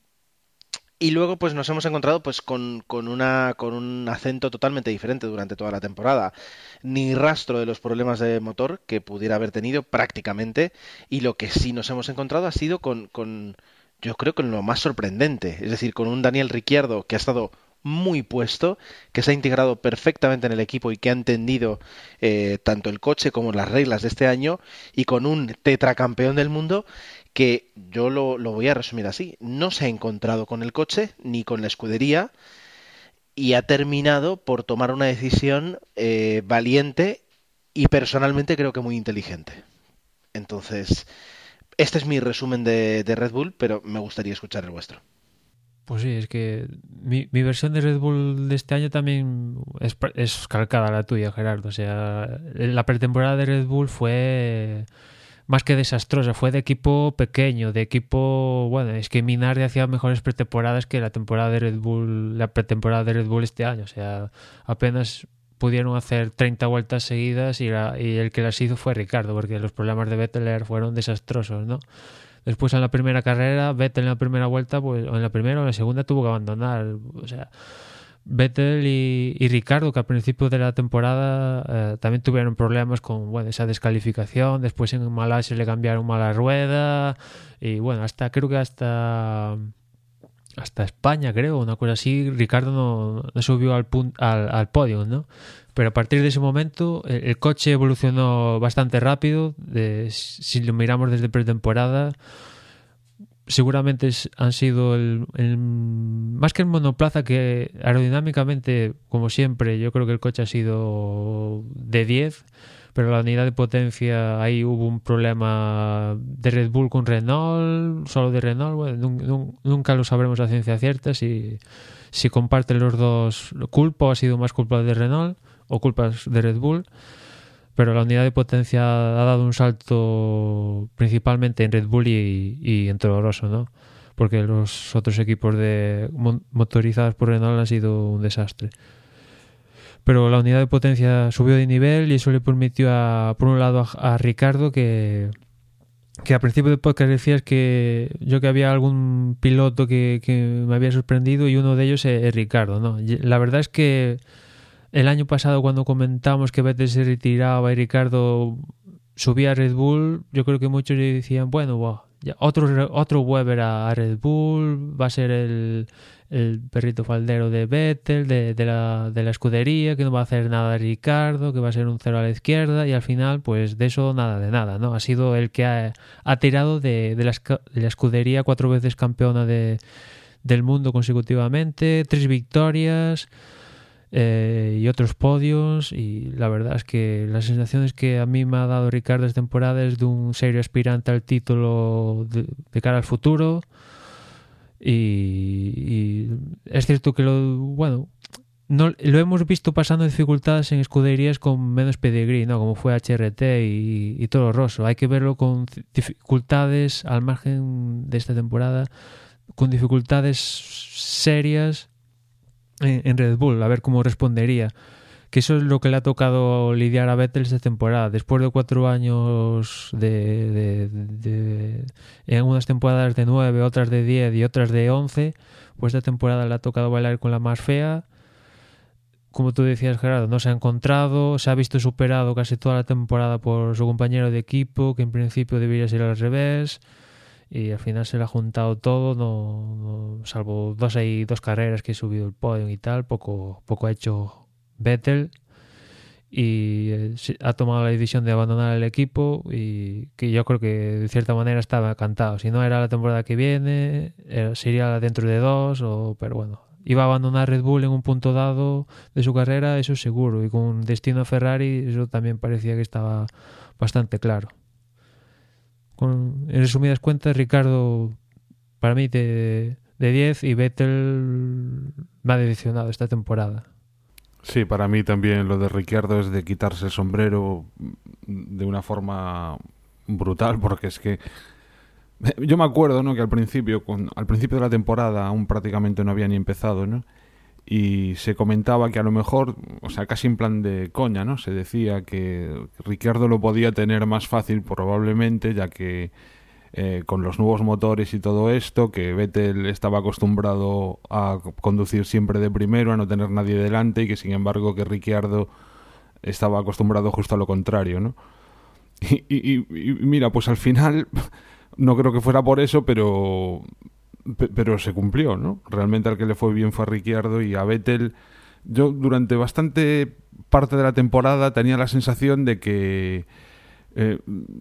Speaker 2: Y luego pues nos hemos encontrado pues con, con una con un acento totalmente diferente durante toda la temporada. Ni rastro de los problemas de motor que pudiera haber tenido prácticamente. Y lo que sí nos hemos encontrado ha sido con, con yo creo con lo más sorprendente. Es decir, con un Daniel Ricciardo que ha estado muy puesto, que se ha integrado perfectamente en el equipo y que ha entendido eh, tanto el coche como las reglas de este año, y con un tetracampeón del mundo que yo lo, lo voy a resumir así: no se ha encontrado con el coche ni con la escudería y ha terminado por tomar una decisión eh, valiente y personalmente creo que muy inteligente. Entonces, este es mi resumen de, de Red Bull, pero me gustaría escuchar el vuestro.
Speaker 5: Pues sí, es que mi, mi versión de Red Bull de este año también es, es calcada a la tuya, Gerardo. O sea, la pretemporada de Red Bull fue más que desastrosa, fue de equipo pequeño, de equipo, bueno, es que Minardi hacía mejores pretemporadas que la temporada de Red Bull, la pretemporada de Red Bull este año. O sea, apenas pudieron hacer treinta vueltas seguidas y, la, y el que las hizo fue Ricardo, porque los problemas de Vettel fueron desastrosos, ¿no? Después en la primera carrera, Vettel en la primera vuelta, pues o en la primera o en la segunda tuvo que abandonar. O sea, Vettel y, y Ricardo, que al principio de la temporada eh, también tuvieron problemas con bueno, esa descalificación. Después en Malasia le cambiaron mala rueda. Y bueno, hasta creo que hasta hasta España, creo, una cosa así, Ricardo no, no subió al, punt, al, al podio, ¿no? Pero a partir de ese momento el, el coche evolucionó bastante rápido. De, si lo miramos desde pretemporada, seguramente es, han sido el, el más que el monoplaza, que aerodinámicamente, como siempre, yo creo que el coche ha sido de diez, pero la unidad de potencia, ahí hubo un problema de Red Bull con Renault, solo de Renault. Bueno, nunca lo sabremos a ciencia cierta si, si comparten los dos culpa o ha sido más culpa de Renault o culpas de Red Bull, pero la unidad de potencia ha dado un salto principalmente en Red Bull y, y en Toro Rosso, ¿no? Porque los otros equipos de motorizados por Renault han sido un desastre. Pero la unidad de potencia subió de nivel y eso le permitió, a, por un lado, a, a Ricardo, que, que al principio del podcast decías que yo que había algún piloto que, que me había sorprendido, y uno de ellos es, es Ricardo, ¿no? La verdad es que el año pasado, cuando comentamos que Vettel se retiraba y Ricardo subía a Red Bull, yo creo que muchos le decían, bueno, wow, ya otro, otro Webber a, a Red Bull, va a ser el, el perrito faldero de Vettel, de, de, la, de la escudería, que no va a hacer nada de Ricardo, que va a ser un cero a la izquierda, y al final, pues de eso nada de nada, ¿no? Ha sido el que ha, ha tirado de, de, la, de la escudería, cuatro veces campeona de, del mundo consecutivamente, tres victorias... Eh, y otros podios, y la verdad es que las sensaciones que a mí me ha dado Ricardo esta temporada es de un serio aspirante al título de, de cara al futuro. Y, y es cierto que lo bueno no lo hemos visto pasando dificultades en escuderías con menos pedigrí, ¿no? Como fue H R T y, y Toro Rosso. Hay que verlo con dificultades al margen de esta temporada, con dificultades serias en Red Bull, a ver cómo respondería. Que eso es lo que le ha tocado lidiar a Vettel esta temporada. Después de cuatro años de, de, de, de en unas temporadas de nueve, otras de diez y otras de once, pues esta temporada le ha tocado bailar con la más fea. Como tú decías, Gerardo, no se ha encontrado, se ha visto superado casi toda la temporada por su compañero de equipo, que en principio debería ser al revés. Y al final se le ha juntado todo, no, no, salvo dos hay dos carreras que he subido el podio y tal, poco, poco ha hecho Vettel, y eh, ha tomado la decisión de abandonar el equipo, y que yo creo que de cierta manera estaba cantado. Si no era la temporada que viene, era, sería dentro de dos, o, pero bueno, iba a abandonar Red Bull en un punto dado de su carrera, eso seguro, y con destino a Ferrari, eso también parecía que estaba bastante claro. con, en resumidas cuentas, Ricardo para mí de, de diez y Vettel me ha decepcionado esta temporada.
Speaker 4: Sí, para mí también lo de Ricciardo es de quitarse el sombrero de una forma brutal, porque es que yo me acuerdo, ¿no?, que al principio, con, al principio de la temporada aún prácticamente no había ni empezado, ¿no?, y se comentaba que a lo mejor, o sea, casi en plan de coña, ¿no?, se decía que Ricciardo lo podía tener más fácil probablemente, ya que eh, con los nuevos motores y todo esto, que Vettel estaba acostumbrado a conducir siempre de primero, a no tener nadie delante, y que sin embargo que Ricciardo estaba acostumbrado justo a lo contrario, ¿no? Y, y, y mira, pues al final no creo que fuera por eso, pero pero se cumplió, ¿no? Realmente al que le fue bien fue a Ricciardo, y a Vettel yo durante bastante parte de la temporada tenía la sensación de que eh,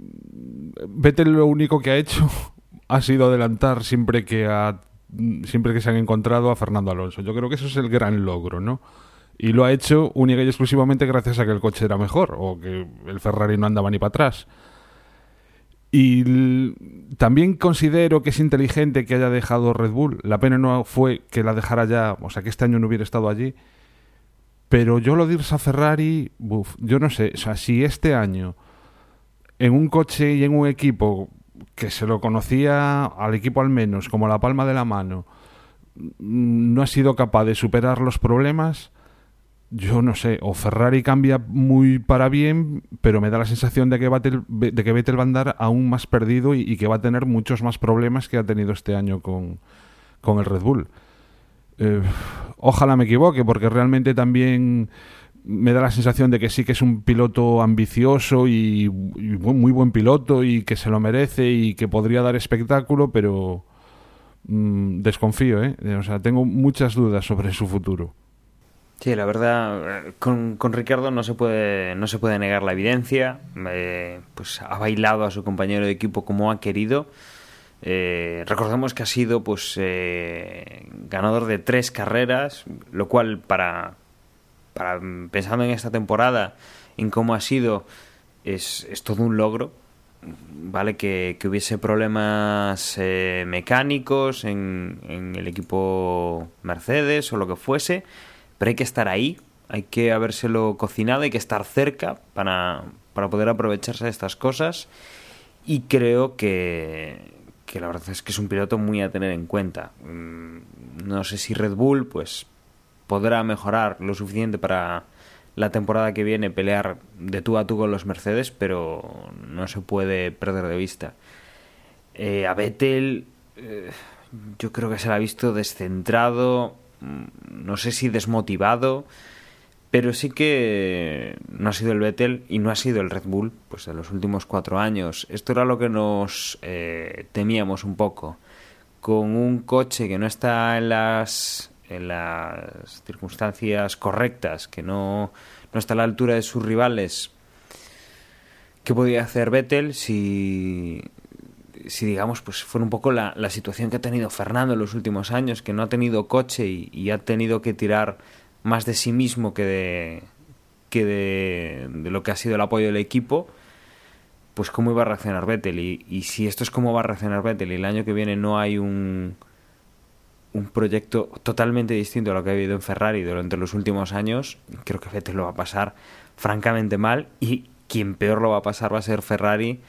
Speaker 4: Vettel lo único que ha hecho ha sido adelantar siempre que ha, siempre que se han encontrado a Fernando Alonso. Yo creo que eso es el gran logro, ¿no? Y lo ha hecho única y exclusivamente gracias a que el coche era mejor, o que el Ferrari no andaba ni para atrás. Y l- también considero que es inteligente que haya dejado Red Bull. La pena no fue que la dejara ya, o sea, que este año no hubiera estado allí. Pero yo lo de irse a Ferrari, uf, yo no sé, o sea, si este año en un coche y en un equipo que se lo conocía al equipo al menos como la palma de la mano, no ha sido capaz de superar los problemas, yo no sé, o Ferrari cambia muy para bien, pero me da la sensación de que Vettel, de que Vettel va a andar aún más perdido y, y que va a tener muchos más problemas que ha tenido este año con, con el Red Bull. Eh, ojalá me equivoque, porque realmente también me da la sensación de que sí que es un piloto ambicioso y, y muy buen piloto y que se lo merece y que podría dar espectáculo, pero mmm, desconfío, ¿eh? O sea, tengo muchas dudas sobre su futuro.
Speaker 3: Sí, la verdad, con, con Ricciardo no se puede no se puede negar la evidencia. Eh, pues ha bailado a su compañero de equipo como ha querido. Eh, recordemos que ha sido pues eh, ganador de tres carreras, lo cual para, para pensando en esta temporada, en cómo ha sido, es, es todo un logro. Vale, que, que hubiese problemas eh, mecánicos en, en el equipo Mercedes o lo que fuese, pero hay que estar ahí, hay que habérselo cocinado, hay que estar cerca para, para poder aprovecharse de estas cosas, y creo que, que la verdad es que es un piloto muy a tener en cuenta. No sé si Red Bull pues podrá mejorar lo suficiente para la temporada que viene pelear de tú a tú con los Mercedes, pero no se puede perder de vista. Eh, a Vettel eh, yo creo que se la ha visto descentrado, no sé si desmotivado, pero sí que no ha sido el Vettel y no ha sido el Red Bull pues de los últimos cuatro años. Esto era lo que nos eh, temíamos un poco, con un coche que no está en las en las circunstancias correctas, que no, no está a la altura de sus rivales. ¿Qué podía hacer Vettel si si digamos pues fue un poco la, la situación que ha tenido Fernando en los últimos años, que no ha tenido coche y, y ha tenido que tirar más de sí mismo que de que de, de lo que ha sido el apoyo del equipo? Pues cómo iba a reaccionar Vettel, y, y si esto es cómo va a reaccionar Vettel y el año que viene no hay un un proyecto totalmente distinto a lo que ha habido en Ferrari durante los últimos años, creo que Vettel lo va a pasar francamente mal, y quien peor lo va a pasar va a ser Ferrari,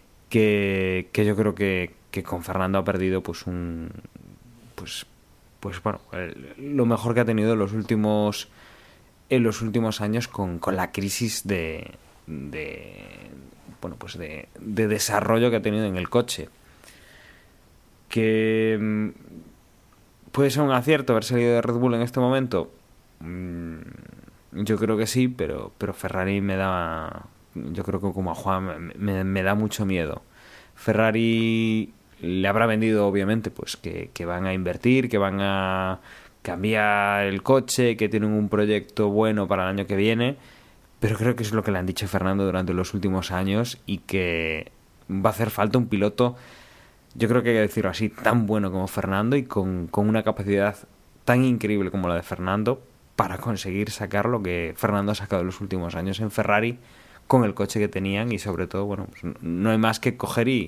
Speaker 3: que, que yo creo que, que con Fernando ha perdido pues un pues pues bueno el, lo mejor que ha tenido en los últimos en los últimos años con, con la crisis de, de bueno pues de, de desarrollo que ha tenido en el coche, que puede ser un acierto haber salido de Red Bull en este momento. Yo creo que sí, pero pero Ferrari me da, yo creo que como a Juan me, me da mucho miedo. Ferrari le habrá vendido obviamente pues que, que van a invertir, que van a cambiar el coche, que tienen un proyecto bueno para el año que viene, pero creo que es lo que le han dicho a Fernando durante los últimos años, y que va a hacer falta un piloto, yo creo que hay que decirlo así, tan bueno como Fernando y con, con una capacidad tan increíble como la de Fernando para conseguir sacar lo que Fernando ha sacado en los últimos años en Ferrari con el coche que tenían. Y sobre todo, bueno, pues no hay más que coger y,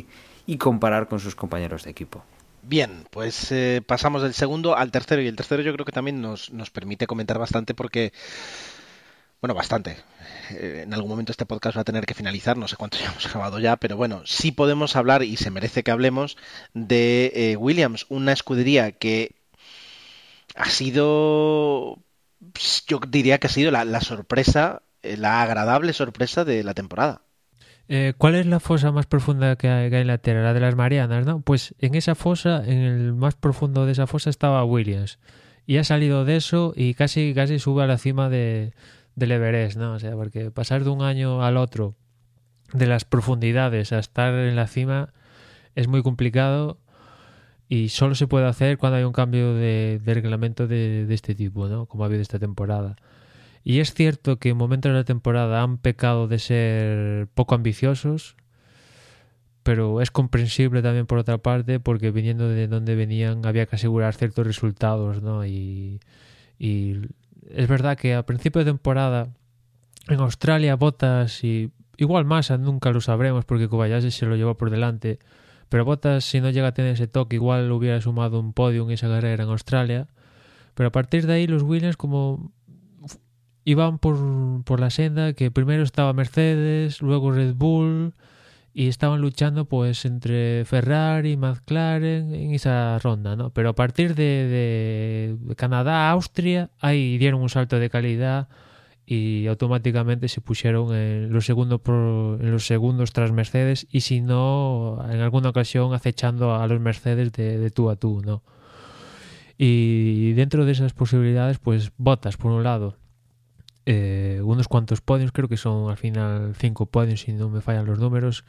Speaker 3: y comparar con sus compañeros de equipo.
Speaker 2: Bien, pues eh, pasamos del segundo al tercero, y el tercero yo creo que también nos, nos permite comentar bastante porque, bueno, bastante. Eh, en algún momento este podcast va a tener que finalizar, no sé cuánto ya hemos grabado ya, pero bueno, sí podemos hablar, y se merece que hablemos, de eh, Williams, una escudería que ha sido, yo diría que ha sido la, la sorpresa, eh, la agradable sorpresa de la temporada.
Speaker 5: Eh, ¿Cuál es la fosa más profunda que hay, que hay en la Tierra? La de las Marianas, ¿no? Pues en esa fosa, en el más profundo de esa fosa estaba Williams. Y ha salido de eso y casi, casi sube a la cima de, del Everest, ¿no? O sea, porque pasar de un año al otro, de las profundidades a estar en la cima, es muy complicado y solo se puede hacer cuando hay un cambio de, de reglamento de, de este tipo, ¿no? Como ha habido esta temporada. Y es cierto que en momentos de la temporada han pecado de ser poco ambiciosos, pero es comprensible también por otra parte, porque viniendo de donde venían había que asegurar ciertos resultados, ¿no? Y, y es verdad que a principio de temporada en Australia Bottas y igual Massa nunca lo sabremos porque Kobayashi se lo llevó por delante, pero Bottas, si no llega a tener ese toque, igual hubiera sumado un podio en esa carrera en Australia. Pero a partir de ahí los Williams como iban por, por la senda que primero estaba Mercedes, luego Red Bull, y estaban luchando pues entre Ferrari y McLaren en esa ronda, ¿no? Pero a partir de, de Canadá a Austria, ahí dieron un salto de calidad y automáticamente se pusieron en los segundos, pro, en los segundos tras Mercedes, y si no, en alguna ocasión acechando a los Mercedes de, de tú a tú, ¿no? Y dentro de esas posibilidades, pues Bottas por un lado, Eh, unos cuantos podios, creo que son al final cinco podios si no me fallan los números.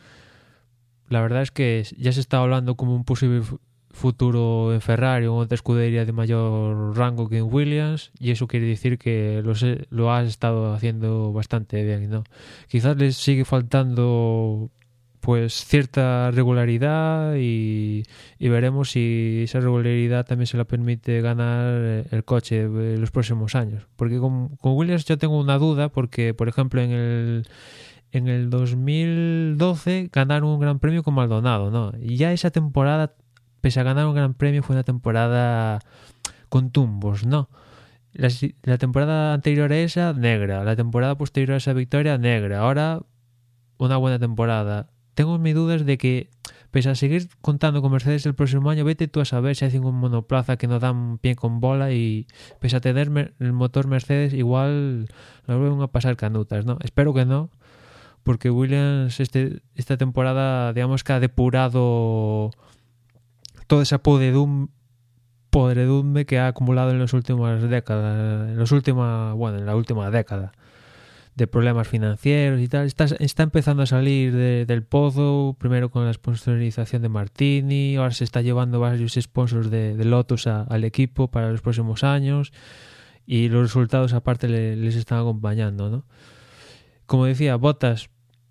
Speaker 5: La verdad es que ya se está hablando como un posible futuro en Ferrari o en otra escudería de mayor rango que en Williams, y eso quiere decir que lo, sé, lo has estado haciendo bastante bien, ¿no? Quizás les sigue faltando pues cierta regularidad y, y veremos si esa regularidad también se la permite ganar el coche en los próximos años, porque con, con Williams yo tengo una duda, porque por ejemplo en el en el dos mil doce ganaron un gran premio con Maldonado, ¿no? Y ya esa temporada, pese a ganar un gran premio, fue una temporada con tumbos, ¿no? La, la temporada anterior a esa, negra. La temporada posterior a esa victoria, negra. Ahora, una buena temporada. Tengo mis dudas de que, pese a seguir contando con Mercedes el próximo año, vete tú a saber si hacen un monoplaza que no dan pie con bola, y pese a tener el motor Mercedes, igual lo vuelven a pasar canutas, ¿no? Espero que no, porque Williams este, esta temporada, digamos que ha depurado toda esa podredumbre, podredumbre que ha acumulado en las últimas décadas, en los última, bueno, en la última década, de problemas financieros y tal. Está, está empezando a salir de, del pozo, primero con la sponsorización de Martini, ahora se está llevando varios sponsors de, de Lotus a, al equipo para los próximos años, y los resultados aparte le, les están acompañando, ¿no? Como decía, Bottas,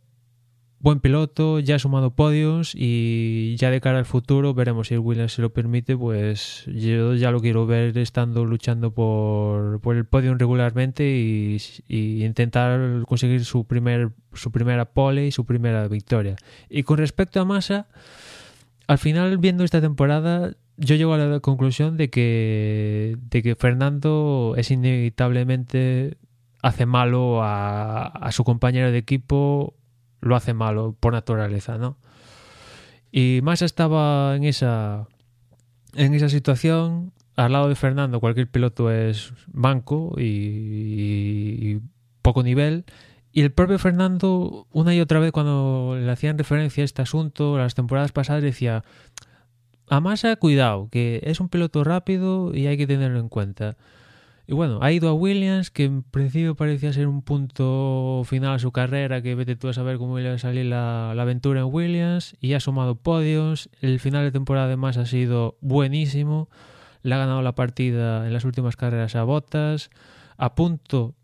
Speaker 5: buen piloto, ya ha sumado podios, y ya de cara al futuro veremos si el Williams se lo permite, pues yo ya lo quiero ver estando luchando por, por el podio regularmente y, y intentar conseguir su primer su primera pole y su primera victoria. Y con respecto a Massa, al final, viendo esta temporada, yo llego a la conclusión de que de que Fernando es inevitablemente hace malo a, a su compañero de equipo, lo hace malo por naturaleza, ¿no? Y Massa estaba en esa en esa situación al lado de Fernando. Cualquier piloto es manco y, y, y poco nivel, y el propio Fernando una y otra vez cuando le hacían referencia a este asunto las temporadas pasadas decía: a Massa cuidado, que es un piloto rápido y hay que tenerlo en cuenta. Y bueno, ha ido a Williams, que en principio parecía ser un punto final a su carrera, que vete tú a saber cómo iba a salir la, la aventura en Williams, y ha sumado podios. El final de temporada además ha sido buenísimo, le ha ganado la partida en las últimas carreras a Bottas, a punto,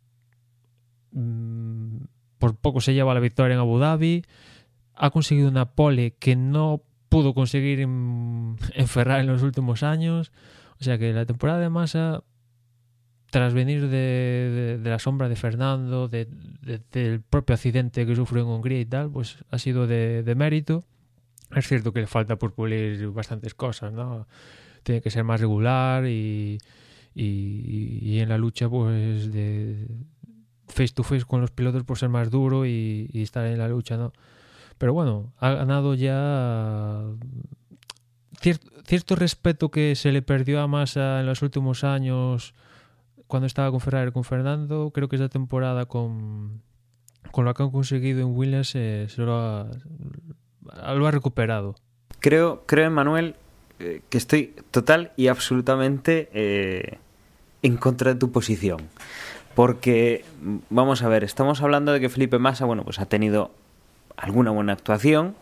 Speaker 5: mmm, por poco se lleva la victoria en Abu Dhabi, ha conseguido una pole que no pudo conseguir en, en Ferrari en los últimos años. O sea que la temporada de Massa, tras venir de, de, de la sombra de Fernando, de, de, del propio accidente que sufrió en Hungría y tal, pues ha sido de, de mérito. es cierto que le falta por pulir bastantes cosas, ¿no? Tiene que ser más regular y, y, y en la lucha, pues, de face to face con los pilotos, por ser más duro y, y estar en la lucha, ¿no? Pero bueno, ha ganado ya cierto, cierto respeto que se le perdió a Massa en los últimos años cuando estaba con Ferrari, con Fernando. Creo que esta temporada con, con lo que han conseguido en Williams eh, se lo ha, lo ha recuperado.
Speaker 3: Creo, creo Emmanuel, eh, que estoy total y absolutamente eh, en contra de tu posición. Porque, vamos a ver, estamos hablando de que Felipe Massa, bueno, pues ha tenido alguna buena actuación,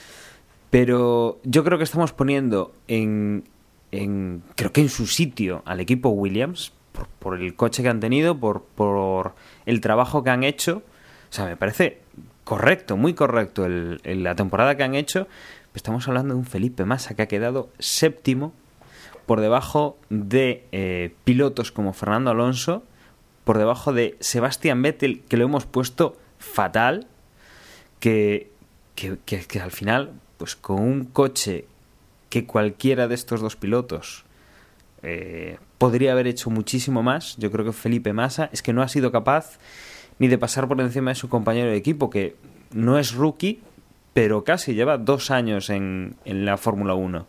Speaker 3: pero yo creo que estamos poniendo en, en creo que en su sitio al equipo Williams, por, por el coche que han tenido, por, por el trabajo que han hecho. O sea, me parece correcto, muy correcto el, el, la temporada que han hecho. Estamos hablando de un Felipe Massa que ha quedado séptimo por debajo de eh, pilotos como Fernando Alonso, por debajo de Sebastian Vettel, que lo hemos puesto fatal, que, que, que, que al final, pues con un coche que cualquiera de estos dos pilotos eh, podría haber hecho muchísimo más. Yo creo que Felipe Massa es que no ha sido capaz ni de pasar por encima de su compañero de equipo, que no es rookie, pero casi lleva dos años en, en la Fórmula uno.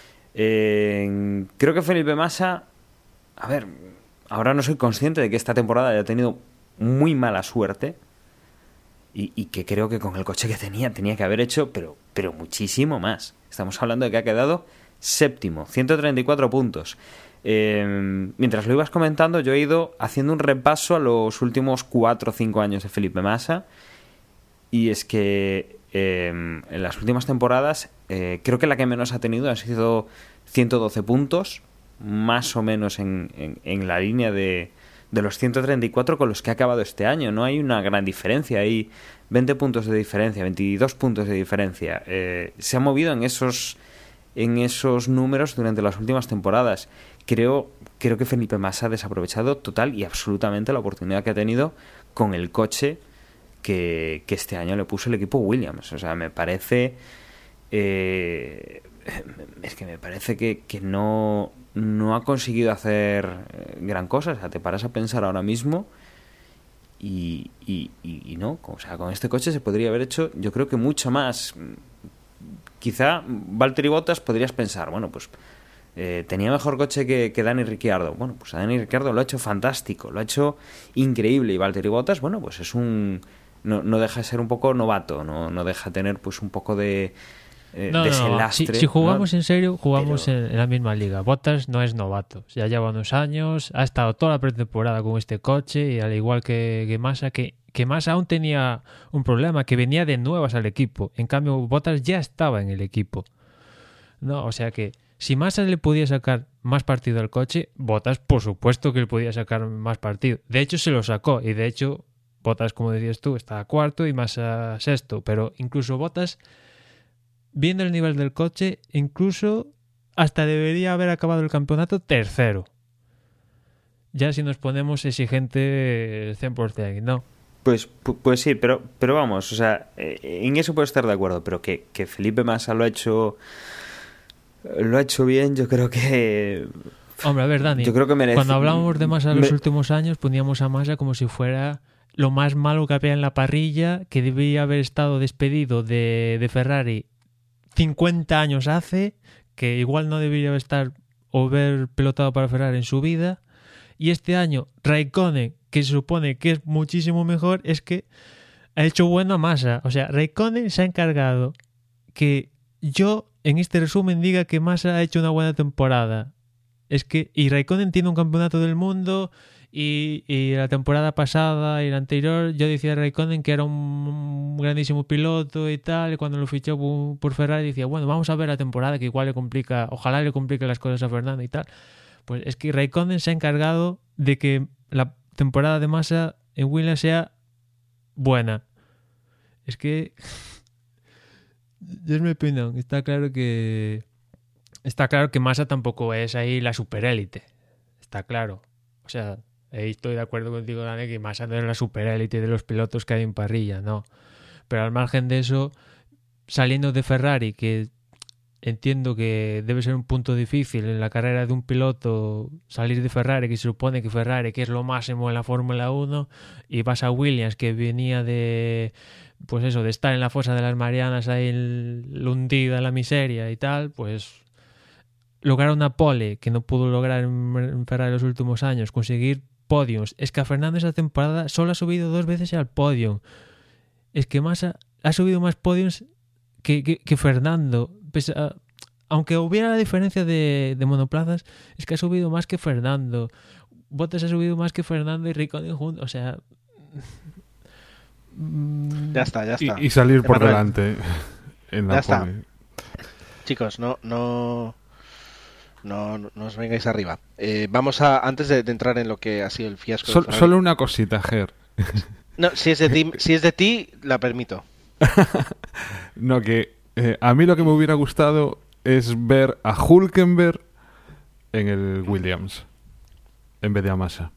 Speaker 3: Eh, creo que Felipe Massa, a ver, ahora no soy consciente de que esta temporada haya tenido muy mala suerte y, y que creo que con el coche que tenía tenía que haber hecho, pero, pero muchísimo más. Estamos hablando de que ha quedado séptimo, ciento treinta y cuatro puntos. Eh, mientras lo ibas comentando, yo he ido haciendo un repaso a los últimos cuatro o cinco años de Felipe Massa, y es que eh, en las últimas temporadas eh, creo que la que menos ha tenido ha sido ciento doce puntos, más o menos en, en, en la línea de, de los ciento treinta y cuatro con los que ha acabado este año. No hay una gran diferencia, hay veinte puntos de diferencia, veintidós puntos de diferencia. Eh, se ha movido en esos, en esos números durante las últimas temporadas. Creo, creo que Felipe Massa ha desaprovechado total y absolutamente la oportunidad que ha tenido con el coche que, que este año le puso el equipo Williams. O sea, me parece... Eh, es que me parece que, que no, no ha conseguido hacer gran cosa. O sea, te paras a pensar ahora mismo y, y, y, y no. O sea, con este coche se podría haber hecho, yo creo que mucho más. Quizá Valtteri Bottas podrías pensar, bueno, pues eh, tenía mejor coche que, que Dani Ricciardo. Bueno, pues a Dani Ricciardo lo ha hecho fantástico, lo ha hecho increíble. Y Valtteri Bottas, bueno, pues es un... No, no deja de ser un poco novato, no, no deja de tener pues un poco de... Eh,
Speaker 5: no,
Speaker 3: de ese
Speaker 5: no,
Speaker 3: lastre,
Speaker 5: si, si jugamos
Speaker 3: ¿no?
Speaker 5: en serio, jugamos
Speaker 3: Pero...
Speaker 5: en, en la misma liga. Bottas no es novato, ya lleva unos años, ha estado toda la pretemporada con este coche, y al igual que, que Massa, que, que Massa aún tenía un problema, que venía de nuevas al equipo. En cambio, Bottas ya estaba en el equipo, ¿no? O sea que si Massa le podía sacar más partido al coche, Bottas por supuesto que le podía sacar más partido. De hecho se lo sacó, y de hecho Bottas, como decías tú, está cuarto y Massa sexto, pero incluso Bottas, viendo el nivel del coche, incluso hasta debería haber acabado el campeonato tercero. Ya si nos ponemos exigente cien por ciento, ¿no?
Speaker 3: Pues, pues sí, pero, pero vamos, o sea, en eso puedo estar de acuerdo, pero que, que Felipe Massa lo ha hecho lo ha hecho bien, yo creo que...
Speaker 5: Hombre, a ver, Dani,
Speaker 3: yo creo que merece...
Speaker 5: cuando hablábamos de Massa en los
Speaker 3: me...
Speaker 5: últimos años, poníamos a Massa como si fuera lo más malo que había en la parrilla, que debía haber estado despedido de, de Ferrari cincuenta años hace, que igual no debería estar o haber pelotado para Ferrari en su vida. Y este año Raikkonen, que se supone que es muchísimo mejor, es que ha hecho bueno a Massa. O sea, Raikkonen se ha encargado que yo en este resumen diga que Massa ha hecho una buena temporada. Es que, y Raikkonen tiene un campeonato del mundo, y, y la temporada pasada y la anterior yo decía a Raikkonen que era un grandísimo piloto y tal, y cuando lo fichó por Ferrari decía, bueno, vamos a ver la temporada, que igual le complica, ojalá le complique las cosas a Fernando y tal. Pues es que Raikkonen se ha encargado de que la temporada de Massa en Williams sea buena. Es que es mi opinión. Está claro que está claro que Massa tampoco es ahí la superélite. Está claro. O sea, estoy de acuerdo contigo, Dani, que Massa no es la superélite de los pilotos que hay en parrilla, no. Pero al margen de eso, saliendo de Ferrari, que entiendo que debe ser un punto difícil en la carrera de un piloto salir de Ferrari, que se supone que Ferrari que es lo máximo en la Fórmula uno, y vas a Williams, que venía de pues eso, de estar en la fosa de las Marianas ahí hundida en la miseria y tal, pues lograr una pole que no pudo lograr en Ferrari los últimos años, conseguir podiums. Es que a Fernando esa temporada solo ha subido dos veces al podio. Es que Massa ha subido más podiums que, que, que Fernando. Pues, a, aunque hubiera la diferencia de, de monoplazas, es que ha subido más que Fernando. Bottas ha subido más que Fernando y Raikkonen juntos. O sea...
Speaker 2: Ya está, ya está.
Speaker 4: Y, y salir por
Speaker 2: Emanuel.
Speaker 4: delante en la
Speaker 2: Ya está.
Speaker 4: pole.
Speaker 2: Chicos, no, no, no, no os vengáis arriba. Eh, vamos a, antes de, de entrar en lo que ha sido el fiasco.
Speaker 4: Sol-
Speaker 2: de Ferrari-
Speaker 4: solo una cosita, Ger.
Speaker 2: No, si es de ti, si es de ti, la permito.
Speaker 4: No, que eh, a mí lo que me hubiera gustado es ver a Hülkenberg en el Williams en vez de a Massa.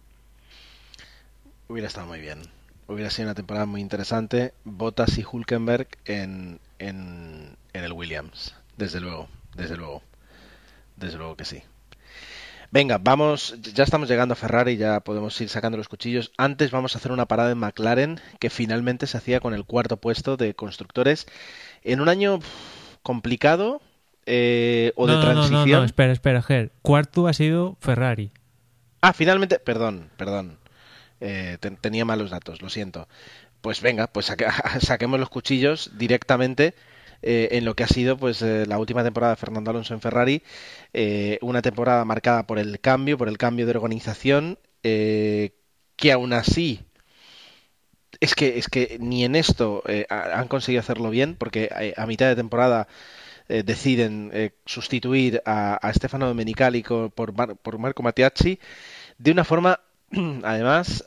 Speaker 2: Hubiera estado muy bien. Hubiera sido una temporada muy interesante. Bottas y Hülkenberg en, en, en el Williams. Desde luego, desde luego. Desde luego que sí. Venga, vamos, ya estamos llegando a Ferrari, ya podemos ir sacando los cuchillos. Antes vamos a hacer una parada en McLaren, que finalmente se hacía con el cuarto puesto de constructores. En un año pff, complicado eh, o de
Speaker 5: no, no,
Speaker 2: transición.
Speaker 5: No, no, no, espera, espera, Ger. Cuarto ha sido Ferrari.
Speaker 2: Ah, finalmente, perdón, perdón. Eh, ten, tenía malos datos, lo siento. Pues venga, pues saque, saquemos los cuchillos directamente eh, en lo que ha sido pues eh, la última temporada de Fernando Alonso en Ferrari, eh, una temporada marcada por el cambio, por el cambio de organización, eh, que aún así es que es que ni en esto eh, han conseguido hacerlo bien, porque a, a mitad de temporada eh, deciden eh, sustituir a, a Stefano Domenicali por, Mar, por Marco Matiacci de una forma además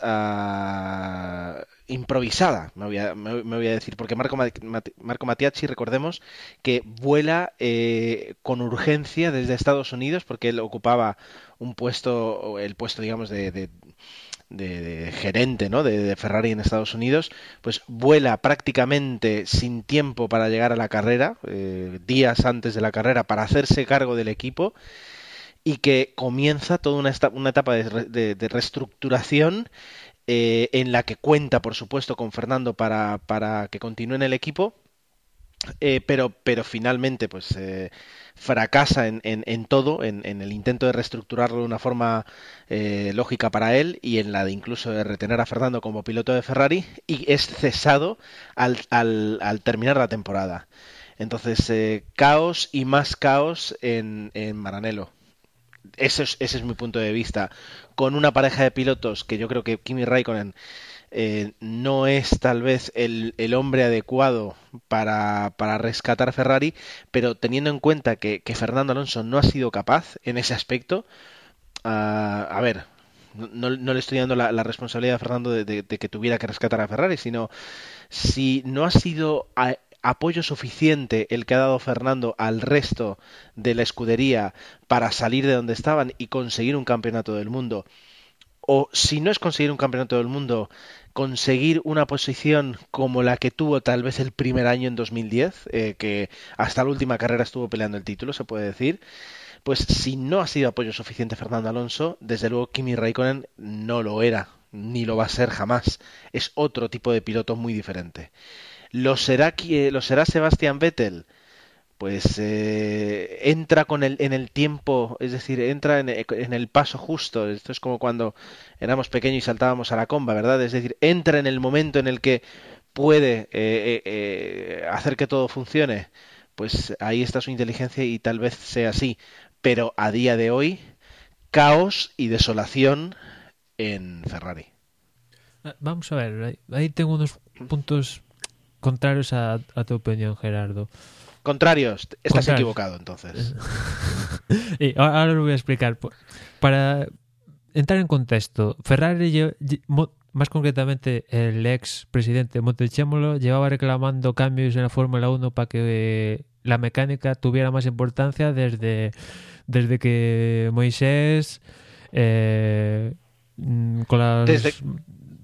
Speaker 2: uh, improvisada, me voy, a, me, me voy a decir, porque Marco, Marco Matiacci, recordemos que vuela eh, con urgencia desde Estados Unidos, porque él ocupaba un puesto, el puesto digamos de, de, de, de gerente, ¿no? de, de Ferrari en Estados Unidos, pues vuela prácticamente sin tiempo para llegar a la carrera, eh, días antes de la carrera, para hacerse cargo del equipo, y que comienza toda una, esta, una etapa de, de, de reestructuración eh, en la que cuenta, por supuesto, con Fernando para, para que continúe en el equipo, eh, pero, pero finalmente pues eh, fracasa en, en, en todo, en, en el intento de reestructurarlo de una forma eh, lógica para él y en la de incluso de retener a Fernando como piloto de Ferrari, y es cesado al, al, al terminar la temporada. Entonces, eh, caos y más caos en, en Maranello. Ese es, ese es mi punto de vista, con una pareja de pilotos que yo creo que Kimi Raikkonen eh, no es tal vez el, el hombre adecuado para, para rescatar Ferrari, pero teniendo en cuenta que, que Fernando Alonso no ha sido capaz en ese aspecto, uh, a ver, no, no le estoy dando la, la responsabilidad a Fernando de, de, de que tuviera que rescatar a Ferrari, sino si no ha sido a, apoyo suficiente el que ha dado Fernando al resto de la escudería para salir de donde estaban y conseguir un campeonato del mundo, o si no es conseguir un campeonato del mundo, conseguir una posición como la que tuvo tal vez el primer año en dos mil diez, eh, que hasta la última carrera estuvo peleando el título, se puede decir, pues si no ha sido apoyo suficiente Fernando Alonso, desde luego Kimi Raikkonen no lo era, ni lo va a ser jamás. Es otro tipo de piloto muy diferente. ¿Lo será, lo será Sebastian Vettel? Pues eh, entra con el, en el tiempo, es decir, entra en, en el paso justo. Esto es como cuando éramos pequeños y saltábamos a la comba, ¿verdad? Es decir, entra en el momento en el que puede eh, eh, hacer que todo funcione. Pues ahí está su inteligencia y tal vez sea así. Pero a día de hoy, caos y desolación en Ferrari.
Speaker 5: Vamos a ver, ahí tengo unos puntos contrarios a, a tu opinión, Gerardo.
Speaker 2: Contrarios, estás
Speaker 5: Contrarios.
Speaker 2: equivocado entonces.
Speaker 5: Y ahora lo voy a explicar. Para entrar en contexto, Ferrari, más concretamente el ex presidente Montechémolo, llevaba reclamando cambios en la Fórmula uno para que la mecánica tuviera más importancia desde, desde que Moisés eh, con las...
Speaker 2: Desde...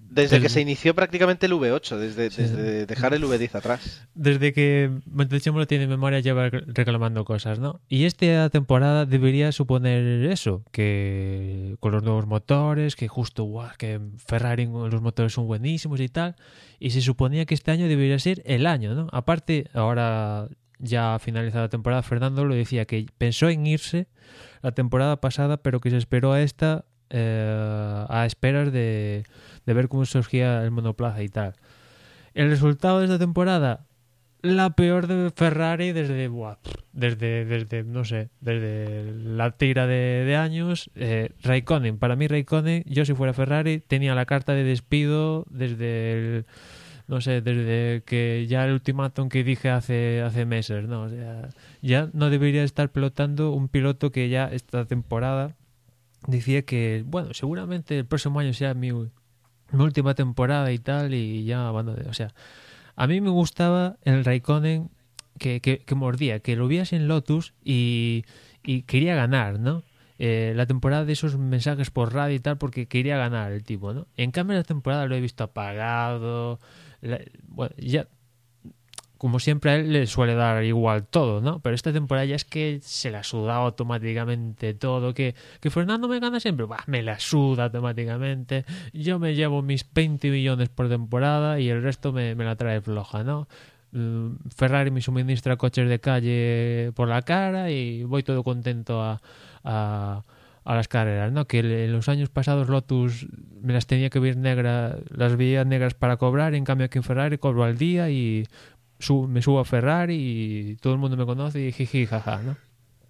Speaker 2: Desde
Speaker 5: Desde-
Speaker 2: que se inició prácticamente el V ocho, desde,
Speaker 5: Sí.
Speaker 2: desde dejar el V diez atrás.
Speaker 5: Desde que Montechemo lo tiene en memoria lleva reclamando cosas, ¿no? Y esta temporada debería suponer eso, que con los nuevos motores, que justo, guau, que Ferrari los motores son buenísimos y tal, y se suponía que este año debería ser el año, ¿no? Aparte, ahora ya ha finalizado la temporada, Fernando lo decía que pensó en irse la temporada pasada, pero que se esperó a esta eh, a esperas de, de ver cómo surgía el monoplaza y tal. El resultado de esta temporada, la peor de Ferrari desde, buah, desde, desde no sé, desde la tira de, de años. Eh, Raikkonen, para mí Raikkonen, yo si fuera Ferrari, tenía la carta de despido desde el, no sé, desde que ya el ultimátum que dije hace, hace meses, ¿no? O sea, ya no debería estar pilotando un piloto que ya esta temporada decía que, bueno, seguramente el próximo año sea mi, mi última temporada y tal, y ya abandoné. O sea, a mí me gustaba el Raikkonen que, que, que mordía, que lo vías en Lotus y, y quería ganar, ¿no? Eh, la temporada de esos mensajes por radio y tal, porque quería ganar el tipo, ¿no? En cambio, la temporada lo he visto apagado. La, bueno, ya, como siempre, a él le suele dar igual todo, ¿no? Pero esta temporada ya es que se la suda automáticamente todo. Que, que Fernando me gana siempre, bah, me la suda automáticamente. Yo me llevo mis veinte millones por temporada y el resto me, me la trae floja, ¿no? Mm, Ferrari me suministra coches de calle por la cara y voy todo contento a, a, a las carreras, ¿no? Que en los años pasados Lotus me las tenía que ver negras, las veía negras para cobrar, en cambio aquí en Ferrari cobro al día y Sub, me subo a Ferrari y todo el mundo me conoce y jiji, jaja, ¿no?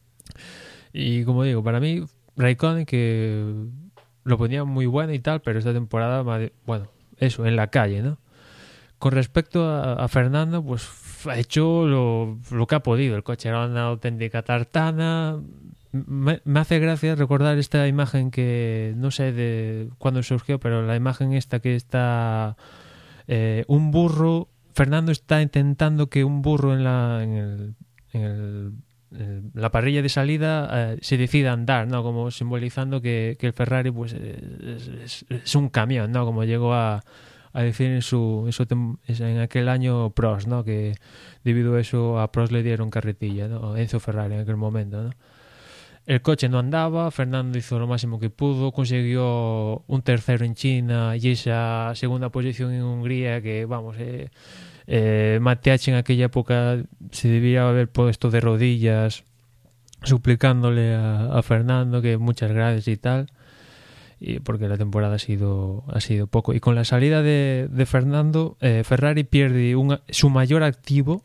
Speaker 5: Y como digo, para mí Raikkonen, que lo ponía muy bueno y tal, pero esta temporada, bueno, eso, en la calle, ¿no? Con respecto a, a Fernando, pues ha hecho lo, lo que ha podido. El coche era una auténtica tartana. Me, me hace gracia recordar esta imagen que no sé de cuándo surgió, pero la imagen esta que está eh, un burro. Fernando está intentando que un burro en la en, el, en, el, en la parrilla de salida eh, se decida a andar, ¿no? Como simbolizando que, que el Ferrari pues es, es, es un camión, ¿no? Como llegó a, a decir en su, en, su en aquel año Prost, ¿no? Que debido a eso a Prost le dieron carretilla, ¿no? Enzo Ferrari en aquel momento, ¿no? El coche no andaba, Fernando hizo lo máximo que pudo, consiguió un tercero en China y esa segunda posición en Hungría que, vamos, eh, eh, Mateach en aquella época se debía haber puesto de rodillas suplicándole a, a Fernando que muchas gracias y tal, y porque la temporada ha sido ha sido poco. Y con la salida de, de Fernando, eh, Ferrari pierde un, su mayor activo.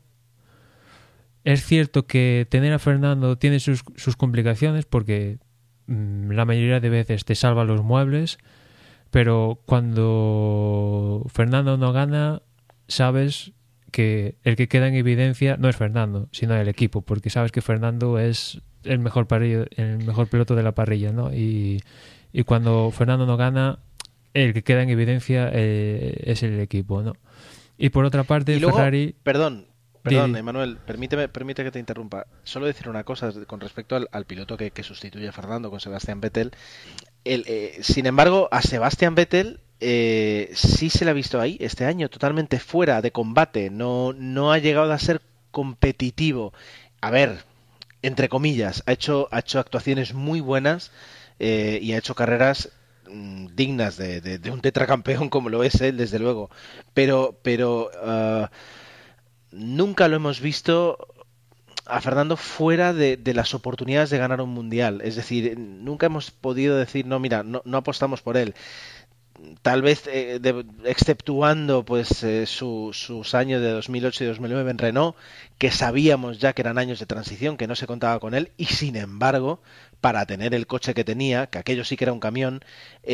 Speaker 5: Es cierto que tener a Fernando tiene sus, sus complicaciones porque mmm, la mayoría de veces te salva los muebles, pero cuando Fernando no gana, sabes que el que queda en evidencia no es Fernando, sino el equipo, porque sabes que Fernando es el mejor parrillo, el mejor piloto de la parrilla, ¿no? Y, y cuando Fernando no gana, el que queda en evidencia eh, es el equipo, ¿no? Y por otra parte,
Speaker 2: y luego,
Speaker 3: Ferrari...
Speaker 2: Perdón, Perdón,
Speaker 3: Sí.
Speaker 2: Emanuel, permíteme, permite que te interrumpa. Solo decir una cosa con respecto al, al piloto que, que sustituye a Fernando con Sebastián Vettel. El, eh, sin embargo, a Sebastián Vettel eh, sí se le ha visto ahí este año, totalmente fuera de combate. No, no ha llegado a ser competitivo. A ver, entre comillas, ha hecho, ha hecho actuaciones muy buenas eh, y ha hecho carreras mmm, dignas de, de, de un tetracampeón como lo es él, desde luego. Pero, pero uh, nunca lo hemos visto a Fernando fuera de, de las oportunidades de ganar un mundial. Es decir, nunca hemos podido decir, no, mira, no, no apostamos por él. Tal vez eh, de, exceptuando pues eh, su, sus años de dos mil ocho y dos mil nueve en Renault, que sabíamos ya que eran años de transición, que no se contaba con él, y sin embargo, para tener el coche que tenía, que aquello sí que era un camión,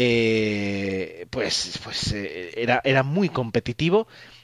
Speaker 2: eh, pues, pues eh, era, era muy competitivo.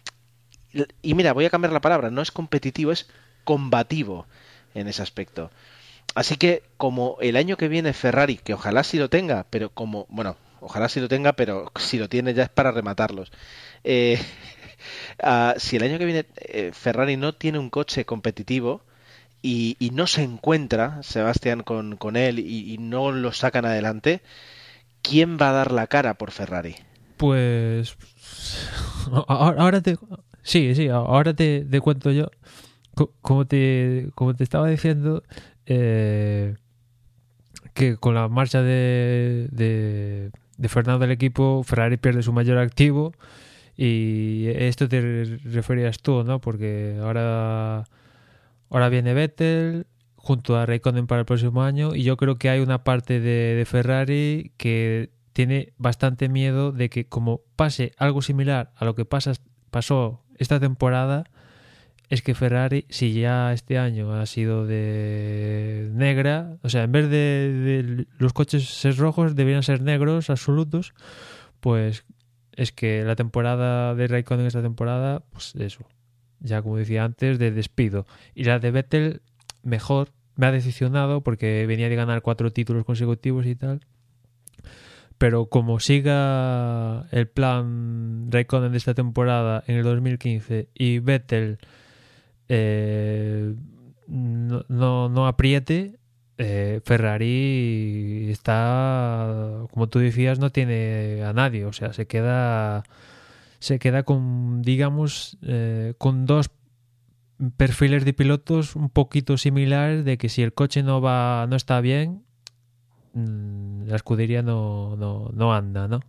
Speaker 2: Y mira, voy a cambiar la palabra, no es competitivo, es combativo en ese aspecto. Así que como el año que viene Ferrari, que ojalá sí lo tenga, pero como, bueno, ojalá sí lo tenga, pero si lo tiene ya es para rematarlos. Eh, uh, si el año que viene eh, Ferrari no tiene un coche competitivo y, y no se encuentra Sebastián con, con él y, y no lo sacan adelante, ¿quién va a dar la cara por Ferrari?
Speaker 5: Pues ahora, ahora te sí, sí, ahora te, te cuento yo. Como te como te estaba diciendo, eh, que con la marcha de, de, de Fernando del equipo, Ferrari pierde su mayor activo, y esto te referías tú, ¿no? Porque ahora ahora viene Vettel junto a Raikkonen para el próximo año, y yo creo que hay una parte de, de Ferrari que tiene bastante miedo de que, como pase algo similar a lo que pasa, pasó esta temporada, es que Ferrari, si ya este año ha sido de negra, o sea, en vez de, de los coches ser rojos, deberían ser negros absolutos, pues es que la temporada de Raikkonen esta temporada, pues eso, ya como decía antes, de despido. Y la de Vettel, mejor, me ha decepcionado porque venía de ganar cuatro títulos consecutivos y tal. Pero como siga el plan Raikkonen de esta temporada en el dos mil quince y Vettel eh, no, no, no apriete, eh, Ferrari está, como tú decías, no tiene a nadie. O sea, se queda se queda con, digamos, eh, con dos perfiles de pilotos un poquito similares, de que si el coche no va no está bien, la escudería no, no, no anda, ¿no?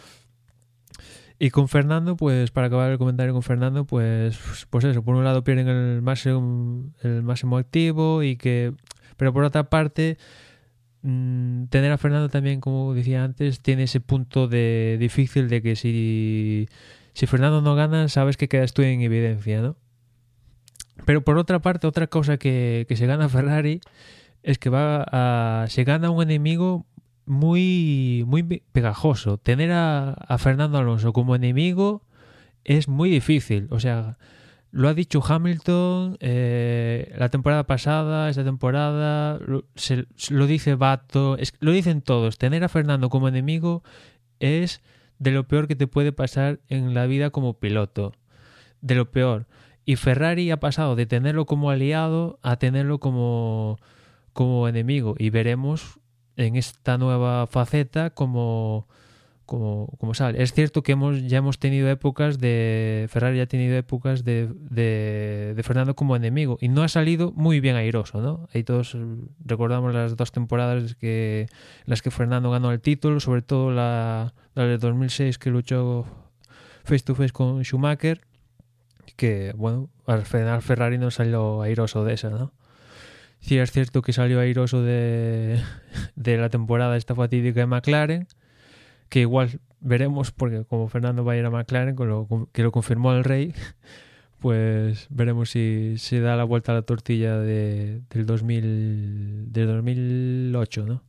Speaker 5: Y con Fernando, pues para acabar el comentario con Fernando, pues pues eso, por un lado pierden el máximo el máximo activo, y que pero por otra parte mmm, tener a Fernando también, como decía antes, tiene ese punto de difícil de que si si Fernando no gana, sabes que quedas tú en evidencia, ¿no? Pero por otra parte, otra cosa que, que se gana Ferrari es que va a, se gana un enemigo muy muy pegajoso. Tener a, a Fernando Alonso como enemigo es muy difícil. O sea, lo ha dicho Hamilton eh, la temporada pasada, esta temporada, lo, se, lo dice Bato, es, lo dicen todos. Tener a Fernando como enemigo es de lo peor que te puede pasar en la vida como piloto. De lo peor. Y Ferrari ha pasado de tenerlo como aliado a tenerlo como... como enemigo, y veremos en esta nueva faceta cómo, cómo, cómo sale. Es cierto que hemos ya hemos tenido épocas de Ferrari ya ha tenido épocas de, de, de Fernando como enemigo, y no ha salido muy bien airoso, ¿no? Ahí todos recordamos las dos temporadas que las que Fernando ganó el título, sobre todo la, la de dos mil seis, que luchó face to face con Schumacher, que bueno, al final Ferrari no salió airoso de esa, ¿no? Sí, es cierto que salió airoso de, de la temporada esta fatídica de McLaren, que igual veremos, porque como Fernando va a ir a McLaren, con lo, que lo confirmó el Rey, pues veremos si se da la vuelta a la tortilla de, del, dos mil, del dos mil ocho, ¿no?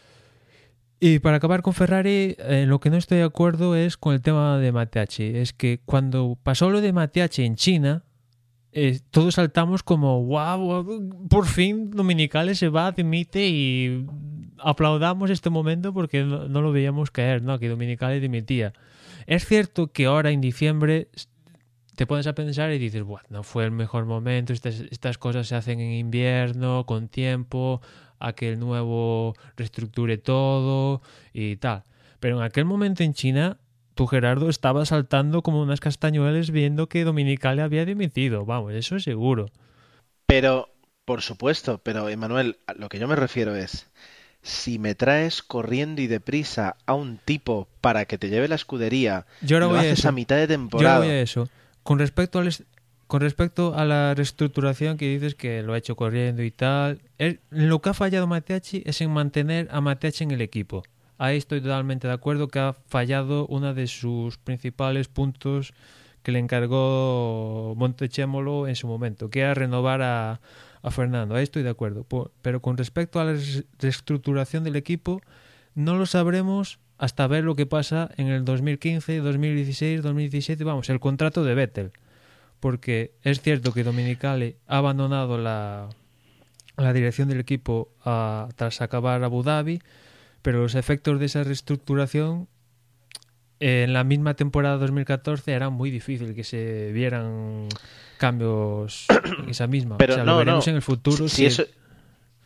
Speaker 5: Y para acabar con Ferrari, eh, lo que no estoy de acuerdo es con el tema de Mateacci. Es que cuando pasó lo de Mateacci en China, Eh, todos saltamos como wow, por fin Dominicale se va, dimite, y aplaudamos este momento porque no, no lo veíamos caer, ¿no? Que Dominicale dimitía. Es cierto que ahora en diciembre te pones a pensar y dices, bueno, no fue el mejor momento, estas, estas cosas se hacen en invierno, con tiempo, a que el nuevo reestructure todo y tal. Pero en aquel momento en China, tú, Gerardo, estabas saltando como unas castañuelas viendo que Dominicale había dimitido. Vamos, eso es seguro.
Speaker 2: Pero, por supuesto, pero, Emanuel, lo que yo me refiero es, si me traes corriendo y deprisa a un tipo para que te lleve la escudería,
Speaker 5: yo ahora
Speaker 2: lo
Speaker 5: voy
Speaker 2: haces
Speaker 5: a, eso.
Speaker 2: a mitad de temporada...
Speaker 5: Yo voy a eso. Con respecto, al, con respecto a la reestructuración que dices que lo ha hecho corriendo y tal, él, lo que ha fallado Mateacci es en mantener a Mateacci en el equipo. Ahí estoy totalmente de acuerdo, que ha fallado uno de sus principales puntos que le encargó Montechémolo en su momento, que era renovar a, a Fernando. Ahí estoy de acuerdo. Por, pero con respecto a la reestructuración del equipo, no lo sabremos hasta ver lo que pasa en el dos mil quince, dos mil dieciséis, dos mil diecisiete, vamos, el contrato de Vettel. Porque es cierto que Dominicale ha abandonado la, la dirección del equipo a, tras acabar Abu Dhabi, pero los efectos de esa reestructuración eh, en la misma temporada dos mil catorce era muy difícil que se vieran cambios en esa misma.
Speaker 2: Pero
Speaker 5: o sea,
Speaker 2: no,
Speaker 5: lo veremos
Speaker 2: no.
Speaker 5: en el futuro.
Speaker 2: Si,
Speaker 5: si
Speaker 2: eso,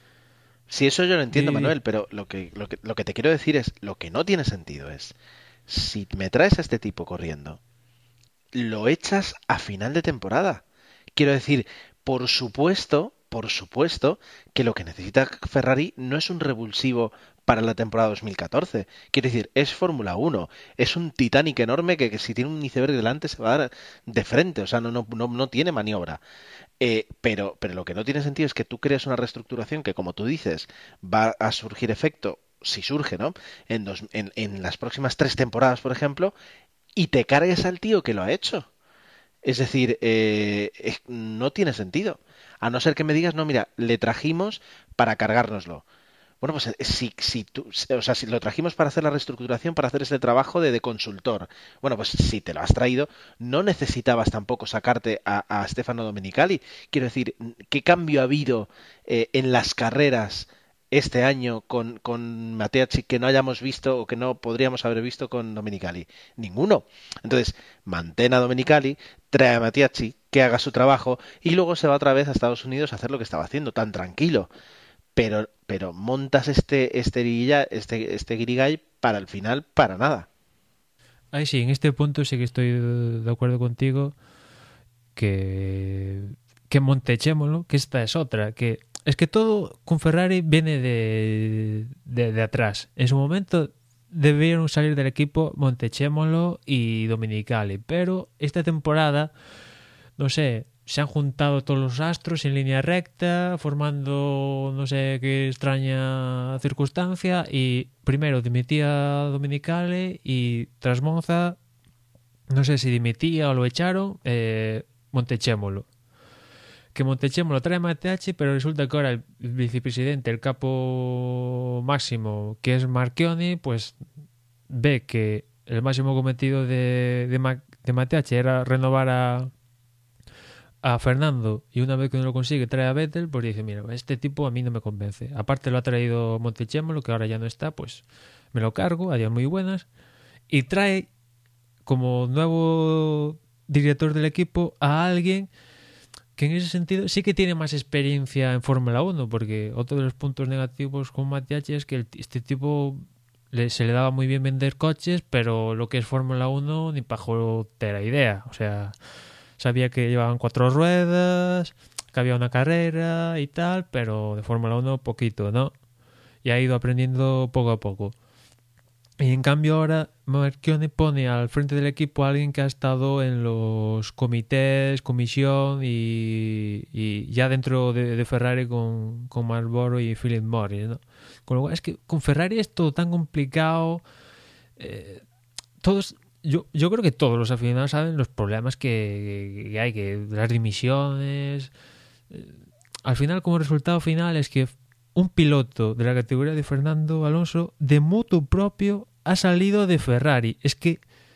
Speaker 2: si eso yo lo entiendo,
Speaker 5: y...
Speaker 2: Manuel, pero lo que, lo, que, lo que te quiero decir es, lo que no tiene sentido es, si me traes a este tipo corriendo, lo echas a final de temporada. Quiero decir, por supuesto, por supuesto, que lo que necesita Ferrari no es un revulsivo para la temporada dos mil catorce. Quiero decir, es Fórmula uno, es un Titanic enorme que, que si tiene un iceberg delante se va a dar de frente, o sea, no, no, no, no tiene maniobra. Eh, pero, pero lo que no tiene sentido es que tú crees una reestructuración que, como tú dices, va a surgir efecto, si surge, ¿no? En, dos, en, en las próximas tres temporadas, por ejemplo, y te cargues al tío que lo ha hecho. Es decir, eh, eh, no tiene sentido. A no ser que me digas, no, mira, le trajimos para cargárnoslo. Bueno, pues si, si tú, o sea, si lo trajimos para hacer la reestructuración, para hacer ese trabajo de, de consultor. Bueno, pues si te lo has traído, no necesitabas tampoco sacarte a, a Stefano Domenicali. Quiero decir, ¿qué cambio ha habido eh, en las carreras este año con, con Mateacci que no hayamos visto o que no podríamos haber visto con Domenicali? Ninguno. Entonces, mantén a Domenicali, trae a Mateacci, que haga su trabajo y luego se va otra vez a Estados Unidos a hacer lo que estaba haciendo, tan tranquilo. Pero, pero montas este, este, guirigay, este, este guirigay para el final, para nada.
Speaker 5: Ay, sí, en este punto sí que estoy de acuerdo contigo que, que montechémoslo, que esta es otra, que es que todo con Ferrari viene de, de, de atrás. En su momento debieron salir del equipo Montechémolo y Domenicali, pero esta temporada, no sé, se han juntado todos los astros en línea recta, formando no sé qué extraña circunstancia, y primero dimitía Domenicali y tras Monza, no sé si dimitía o lo echaron, eh, Montechémolo. Que Montechémolo trae a Mateacci, pero resulta que ahora el vicepresidente, el capo máximo, que es Marchioni, pues ve que el máximo cometido de, de, Ma, de Mateacci era renovar a, a Fernando, y una vez que no lo consigue trae a Vettel, pues dice, mira, este tipo a mí no me convence. Aparte lo ha traído Montechémolo, que ahora ya no está, pues me lo cargo, adiós muy buenas, y trae como nuevo director del equipo a alguien que en ese sentido sí que tiene más experiencia en Fórmula uno, porque otro de los puntos negativos con Mateacci es que el, este tipo le, se le daba muy bien vender coches, pero lo que es Fórmula uno ni pajotera idea. O sea, sabía que llevaban cuatro ruedas, que había una carrera y tal, pero de Fórmula uno poquito, ¿no? Y ha ido aprendiendo poco a poco. Y en cambio ahora Marchioni pone al frente del equipo a alguien que ha estado en los comités, comisión y, y ya dentro de, de Ferrari con, con Marlboro y Philip Morris, ¿no? Con lo cual es que con Ferrari es todo tan complicado. Eh, todos, yo, yo creo que todos los aficionados saben los problemas que, que hay, que las dimisiones. Eh, al final, como resultado final, es que un piloto de la categoría de Fernando Alonso de motu propio ha salido de Ferrari. Es que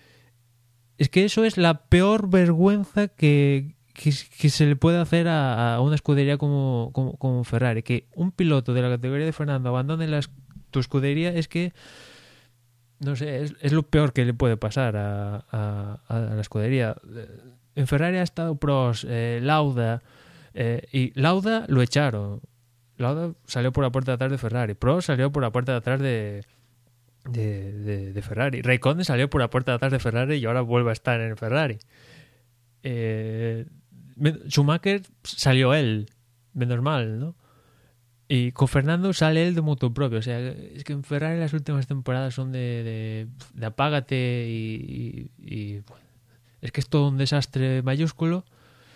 Speaker 5: es que eso es la peor vergüenza que, que, que se le puede hacer a, a una escudería como, como, como Ferrari. Que un piloto de la categoría de Fernando abandone la, tu escudería es que no sé, es, es lo peor que le puede pasar a, a, a la escudería. En Ferrari ha estado Prost, eh, Lauda, eh, y Lauda lo echaron. Lauda salió por la puerta de atrás de Ferrari. Prost salió por la puerta de atrás de, de, de, de Ferrari. Raikkonen salió por la puerta de atrás de Ferrari y ahora vuelve a estar en Ferrari. Eh, Schumacher salió él, menos mal, ¿no? Y con Fernando sale él de motu propio. O sea, es que en Ferrari las últimas temporadas son de, de, de apágate y, y, y es que es todo un desastre mayúsculo.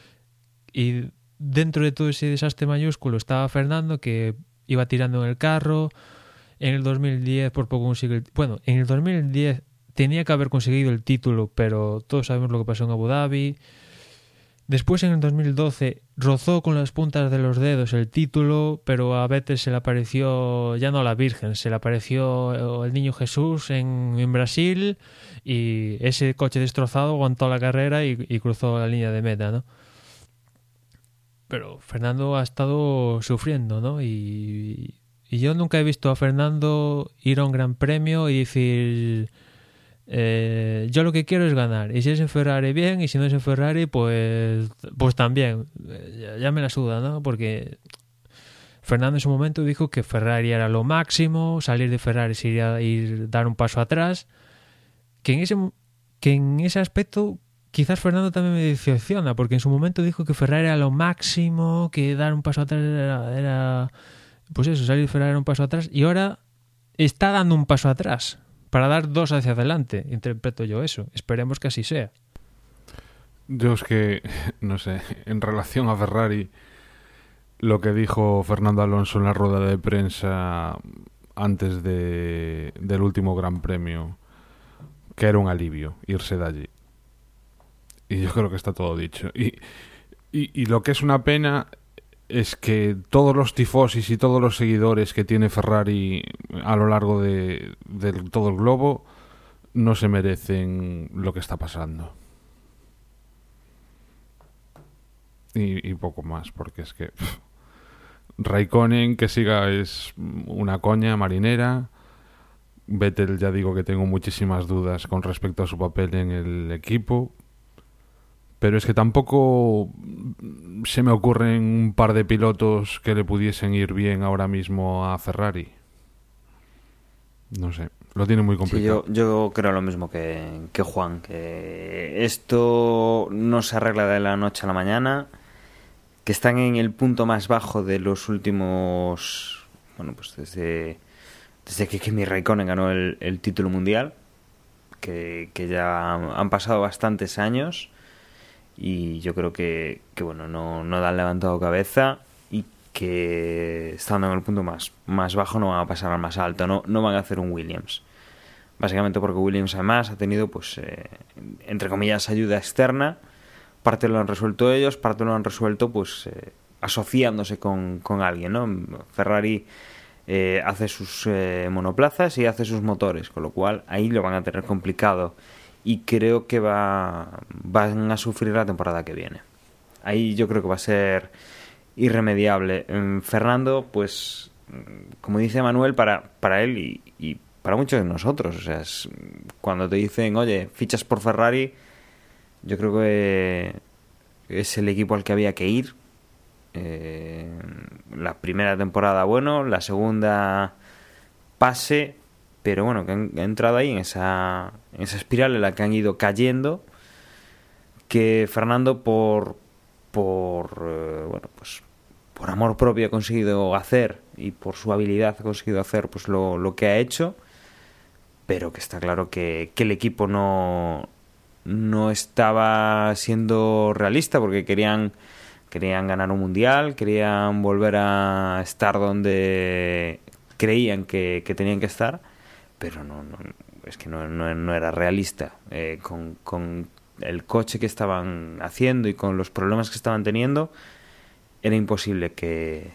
Speaker 5: Y dentro de todo ese desastre mayúsculo estaba Fernando, que iba tirando en el carro. En el dos mil diez por poco consiguió el, bueno, en el dos mil diez tenía que haber conseguido el título, pero todos sabemos lo que pasó en Abu Dhabi. Después en el dos mil doce rozó con las puntas de los dedos el título, pero a Vettel se le apareció ya no la Virgen, se le apareció el niño Jesús en, en Brasil, y ese coche destrozado aguantó la carrera y, y cruzó la línea de meta, ¿no? Pero Fernando ha estado sufriendo, ¿no? Y, y yo nunca he visto a Fernando ir a un gran premio y decir, eh, yo lo que quiero es ganar. Y si es en Ferrari, bien. Y si no es en Ferrari, pues, pues también. Ya, ya me la suda, ¿no? Porque Fernando en su momento dijo que Ferrari era lo máximo. Salir de Ferrari sería ir dar un paso atrás. que en ese, que en ese aspecto quizás Fernando también me decepciona, porque en su momento dijo que Ferrari era lo máximo, que dar un paso atrás era, era pues eso, salir de Ferrari era un paso atrás, y ahora está dando un paso atrás para dar dos hacia adelante. Interpreto yo eso. Esperemos que así sea.
Speaker 4: Yo es que, no sé, en relación a Ferrari, lo que dijo Fernando Alonso en la rueda de prensa antes de, del último Gran Premio, que era un alivio irse de allí. Y yo creo que está todo dicho. Y, y, y lo que es una pena es que todos los tifosis y todos los seguidores que tiene Ferrari a lo largo de, de todo el globo no se merecen lo que está pasando. Y, y poco más, porque es que pff, Raikkonen que siga es una coña marinera. Vettel, ya digo que tengo muchísimas dudas con respecto a su papel en el equipo, pero es que tampoco se me ocurren un par de pilotos que le pudiesen ir bien ahora mismo a Ferrari. No sé, lo tiene muy complicado.
Speaker 3: Sí, yo, yo creo lo mismo que, que Juan, que esto no se arregla de la noche a la mañana, que están en el punto más bajo de los últimos, bueno, pues desde, desde que Kimi Raikkonen ganó el, el título mundial, que, que ya han pasado bastantes años, y yo creo que, que bueno, no, no han levantado cabeza, y que estando en el punto más, más bajo no van a pasar al más alto, no, no van a hacer un Williams. Básicamente porque Williams además ha tenido, pues, eh, entre comillas, ayuda externa. Parte lo han resuelto ellos, parte lo han resuelto pues eh, asociándose con, con alguien, ¿no? Ferrari eh, hace sus eh, monoplazas y hace sus motores, con lo cual ahí lo van a tener complicado, y creo que va van a sufrir la temporada que viene. Ahí yo creo que va a ser irremediable. En Fernando, pues, como dice Manuel, para, para él y, y para muchos de nosotros, o sea, es, cuando te dicen, oye, fichas por Ferrari, yo creo que es el equipo al que había que ir. Eh, la primera temporada, bueno, la segunda pase, pero bueno, que han, han entrado ahí en esa, en esa espiral en la que han ido cayendo, que Fernando por por eh, bueno, pues por amor propio ha conseguido hacer, y por su habilidad ha conseguido hacer pues lo, lo que ha hecho, pero que está claro que, que el equipo no no estaba siendo realista, porque querían querían ganar un mundial, querían volver a estar donde creían que, que tenían que estar, pero no, no es que no, no, no era realista. Eh, con, con el coche que estaban haciendo y con los problemas que estaban teniendo, era imposible que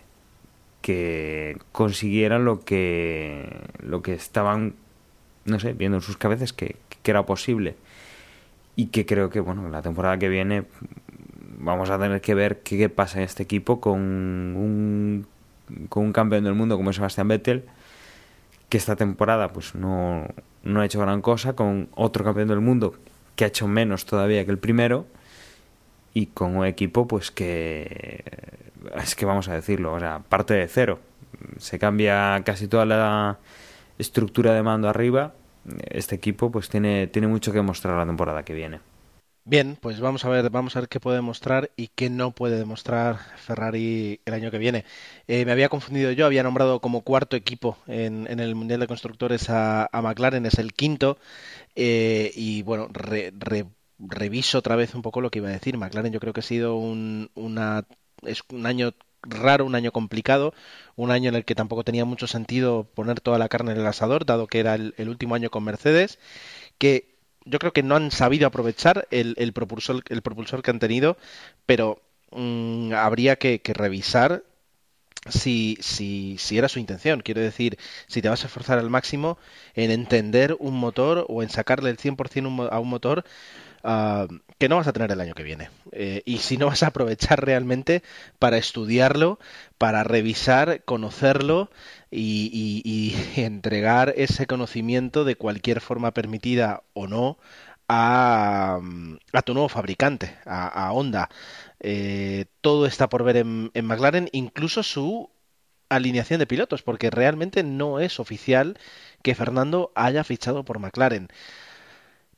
Speaker 3: que consiguieran lo que lo que estaban, no sé, viendo en sus cabezas que, que era posible. Y que creo que, bueno, la temporada que viene vamos a tener que ver qué, qué pasa en este equipo con un, con un campeón del mundo como Sebastian Vettel, que esta temporada pues no, no ha hecho gran cosa, con otro campeón del mundo que ha hecho menos todavía que el primero, y con un equipo pues que, es que vamos a decirlo, o sea, parte de cero. Se cambia casi toda la estructura de mando arriba. Este equipo pues tiene, tiene mucho que mostrar la temporada que viene.
Speaker 2: Bien, pues vamos a ver, vamos a ver qué puede demostrar y qué no puede demostrar Ferrari el año que viene. Eh, me había confundido yo, había nombrado como cuarto equipo en, en el Mundial de Constructores a, a McLaren, es el quinto, eh, y bueno, re, re, reviso otra vez un poco lo que iba a decir. McLaren yo creo que ha sido un, una, es un año raro, un año complicado, un año en el que tampoco tenía mucho sentido poner toda la carne en el asador, dado que era el, el último año con Mercedes, que yo creo que no han sabido aprovechar el, el propulsor el propulsor que han tenido, pero mmm, habría que, que revisar si, si, si era su intención. Quiero decir, si te vas a esforzar al máximo en entender un motor o en sacarle el cien por ciento a un motor, Uh, que no vas a tener el año que viene, eh, y si no vas a aprovechar realmente para estudiarlo, para revisar, conocerlo y, y, y entregar ese conocimiento de cualquier forma permitida o no a, a tu nuevo fabricante, a, a Honda. Eh, todo está por ver en, en McLaren, incluso su alineación de pilotos, porque realmente no es oficial que Fernando haya fichado por McLaren.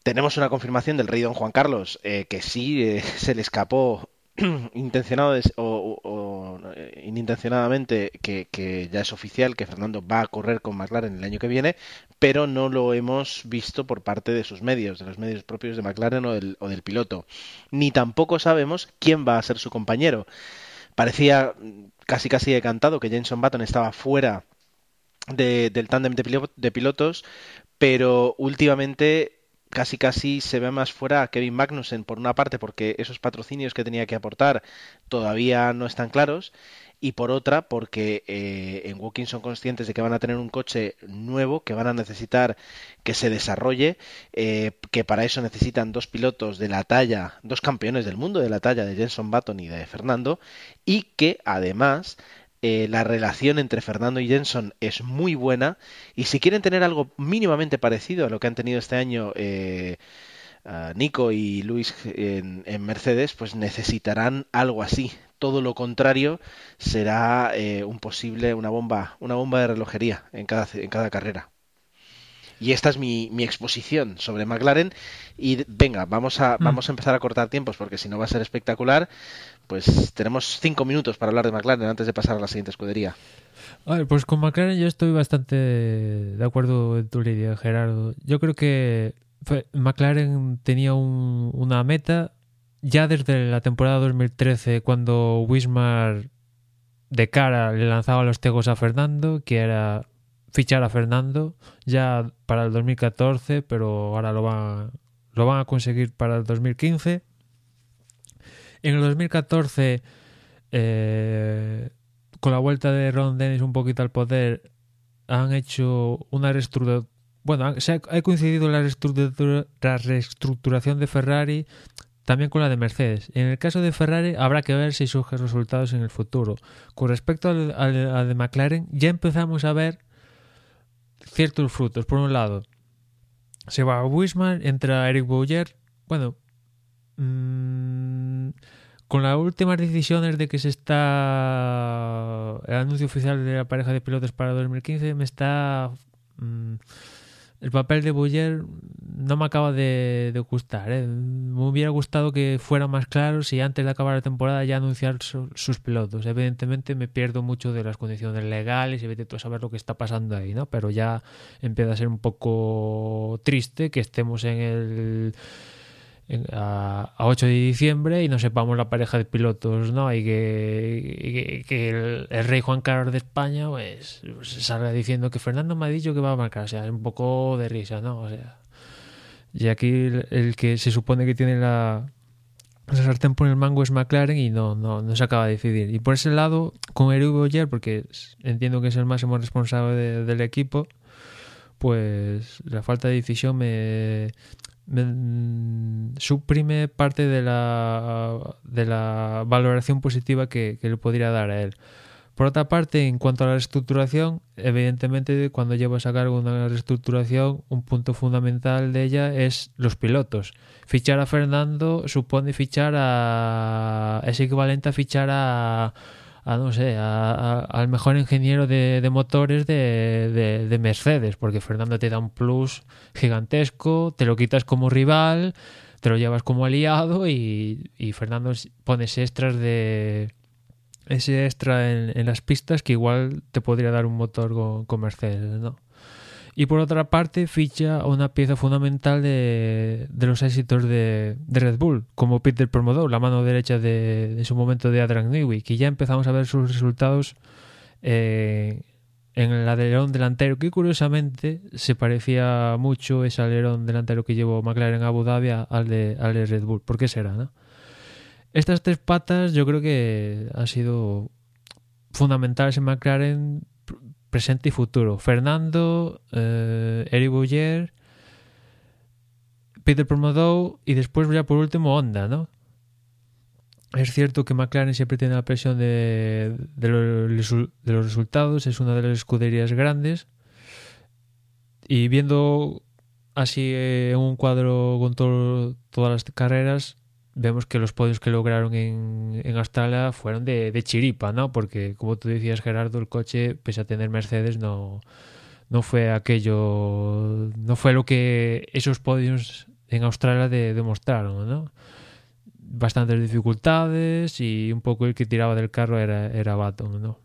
Speaker 2: Tenemos una confirmación del rey don Juan Carlos, eh, que sí eh, se le escapó intencionado des- o, o- o, eh, inintencionadamente que, que ya es oficial que Fernando va a correr con McLaren el año que viene, pero no lo hemos visto por parte de sus medios, de los medios propios de McLaren o del, o del piloto. Ni tampoco sabemos quién va a ser su compañero. Parecía mm, casi casi decantado que Jenson Button estaba fuera de- del tándem de, pilo- de pilotos, pero últimamente casi casi se ve más fuera a Kevin Magnussen, por una parte porque esos patrocinios que tenía que aportar todavía no están claros, y por otra porque eh, en Woking son conscientes de que van a tener un coche nuevo, que van a necesitar que se desarrolle, eh, que para eso necesitan dos pilotos de la talla, dos campeones del mundo de la talla de Jenson Button y de Fernando, y que además eh, la relación entre Fernando y Jenson es muy buena, y si quieren tener algo mínimamente parecido a lo que han tenido este año eh, a Nico y Luis en, en Mercedes, pues necesitarán algo así. Todo lo contrario será eh, un posible, una bomba, una bomba de relojería en cada, en cada carrera. Y esta es mi, mi exposición sobre McLaren. Y venga, vamos a, vamos a empezar a cortar tiempos porque si no va a ser espectacular. Pues tenemos cinco minutos para hablar de McLaren antes de pasar a la siguiente escudería.
Speaker 5: A ver, pues con McLaren yo estoy bastante de acuerdo en tu línea, Gerardo. Yo creo que fue- McLaren tenía un- una meta ya desde la temporada dos mil trece, cuando Wismar de cara le lanzaba los tegos a Fernando, que era fichar a Fernando ya para el dos mil catorce, pero ahora lo van, lo van a conseguir para el dos mil quince. En el dos mil catorce, eh, con la vuelta de Ron Dennis un poquito al poder, han hecho una reestructuración. Bueno, han- se ha, ha coincidido la, reestructura- la reestructuración de Ferrari también con la de Mercedes. En el caso de Ferrari habrá que ver si surgen resultados en el futuro. Con respecto al, al- al de McLaren, ya empezamos a ver ciertos frutos. Por un lado, se va a Wismar, entra Eric Bouyer. Bueno, mmm, con las últimas decisiones de que se está el anuncio oficial de la pareja de pilotos para dos mil quince, me está mmm, el papel de Bouyer no me acaba de, de gustar, ¿eh? Me hubiera gustado que fuera más claro si antes de acabar la temporada ya anunciar su- sus pilotos. Evidentemente me pierdo mucho de las condiciones legales y vete tú a saber lo que está pasando ahí, ¿no? Pero ya empieza a ser un poco triste que estemos en el en- a, a ocho de diciembre y no sepamos la pareja de pilotos, ¿no? Y que, y que, que el, el rey Juan Carlos de España pues se salga diciendo que Fernando me ha dicho que va a marcar. O sea, es un poco de risa, ¿no? O sea, y aquí el, el que se supone que tiene la, la sartén por el mango es McLaren y no, no, no se acaba de decidir. Y por ese lado, con Eric Bouyer, porque entiendo que es el máximo responsable de, del equipo, pues la falta de decisión me, me suprime parte de la, de la valoración positiva que, que le podría dar a él. Por otra parte, en cuanto a la reestructuración, evidentemente cuando llevas a cargo una reestructuración, un punto fundamental de ella es los pilotos. Fichar a Fernando supone fichar a... es equivalente a fichar a... a no sé, a, a, al mejor ingeniero de, de motores de, de, de Mercedes, porque Fernando te da un plus gigantesco, te lo quitas como rival, te lo llevas como aliado y, y Fernando pones extras de... ese extra en, en las pistas que igual te podría dar un motor con, con Mercedes, ¿no? Y por otra parte ficha una pieza fundamental de, de los éxitos de, de Red Bull, como Peter Promodo, la mano derecha de, de su momento de Adrian Newey, que ya empezamos a ver sus resultados eh, en el alerón delantero, que curiosamente se parecía mucho ese alerón delantero que llevó McLaren a Abu Dhabi al de, al de Red Bull. ¿Por qué será, no? Estas tres patas yo creo que han sido fundamentales en McLaren presente y futuro. Fernando, eh, Eric Bouyer, Peter Promodo y después ya por último Honda, ¿no? Es cierto que McLaren siempre tiene la presión de, de, los, de los resultados, es una de las escuderías grandes y viendo así eh, un cuadro con todo, todas las carreras, vemos que los podios que lograron en, en Australia fueron de, de chiripa, ¿no? Porque, como tú decías, Gerardo, el coche, pese a tener Mercedes, no, no fue aquello... No fue lo que esos podios en Australia de, demostraron, ¿no? Bastantes dificultades y un poco el que tiraba del carro era, era Button, ¿no?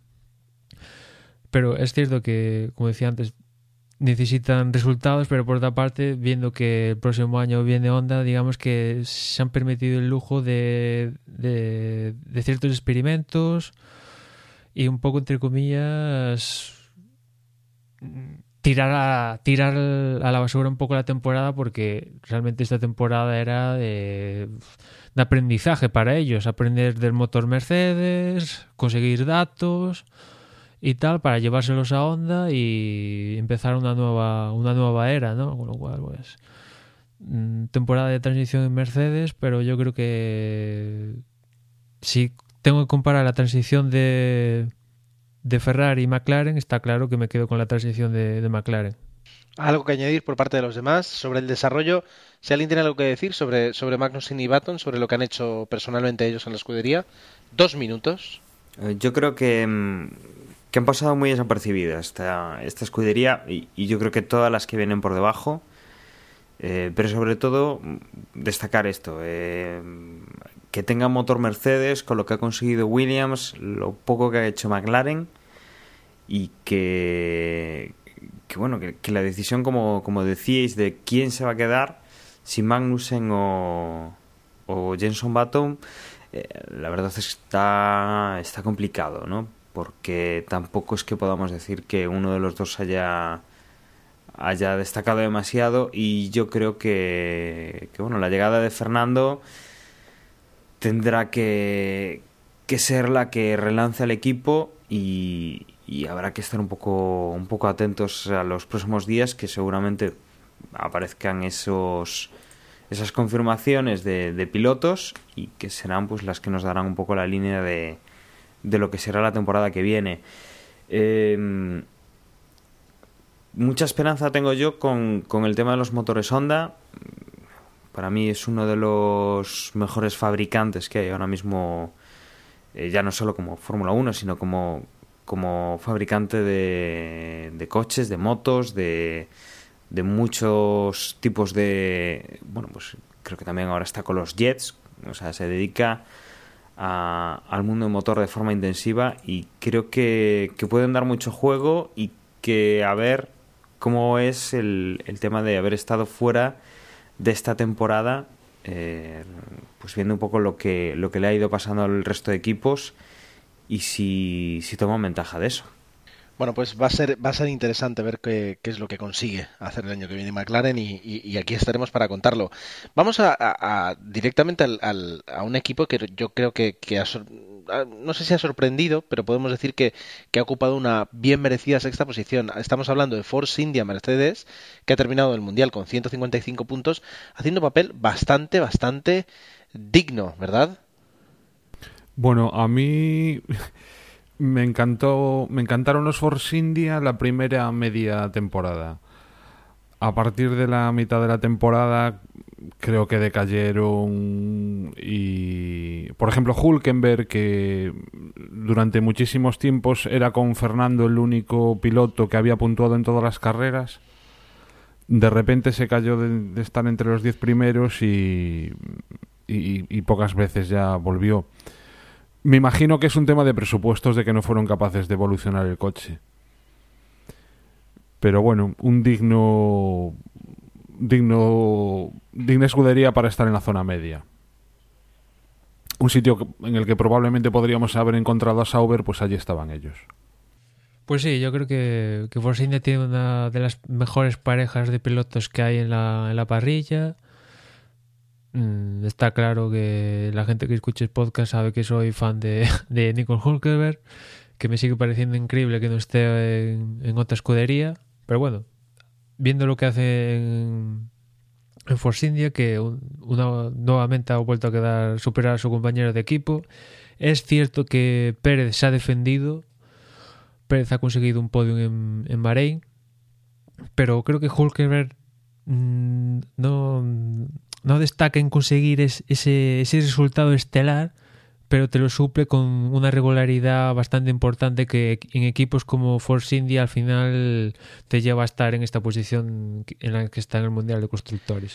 Speaker 5: Pero es cierto que, como decía antes, necesitan resultados, pero por otra parte, viendo que el próximo año viene Honda, digamos que se han permitido el lujo de, de, de ciertos experimentos y un poco, entre comillas, tirar a, tirar a la basura un poco la temporada, porque realmente esta temporada era de, de aprendizaje para ellos, aprender del motor Mercedes, conseguir datos y tal para llevárselos a Honda y empezar una nueva una nueva era, ¿no? Con lo cual, pues, temporada de transición en Mercedes, pero yo creo que si tengo que comparar la transición de de Ferrari y McLaren, está claro que me quedo con la transición de, de McLaren.
Speaker 2: ¿Algo que añadir por parte de los demás sobre el desarrollo? Si alguien tiene algo que decir sobre, sobre Magnussen y Button, sobre lo que han hecho personalmente ellos en la escudería, dos minutos.
Speaker 3: Yo creo que, que han pasado muy desapercibidas esta, esta escudería y, y yo creo que todas las que vienen por debajo, eh, pero sobre todo destacar esto, eh, que tenga motor Mercedes con lo que ha conseguido Williams, lo poco que ha hecho McLaren y que, que bueno, que, que la decisión, como, como decíais, de quién se va a quedar, si Magnussen o, o Jenson Button, eh, la verdad es que está, está complicado, ¿no? Porque tampoco es que podamos decir que uno de los dos haya, haya destacado demasiado y yo creo que, que bueno, la llegada de Fernando tendrá que, que ser la que relance al equipo y, y habrá que estar un poco, un poco atentos a los próximos días, que seguramente aparezcan esos, esas confirmaciones de, de pilotos y que serán pues las que nos darán un poco la línea de, de lo que será la temporada que viene. Eh, mucha esperanza tengo yo con, con el tema de los motores Honda. Para mí es uno de los mejores fabricantes que hay ahora mismo, eh, ya no solo como Fórmula uno, sino como, como fabricante de, de coches, de motos, de, de muchos tipos de... Bueno, pues creo que también ahora está con los jets, o sea, se dedica a, al mundo del motor de forma intensiva y creo que, que pueden dar mucho juego y que a ver cómo es el, el tema de haber estado fuera de esta temporada, eh, pues viendo un poco lo que lo que le ha ido pasando al resto de equipos y si, si toman ventaja de eso.
Speaker 2: Bueno, pues va a ser va a ser interesante ver qué, qué es lo que consigue hacer el año que viene McLaren y, y, y aquí estaremos para contarlo. Vamos a, a, a directamente al, al, a un equipo que yo creo que, que ha, no sé si ha sorprendido, pero podemos decir que, que ha ocupado una bien merecida sexta posición. Estamos hablando de Force India Mercedes, que ha terminado el Mundial con ciento cincuenta y cinco puntos, haciendo un papel bastante, bastante digno, ¿verdad?
Speaker 4: Bueno, a mí... Me encantó, me encantaron los Force India la primera media temporada. A partir de la mitad de la temporada creo que decayeron y, por ejemplo, Hülkenberg, que durante muchísimos tiempos era con Fernando el único piloto que había puntuado en todas las carreras, de repente se cayó de, de estar entre los diez primeros y, y, y pocas veces ya volvió. Me imagino que es un tema de presupuestos, de que no fueron capaces de evolucionar el coche. Pero bueno, un digno digno digna escudería para estar en la zona media. Un sitio en el que probablemente podríamos haber encontrado a Sauber, pues allí estaban ellos.
Speaker 5: Pues sí, yo creo que, que Force India tiene una de las mejores parejas de pilotos que hay en la, en la parrilla. Mm, está claro que la gente que escuche el podcast sabe que soy fan de, de Nico Hülkenberg, que me sigue pareciendo increíble que no esté en, en otra escudería, pero bueno, viendo lo que hace en, en Force India, que una, nuevamente ha vuelto a quedar superar a su compañero de equipo. Es cierto que Pérez se ha defendido, Pérez ha conseguido un podio en, en Bahrein, pero creo que Hülkenberg mmm, no... no destaca en conseguir es, ese, ese resultado estelar, pero te lo suple con una regularidad bastante importante que en equipos como Force India al final te lleva a estar en esta posición en la que está en el Mundial de Constructores.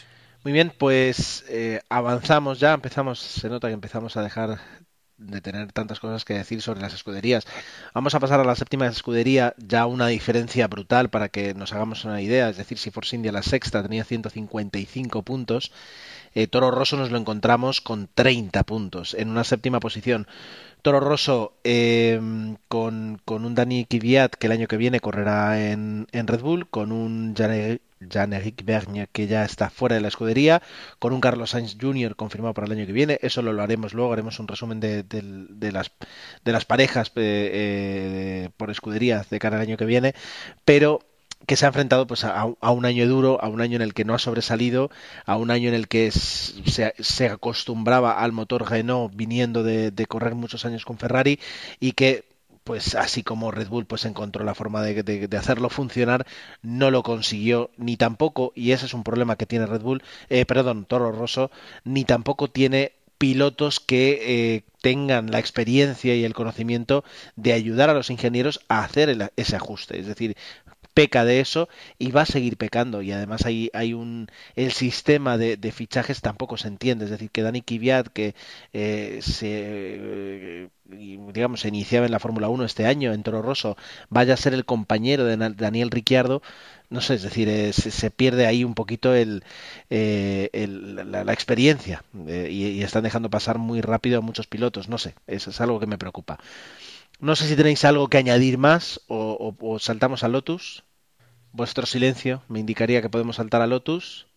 Speaker 2: Muy bien, pues eh, avanzamos ya, empezamos, se nota que empezamos a dejar de tener tantas cosas que decir sobre las escuderías. Vamos a pasar a la séptima escudería, ya una diferencia brutal para que nos hagamos una idea, es decir, si Force India la sexta tenía ciento cincuenta y cinco puntos, eh, Toro Rosso nos lo encontramos con treinta puntos en una séptima posición. Toro Rosso eh, con, con un Dani Kvyat que el año que viene correrá en, en Red Bull, con un Jean-Éric Vergne que ya está fuera de la escudería, con un Carlos Sainz junior confirmado para el año que viene. Eso lo, lo haremos luego, haremos un resumen de, de, de, las, de las parejas eh, eh, por escuderías de cara al año que viene, pero que se ha enfrentado pues a, a un año duro, a un año en el que no ha sobresalido, a un año en el que se, se acostumbraba al motor Renault viniendo de, de correr muchos años con Ferrari, y que pues así como Red Bull pues encontró la forma de, de, de hacerlo funcionar, no lo consiguió ni tampoco, y ese es un problema que tiene Red Bull, eh, perdón, Toro Rosso, ni tampoco tiene pilotos que eh, tengan la experiencia y el conocimiento de ayudar a los ingenieros a hacer el, ese ajuste. Es decir, peca de eso y va a seguir pecando, y además hay, hay un el sistema de, de fichajes tampoco se entiende. Es decir, que Dani Kvyat, que eh, se eh, digamos se iniciaba en la Fórmula uno este año en Toro Rosso, vaya a ser el compañero de Daniel Ricciardo, no sé, es decir, eh, se, se pierde ahí un poquito el, eh, el la, la experiencia eh, y, y están dejando pasar muy rápido a muchos pilotos. No sé, eso es algo que me preocupa. No sé si tenéis algo que añadir más o, o, o saltamos a Lotus. Vuestro silencio me indicaría que podemos saltar a Lotus.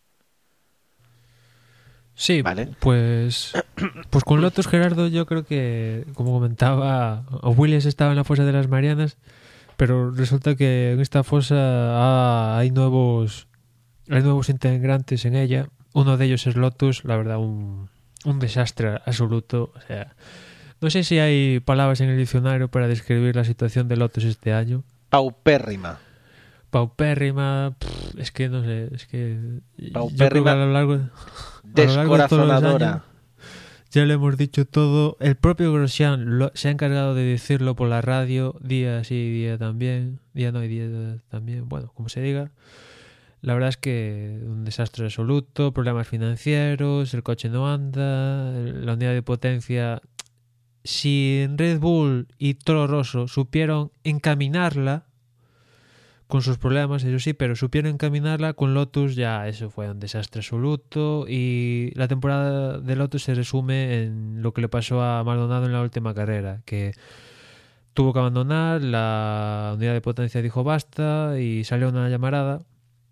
Speaker 5: Sí, vale. pues pues con Lotus, Gerardo, yo creo que, como comentaba, Williams estaba en la fosa de las Marianas, pero resulta que en esta fosa ah, hay nuevos hay nuevos integrantes en ella. Uno de ellos es Lotus, la verdad, un, un desastre absoluto. O sea, no sé si hay palabras en el diccionario para describir la situación de Lotus este año.
Speaker 2: Paupérrima.
Speaker 5: Paupérrima, pff, es que no sé, es que
Speaker 2: paupérrima,
Speaker 5: a lo largo, a
Speaker 2: descorazonadora.
Speaker 5: Lo largo de años, ya le hemos dicho todo. El propio Grosjean lo, se ha encargado de decirlo por la radio, día sí, día también, día no y día también, bueno, como se diga. La verdad es que un desastre absoluto, problemas financieros, el coche no anda, la unidad de potencia. Si Red Bull y Toro Rosso supieron encaminarla, con sus problemas, eso sí, pero supieron encaminarla, con Lotus ya eso fue un desastre absoluto, y la temporada de Lotus se resume en lo que le pasó a Maldonado en la última carrera, que tuvo que abandonar, la unidad de potencia dijo basta y salió una llamarada.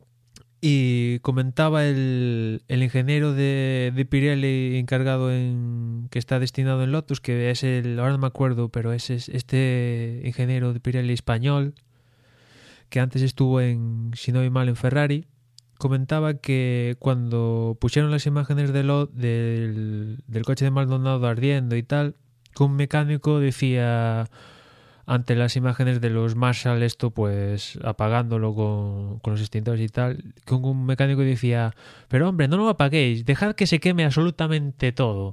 Speaker 5: Y comentaba el, el ingeniero de, de Pirelli encargado en que está destinado en Lotus, que es el, ahora no me acuerdo, pero es este ingeniero de Pirelli español, que antes estuvo en, si no voy mal, en Ferrari. Comentaba que cuando pusieron las imágenes de lo, del, del coche de Maldonado ardiendo y tal, que un mecánico decía, ante las imágenes de los Marshall, esto pues apagándolo con, con los extintores y tal, que un mecánico decía, pero hombre, no lo apaguéis, dejad que se queme absolutamente todo.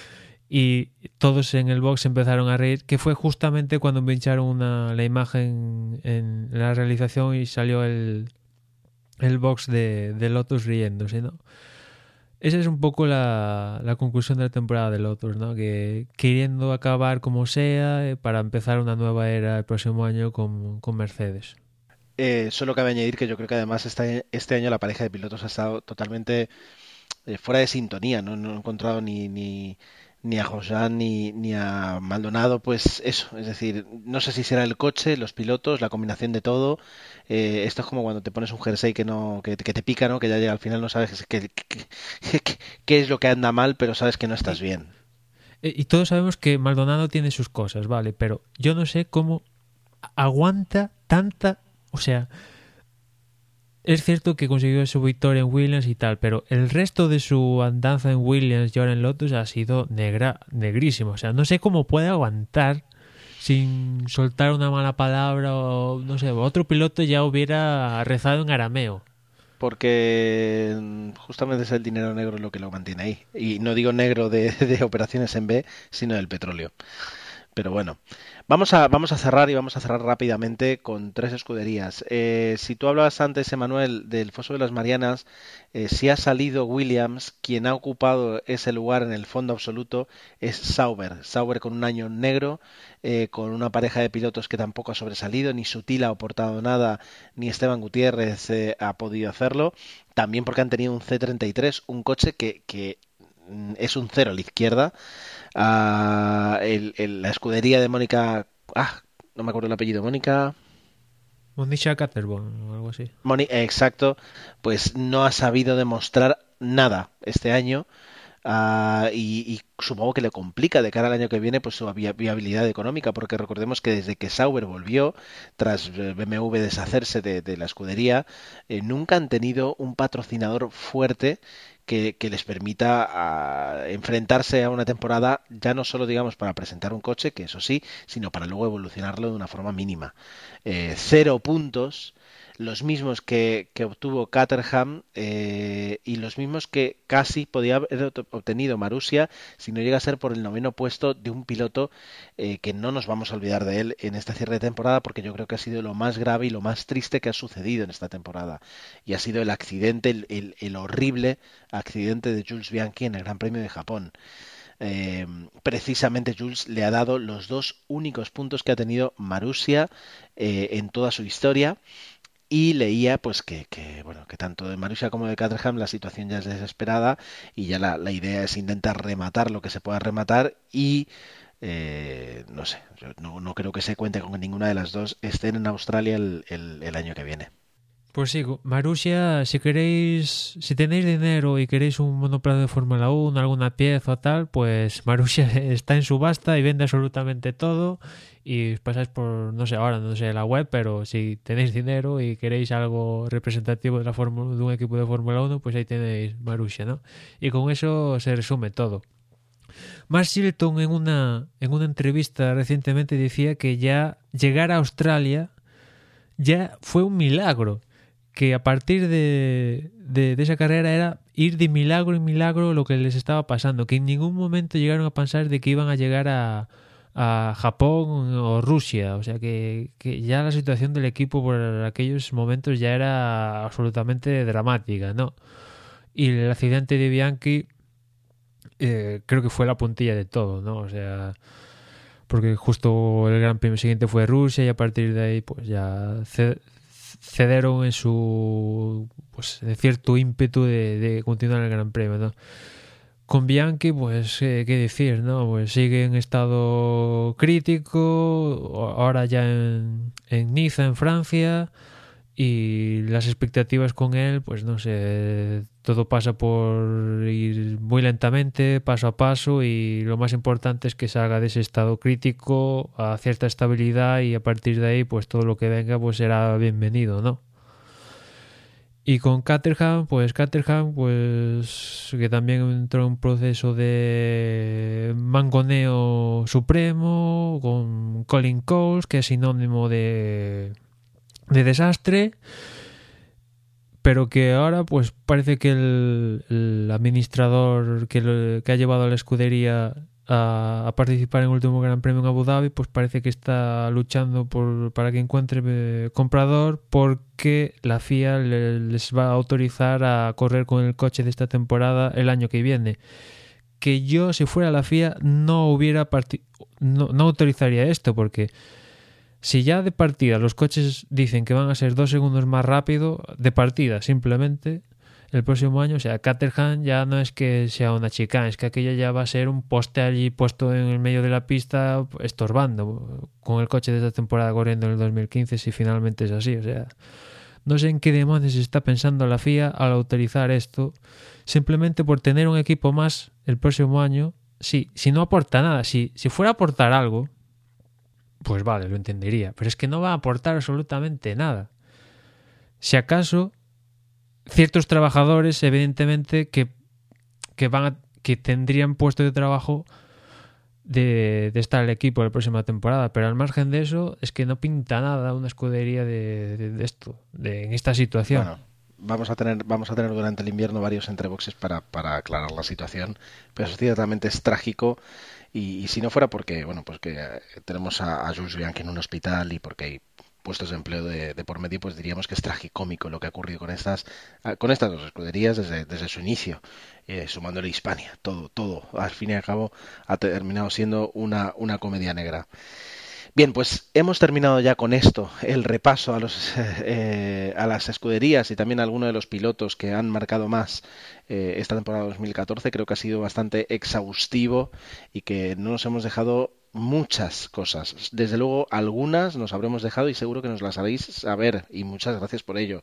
Speaker 5: Y todos en el box empezaron a reír, que fue justamente cuando pincharon una, la imagen en la realización y salió el, el box de, de Lotus riéndose, ¿no? Esa es un poco la, la conclusión de la temporada de Lotus, ¿no? Que queriendo acabar como sea para empezar una nueva era el próximo año con, con Mercedes.
Speaker 2: Eh, solo cabe añadir que yo creo que además este, este año la pareja de pilotos ha estado totalmente eh, fuera de sintonía, ¿no? No he encontrado ni... ni... ni a Grosjean ni, ni a Maldonado, pues eso, es decir, no sé si será el coche, los pilotos, la combinación de todo. Eh, esto es como cuando te pones un jersey que no que, que te pica, ¿no? Que ya llega al final no sabes qué qué es lo que anda mal, pero sabes que no estás bien.
Speaker 5: Y todos sabemos que Maldonado tiene sus cosas, vale, pero yo no sé cómo aguanta tanta, o sea, es cierto que consiguió su victoria en Williams y tal, pero el resto de su andanza en Williams y ahora en Lotus ha sido negra, negrísimo. O sea, no sé cómo puede aguantar sin soltar una mala palabra o, no sé, otro piloto ya hubiera rezado en arameo.
Speaker 2: Porque justamente es el dinero negro lo que lo mantiene ahí. Y no digo negro de, de operaciones en B, sino del petróleo. Pero bueno, vamos a, vamos a cerrar y vamos a cerrar rápidamente con tres escuderías. Eh, si tú hablabas antes, Emanuel, del Foso de las Marianas, eh, si ha salido Williams, quien ha ocupado ese lugar en el fondo absoluto es Sauber. Sauber con un año negro, eh, con una pareja de pilotos que tampoco ha sobresalido, ni Sutil ha aportado nada, ni Esteban Gutiérrez eh, ha podido hacerlo. También porque han tenido un C treinta y tres, un coche que, que es un cero a la izquierda. Uh, el, el, la escudería de Mónica, ah, no me acuerdo el apellido, Mónica
Speaker 5: Monisha Caterborn o algo así.
Speaker 2: Moni, exacto, pues no ha sabido demostrar nada este año. Uh, y, y supongo que le complica de cara al año que viene pues su viabilidad económica, porque recordemos que desde que Sauber volvió tras B M W deshacerse de, de la escudería, eh, nunca han tenido un patrocinador fuerte que, que les permita uh, enfrentarse a una temporada, ya no solo digamos para presentar un coche, que eso sí, sino para luego evolucionarlo de una forma mínima. Eh, cero puntos, los mismos que, que obtuvo Caterham eh, y los mismos que casi podía haber obtenido Marussia si no llega a ser por el noveno puesto de un piloto eh, que no nos vamos a olvidar de él en este cierre de temporada, porque yo creo que ha sido lo más grave y lo más triste que ha sucedido en esta temporada, y ha sido el accidente, el, el, el horrible accidente de Jules Bianchi en el Gran Premio de Japón. Eh, precisamente Jules le ha dado los dos únicos puntos que ha tenido Marussia eh, en toda su historia. Y leía pues que, que bueno que tanto de Marussia como de Caterham la situación ya es desesperada y ya la, la idea es intentar rematar lo que se pueda rematar y eh, no sé, yo no, no creo que se cuente con que ninguna de las dos estén en Australia el, el, el año que viene.
Speaker 5: Pues sí, Marussia, si queréis, si tenéis dinero y queréis un monoplaza de Fórmula uno, alguna pieza o tal, pues Marussia está en subasta y vende absolutamente todo y pasáis por, no sé, ahora no sé la web, pero si tenéis dinero y queréis algo representativo de la Fórmula, de un equipo de Fórmula uno, pues ahí tenéis Marussia, ¿no? Y con eso se resume todo. Mark Shilton en una, en una entrevista recientemente decía que ya llegar a Australia ya fue un milagro, que a partir de, de, de esa carrera era ir de milagro en milagro lo que les estaba pasando, que en ningún momento llegaron a pensar de que iban a llegar a, a Japón o Rusia, o sea que, que ya la situación del equipo por aquellos momentos ya era absolutamente dramática, ¿no? Y el accidente de Bianchi eh, creo que fue la puntilla de todo, ¿no? O sea, porque justo el Gran Premio siguiente fue Rusia y a partir de ahí pues ya cedieron en su pues de cierto ímpetu de, de continuar el Gran Premio, ¿no? Con Bianchi pues eh, qué decir, ¿no? Pues sigue en estado crítico ahora ya en, en Niza, en Francia, y las expectativas con él pues no sé, todo pasa por ir muy lentamente, paso a paso, y lo más importante es que salga de ese estado crítico a cierta estabilidad y a partir de ahí pues todo lo que venga pues será bienvenido, ¿no? Y con Caterham, pues Caterham pues que también entró en un proceso de mangoneo supremo con Colin Coles, que es sinónimo de de desastre, pero que ahora pues parece que el, el administrador que, lo, que ha llevado a la escudería a, a participar en el último Gran Premio en Abu Dhabi pues parece que está luchando por para que encuentre eh, comprador, porque la F I A le, les va a autorizar a correr con el coche de esta temporada el año que viene. Que yo, si fuera la F I A, no hubiera parti- no, no autorizaría esto, porque si ya de partida los coches dicen que van a ser dos segundos más rápido, de partida simplemente, el próximo año, o sea, Caterham ya no es que sea una chicane, es que aquello ya va a ser un poste allí puesto en el medio de la pista estorbando, con el coche de esta temporada corriendo en el dos mil quince, si finalmente es así. O sea, no sé en qué demonios está pensando la F I A al autorizar esto, simplemente por tener un equipo más el próximo año. Sí, si no aporta nada, si, si fuera a aportar algo, pues vale, lo entendería, pero es que no va a aportar absolutamente nada. Si acaso ciertos trabajadores, evidentemente, que, que van a, que tendrían puesto de trabajo de, de estar el equipo la próxima temporada, pero al margen de eso es que no pinta nada una escudería de, de, de esto, de, en esta situación.
Speaker 2: Bueno, vamos a tener vamos a tener durante el invierno varios entreboxes para, para aclarar la situación, pero ciertamente es trágico. Y, y si no fuera porque, bueno, pues que eh, tenemos a, a Jules Bianchi en un hospital y porque hay puestos de empleo de, de por medio, pues diríamos que es tragicómico lo que ha ocurrido con estas con estas dos escuderías desde, desde su inicio, eh, sumándole Hispania. Todo, todo, al fin y al cabo, ha terminado siendo una, una comedia negra. Bien, pues hemos terminado ya con esto, el repaso a los eh, a las escuderías y también a algunos de los pilotos que han marcado más eh, esta temporada dos mil catorce. Creo que ha sido bastante exhaustivo y que no nos hemos dejado muchas cosas. Desde luego, algunas nos habremos dejado y seguro que nos las haréis saber, y muchas gracias por ello.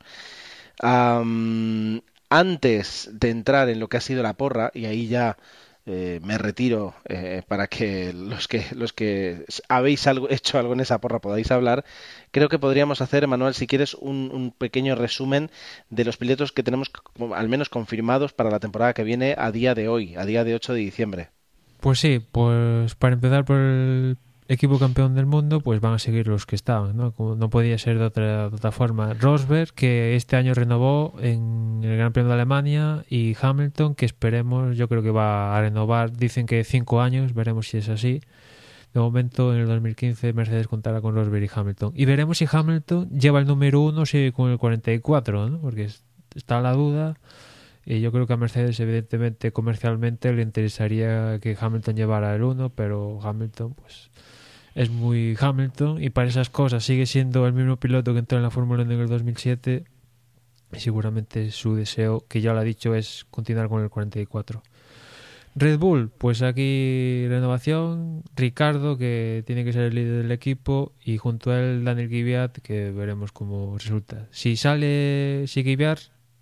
Speaker 2: Um, antes de entrar en lo que ha sido la porra, y ahí ya Eh, me retiro eh, para que los que los que habéis algo, hecho algo en esa porra podáis hablar. Creo que podríamos hacer, Manuel, si quieres, un, un pequeño resumen de los pilotos que tenemos al menos confirmados para la temporada que viene a día de hoy, a día de ocho de diciembre.
Speaker 5: Pues sí, pues para empezar por el equipo campeón del mundo, pues van a seguir los que estaban, ¿no? Como no podía ser de otra, de otra forma. Rosberg, que este año renovó en el Gran Premio de Alemania, y Hamilton, que esperemos, yo creo que va a renovar, dicen que cinco años, veremos si es así. De momento, en el dos mil quince, Mercedes contará con Rosberg y Hamilton. Y veremos si Hamilton lleva el número uno o sigue con el cuarenta y cuatro, ¿no? Porque está la duda. Y yo creo que a Mercedes, evidentemente, comercialmente le interesaría que Hamilton llevara el uno, pero Hamilton, pues, es muy Hamilton, y para esas cosas sigue siendo el mismo piloto que entró en la Fórmula uno en el dos mil siete, y seguramente su deseo, que ya lo ha dicho, es continuar con el cuarenta y cuatro. Red Bull, pues aquí renovación. Ricardo, que tiene que ser el líder del equipo, y junto a él Daniel Kvyat, que veremos cómo resulta. Si sale, si Kvyat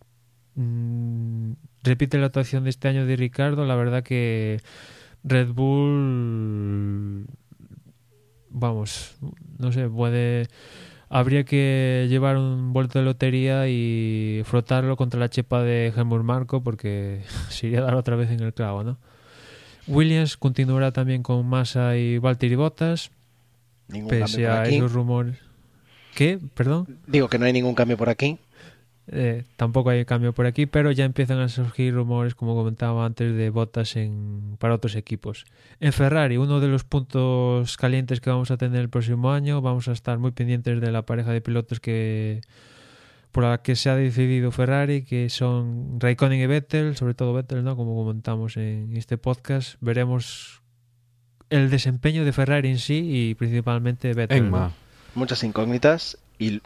Speaker 5: mmm, repite la actuación de este año de Ricardo, la verdad que Red Bull, vamos, no sé, puede, habría que llevar un vuelto de lotería y frotarlo contra la chepa de Helmut Marko, porque se iría a dar otra vez en el clavo, ¿no? Williams continuará también con Massa y Valtteri Bottas,
Speaker 2: Ningún
Speaker 5: pese a
Speaker 2: aquí.
Speaker 5: esos rumores. ¿Qué? ¿Perdón?
Speaker 2: Digo que no hay ningún cambio por aquí.
Speaker 5: Eh, tampoco hay cambio por aquí, pero ya empiezan a surgir rumores, como comentaba antes, de Bottas en, para otros equipos. En Ferrari, uno de los puntos calientes que vamos a tener el próximo año, vamos a estar muy pendientes de la pareja de pilotos que por la que se ha decidido Ferrari, que son Raikkonen y Vettel, sobre todo Vettel, ¿no? Como comentamos en este podcast. Veremos el desempeño de Ferrari en sí y principalmente Vettel,
Speaker 4: Emma.
Speaker 5: ¿no?
Speaker 2: Muchas incógnitas y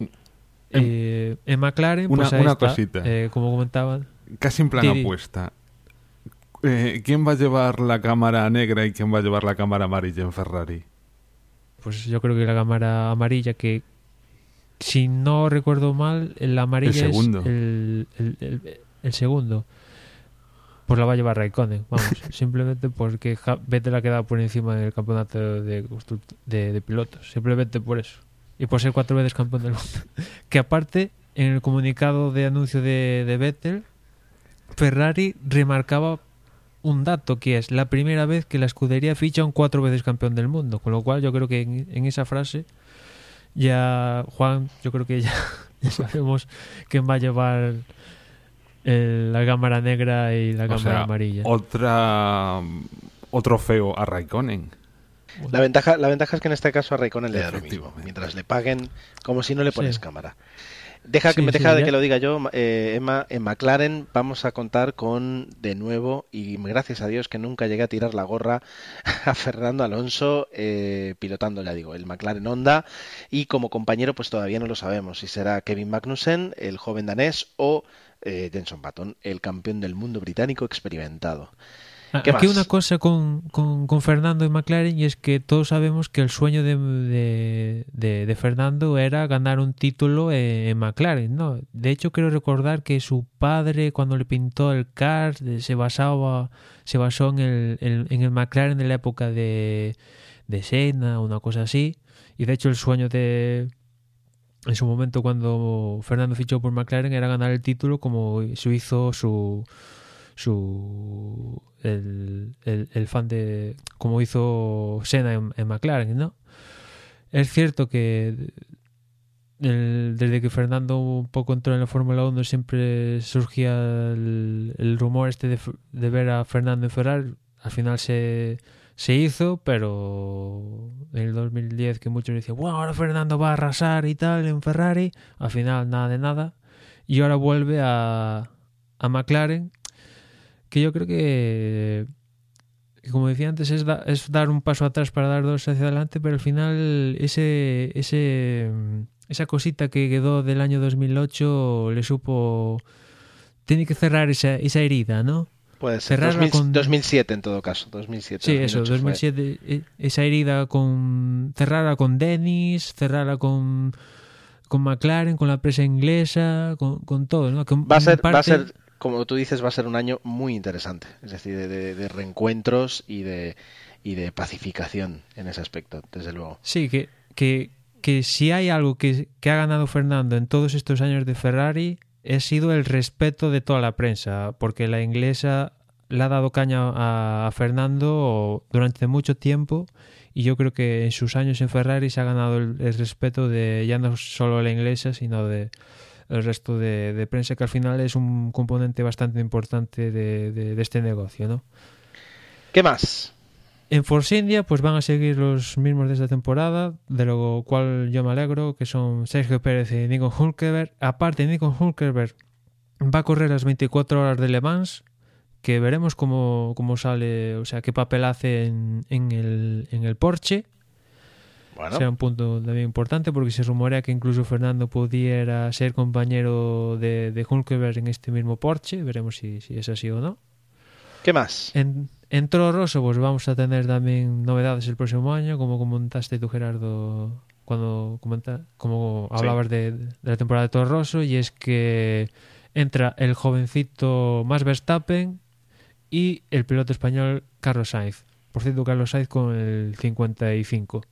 Speaker 5: Eh, en McLaren,
Speaker 4: Una-
Speaker 5: pues ahí
Speaker 4: una
Speaker 5: está,
Speaker 4: cosita.
Speaker 5: eh, como comentaban.
Speaker 4: Casi en plan
Speaker 5: Didi.
Speaker 4: apuesta. Eh, ¿Quién va a llevar la cámara negra y quién va a llevar la cámara amarilla en Ferrari?
Speaker 5: Pues yo creo que la cámara amarilla, que si no recuerdo mal, la amarilla
Speaker 4: El segundo.
Speaker 5: es el, el, el- el segundo. Pues la va a llevar Raikkonen, vamos, simplemente porque Ja- Vettel ha quedado por encima en el campeonato de, construct- de, de pilotos, simplemente por eso. Y por ser cuatro veces campeón del mundo. Que aparte, en el comunicado de anuncio de, de Vettel, Ferrari remarcaba un dato, que es la primera vez que la escudería ficha un cuatro veces campeón del mundo, con lo cual yo creo que en, en esa frase ya, Juan, yo creo que ya, ya sabemos quién va a llevar el- la cámara negra y la
Speaker 4: O
Speaker 5: cámara
Speaker 4: sea,
Speaker 5: amarilla.
Speaker 4: otra otro feo a Raikkonen.
Speaker 2: la ventaja la ventaja es que en este caso a Raikkonen le da lo mismo.
Speaker 4: Efectivamente.
Speaker 2: Mientras le paguen, como si no le pones
Speaker 5: Sí.
Speaker 2: cámara. Deja que
Speaker 5: Sí,
Speaker 2: me
Speaker 5: sí,
Speaker 2: deja de
Speaker 5: ya.
Speaker 2: que lo diga yo, eh, Emma. En McLaren vamos a contar con, de nuevo, y gracias a Dios que nunca llegué a tirar la gorra, a Fernando Alonso eh, pilotando, ya digo, el McLaren Honda, y como compañero pues todavía no lo sabemos si será Kevin Magnussen, el joven danés, o eh, Jenson Button, el campeón del mundo británico experimentado. ¿Qué
Speaker 5: Aquí
Speaker 2: más?
Speaker 5: una cosa con, con, con Fernando y McLaren, y es que todos sabemos que el sueño de, de, de, de Fernando era ganar un título en, en McLaren, ¿no? De hecho, quiero recordar que su padre, cuando le pintó el kart, se basaba se basó en el, en, en el McLaren de la época de, de Senna, una cosa así. Y de hecho el sueño de... En su momento, cuando Fernando fichó por McLaren, era ganar el título como se hizo su... su el, el, el fan de como hizo Senna en, en McLaren, ¿no? Es cierto que el, desde que Fernando un poco entró en la Fórmula uno siempre surgía el, el rumor este de, de ver a Fernando en Ferrari. Al final se, se hizo, pero en el dos mil diez que muchos decían, bueno, ahora Fernando va a arrasar y tal en Ferrari, al final nada de nada, y ahora vuelve a, a McLaren, que yo creo que, que como decía antes, es, da, es dar un paso atrás para dar dos hacia adelante, pero al final ese... ese esa cosita que quedó del año dos mil ocho le supo... Tiene que cerrar esa, esa herida, ¿no?
Speaker 2: Puede ser.
Speaker 5: Cerrarla
Speaker 2: dos mil,
Speaker 5: con...
Speaker 2: dos mil siete en todo caso. dos mil siete,
Speaker 5: sí, eso, dos mil siete. Fue. Esa herida con... Cerrarla con Dennis, cerrarla con... Con McLaren, con la prensa inglesa, con, con todo, ¿no? Que
Speaker 2: va, a ser,
Speaker 5: parte...
Speaker 2: va a ser, como tú dices, va a ser un año muy interesante. Es decir, de, de, de reencuentros y de, y de pacificación en ese aspecto, desde luego.
Speaker 5: Sí, que... que que si hay algo que, que ha ganado Fernando en todos estos años de Ferrari ha sido el respeto de toda la prensa, porque la inglesa le ha dado caña a, a Fernando durante mucho tiempo y yo creo que en sus años en Ferrari se ha ganado el, el respeto de ya no solo la inglesa sino de el resto de, de prensa, que al final es un componente bastante importante de, de, de este negocio, ¿no?
Speaker 2: ¿Qué más?
Speaker 5: En Force India pues van a seguir los mismos de esta temporada, de lo cual yo me alegro, que son Sergio Pérez y Nico Hülkenberg. Aparte, Nico Hülkenberg va a correr las veinticuatro horas de Le Mans, que veremos cómo, cómo sale, o sea, qué papel hace en, en, el, en el Porsche. Bueno. Será un punto también importante, porque se rumorea que incluso Fernando pudiera ser compañero de, de Hülkenberg en este mismo Porsche. Veremos si, si es así o no.
Speaker 2: ¿Qué más?
Speaker 5: En, en Toro Rosso pues vamos a tener también novedades el próximo año, como comentaste tú, Gerardo, cuando comenta, como hablabas sí. de, de la temporada de Toro Rosso, y es que entra el jovencito Max Verstappen y el piloto español Carlos Sainz. Por cierto, Carlos Sainz con el cincuenta y cinco.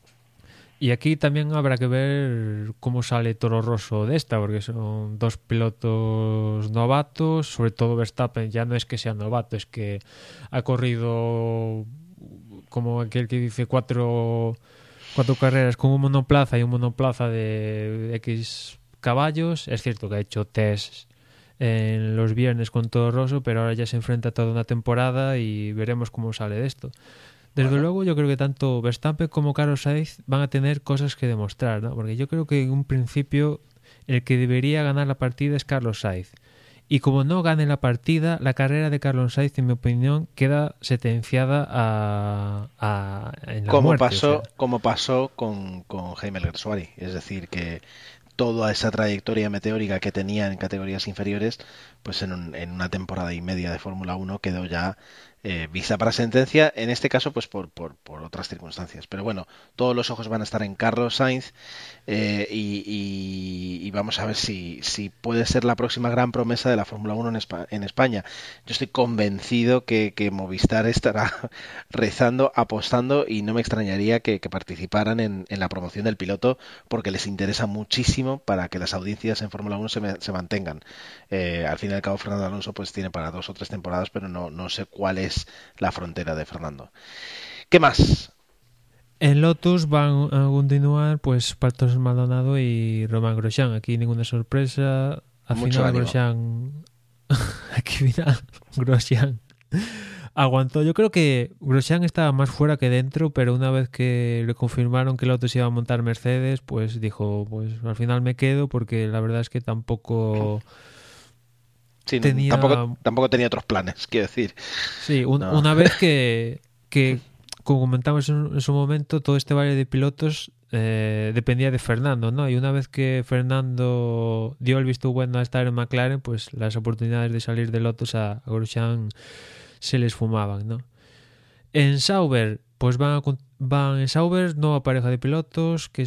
Speaker 5: Y aquí también habrá que ver cómo sale Toro Rosso de esta, porque son dos pilotos novatos, sobre todo Verstappen ya no es que sea novato, es que ha corrido como aquel que dice cuatro, cuatro carreras con un monoplaza y un monoplaza de X caballos. Es cierto que ha hecho test en los viernes con Toro Rosso, pero ahora ya se enfrenta a toda una temporada y veremos cómo sale de esto. Desde bueno. luego yo creo que tanto Verstappen como Carlos Sainz van a tener cosas que demostrar, ¿no? Porque yo creo que en un principio el que debería ganar la partida es Carlos Sainz. Y como no gane la partida, la carrera de Carlos Sainz, en mi opinión, queda sentenciada a, a en la
Speaker 2: como
Speaker 5: muerte.
Speaker 2: Pasó,
Speaker 5: o sea.
Speaker 2: Como pasó con, con Jaime Alguersuari. Es decir, que toda esa trayectoria meteórica que tenía en categorías inferiores, pues en, un, en una temporada y media de Fórmula uno quedó ya eh, vista para sentencia, en este caso pues por, por, por otras circunstancias. Pero bueno, todos los ojos van a estar en Carlos Sainz eh, y, y, y vamos a ver si, si puede ser la próxima gran promesa de la Fórmula uno en, Espa- en España. Yo estoy convencido que, que Movistar estará rezando, apostando, y no me extrañaría que, que participaran en, en la promoción del piloto, porque les interesa muchísimo para que las audiencias en Fórmula uno se, me, se mantengan. Eh, al fin y al cabo Fernando Alonso pues tiene para dos o tres temporadas, pero no, no sé cuál es la frontera de Fernando. ¿Qué más?
Speaker 5: En Lotus van a continuar pues Pastor Maldonado y Romain Grosjean. Aquí ninguna sorpresa. Al
Speaker 2: Mucho
Speaker 5: final
Speaker 2: ánimo.
Speaker 5: Grosjean aquí final Grosjean aguantó. Yo creo que Grosjean estaba más fuera que dentro, pero una vez que le confirmaron que Lotus iba a montar Mercedes, pues dijo, pues al final me quedo, porque la verdad es que tampoco
Speaker 2: sí,
Speaker 5: tenía...
Speaker 2: tampoco, tampoco tenía otros planes, quiero decir.
Speaker 5: Sí, un,
Speaker 2: no.
Speaker 5: una vez que, que como comentamos en, en su momento, todo este valle de pilotos eh, dependía de Fernando, ¿no? Y una vez que Fernando dio el visto bueno a estar en McLaren, pues las oportunidades de salir de Lotus a, a Grosjean se les fumaban, ¿no? En Sauber, pues van, a, van en Sauber nueva pareja de pilotos, que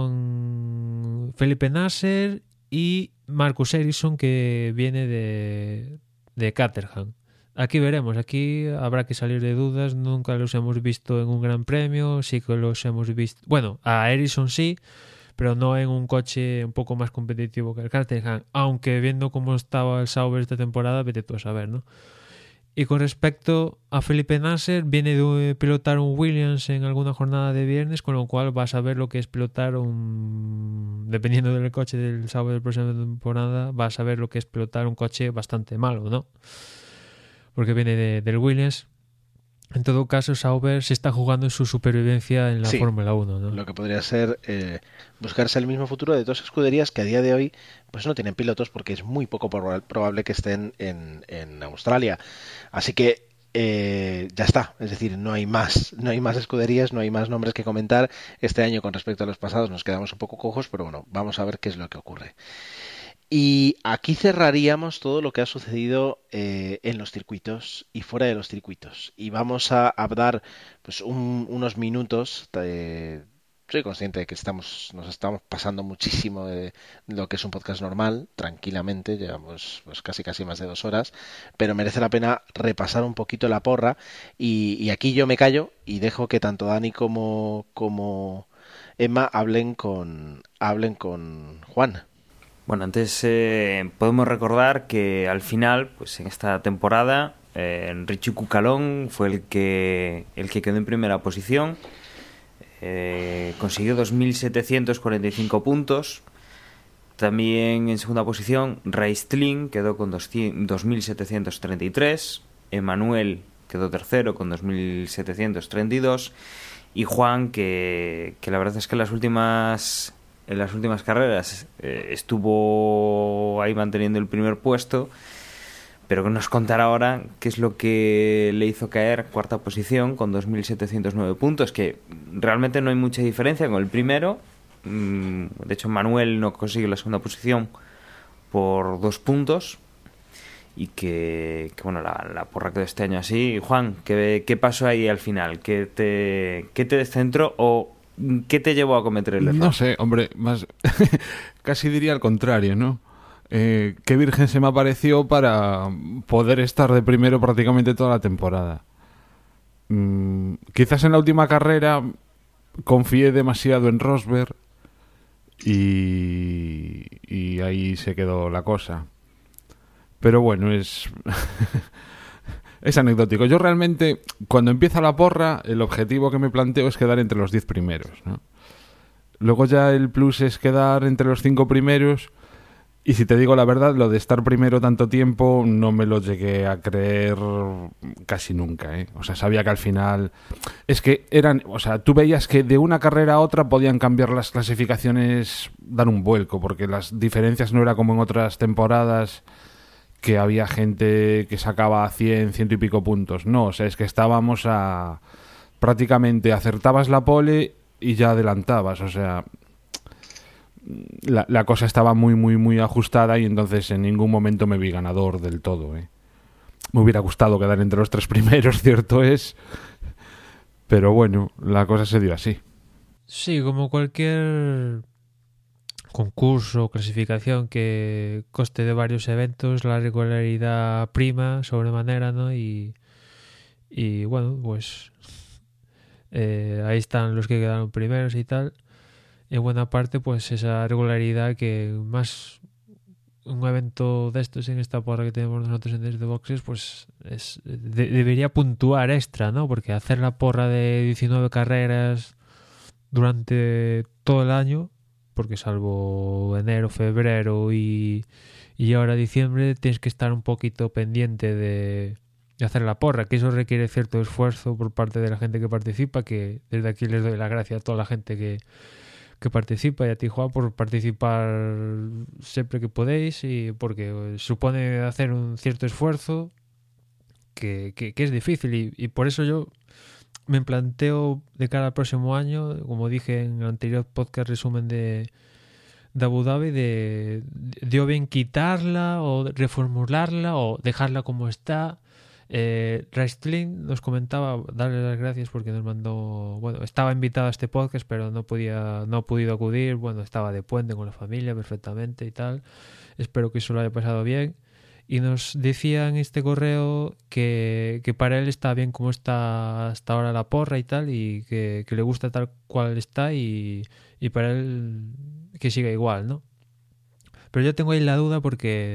Speaker 5: son Felipe Nasser y Marcus Ericsson, que viene de, de Caterham. Aquí veremos, aquí habrá que salir de dudas. Nunca los hemos visto en un gran premio, sí que los hemos visto, bueno, a Ericsson sí, pero no en un coche un poco más competitivo que el Caterham, aunque viendo cómo estaba el Sauber esta temporada, vete tú a saber, ¿no? Y con respecto a Felipe Nasser, viene de pilotar un Williams en alguna jornada de viernes, con lo cual vas a ver lo que es pilotar un... Dependiendo del coche del sábado de la próxima temporada, vas a ver lo que es pilotar un coche bastante malo, ¿no? Porque viene de, del Williams. En todo caso, Sauber se está jugando su supervivencia en la
Speaker 2: Sí,
Speaker 5: Fórmula uno, ¿no?
Speaker 2: Lo que podría ser eh, buscarse el mismo futuro de dos escuderías que a día de hoy pues no tienen pilotos, porque es muy poco probable que estén en, en Australia. Así que eh, ya está, es decir, no hay más, no hay más escuderías, no hay más nombres que comentar. Este año con respecto a los pasados nos quedamos un poco cojos, pero bueno, vamos a ver qué es lo que ocurre. Y aquí cerraríamos todo lo que ha sucedido eh, en los circuitos y fuera de los circuitos. Y vamos a, a dar pues, un, unos minutos. De, soy consciente de que estamos, nos estamos pasando muchísimo de lo que es un podcast normal, tranquilamente. Llevamos pues, casi casi más de dos horas. Pero merece la pena repasar un poquito la porra. Y, y aquí yo me callo y dejo que tanto Dani como, como Emma hablen con, hablen con Juan.
Speaker 3: Bueno, antes eh, podemos recordar que al final, pues en esta temporada, eh, Richie Cucalón fue el que el que quedó en primera posición, eh, consiguió dos mil setecientos cuarenta y cinco puntos. También en segunda posición, Raistlin quedó con dos mil setecientos treinta y tres, Emanuel quedó tercero con dos mil setecientos treinta y dos y Juan, que, que la verdad es que en las últimas... en las últimas carreras eh, estuvo ahí manteniendo el primer puesto, pero que nos contará ahora qué es lo que le hizo caer cuarta posición con dos mil setecientos nueve puntos, que realmente no hay mucha diferencia con el primero. De hecho, Manuel no consiguió la segunda posición por dos puntos y que, que bueno, la, la porra quedó este año así. Juan, ¿qué, qué pasó ahí al final? ¿Qué te, qué te descentró o qué te llevó a cometer el error?
Speaker 4: No sé, hombre, más casi diría al contrario, ¿no? Eh, qué virgen se me apareció para poder estar de primero prácticamente toda la temporada. Mm, quizás en la última carrera confié demasiado en Rosberg y, y ahí se quedó la cosa. Pero bueno, es... es anecdótico. Yo realmente, cuando empieza la porra, el objetivo que me planteo es quedar entre los diez primeros, ¿no? Luego ya el plus es quedar entre los cinco primeros. Y si te digo la verdad, lo de estar primero tanto tiempo no me lo llegué a creer casi nunca, ¿eh? O sea, sabía que al final... Es que eran... O sea, tú veías que de una carrera a otra podían cambiar las clasificaciones, dar un vuelco, porque las diferencias no era como en otras temporadas, que había gente que sacaba cien, ciento y pico puntos. No, o sea, es que estábamos a... prácticamente acertabas la pole y ya adelantabas, o sea... La, la cosa estaba muy, muy, muy ajustada y entonces en ningún momento me vi ganador del todo, ¿eh? Me hubiera gustado quedar entre los tres primeros, cierto es, pero bueno, la cosa se dio así.
Speaker 5: Sí, como cualquier concurso o clasificación que coste de varios eventos, la regularidad prima sobremanera, ¿no? Y, y bueno, pues eh, ahí están los que quedaron primeros y tal. En buena parte, pues esa regularidad que más un evento de estos en esta porra que tenemos nosotros en Desde Boxes, pues es, de, debería puntuar extra, ¿no? Porque hacer la porra de diecinueve carreras durante todo el año, porque salvo enero, febrero y, y ahora diciembre, tienes que estar un poquito pendiente de, de hacer la porra, que eso requiere cierto esfuerzo por parte de la gente que participa, que desde aquí les doy las gracias a toda la gente que que participa y a ti, Juan, por participar siempre que podéis, y porque supone hacer un cierto esfuerzo que, que, que es difícil y, y por eso yo me planteo de cara al próximo año, como dije en el anterior podcast resumen de, de Abu Dhabi, de, de o bien quitarla o reformularla o dejarla como está. Eh, Raistlin nos comentaba, darle las gracias porque nos mandó, bueno, estaba invitado a este podcast pero no podía, no ha podido acudir, bueno, estaba de puente con la familia perfectamente y tal, espero que eso lo haya pasado bien, y nos decía en este correo que, que para él está bien como está hasta ahora la porra y tal, y que, que le gusta tal cual está y, y para él que siga igual, ¿no? Pero yo tengo ahí la duda porque,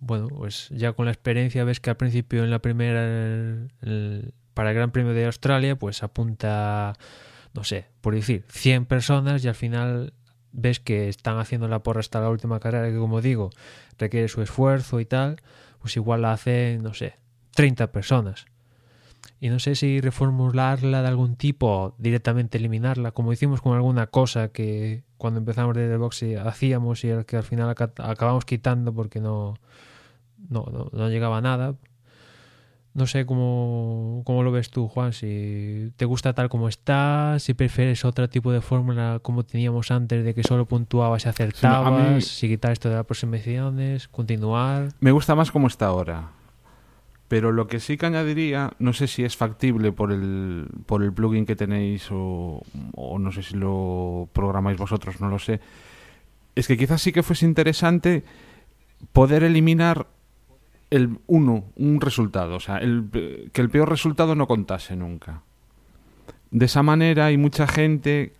Speaker 5: bueno, pues ya con la experiencia ves que al principio en la primera, el, el, para el Gran Premio de Australia, pues apunta, no sé, por decir, cien personas y al final ves que están haciendo la porra hasta la última carrera, que como digo, requiere su esfuerzo y tal, pues igual la hacen, no sé, treinta personas. Y no sé si reformularla de algún tipo o directamente eliminarla, como hicimos con alguna cosa que cuando empezamos desde boxe hacíamos y que al final acabamos quitando porque no, no, no, no llegaba a nada. No sé cómo, cómo lo ves tú, Juan, si te gusta tal como está, si prefieres otro tipo de fórmula como teníamos antes de que solo puntuabas y acertabas, sí, mí, si quitar esto de las aproximaciones, continuar.
Speaker 4: Me gusta más como está ahora. Pero lo que sí que añadiría, no sé si es factible por el, por el plugin que tenéis o, o no sé si lo programáis vosotros, no lo sé, es que quizás sí que fuese interesante poder eliminar el uno, un resultado, o sea, el, que el peor resultado no contase nunca. De esa manera hay mucha gente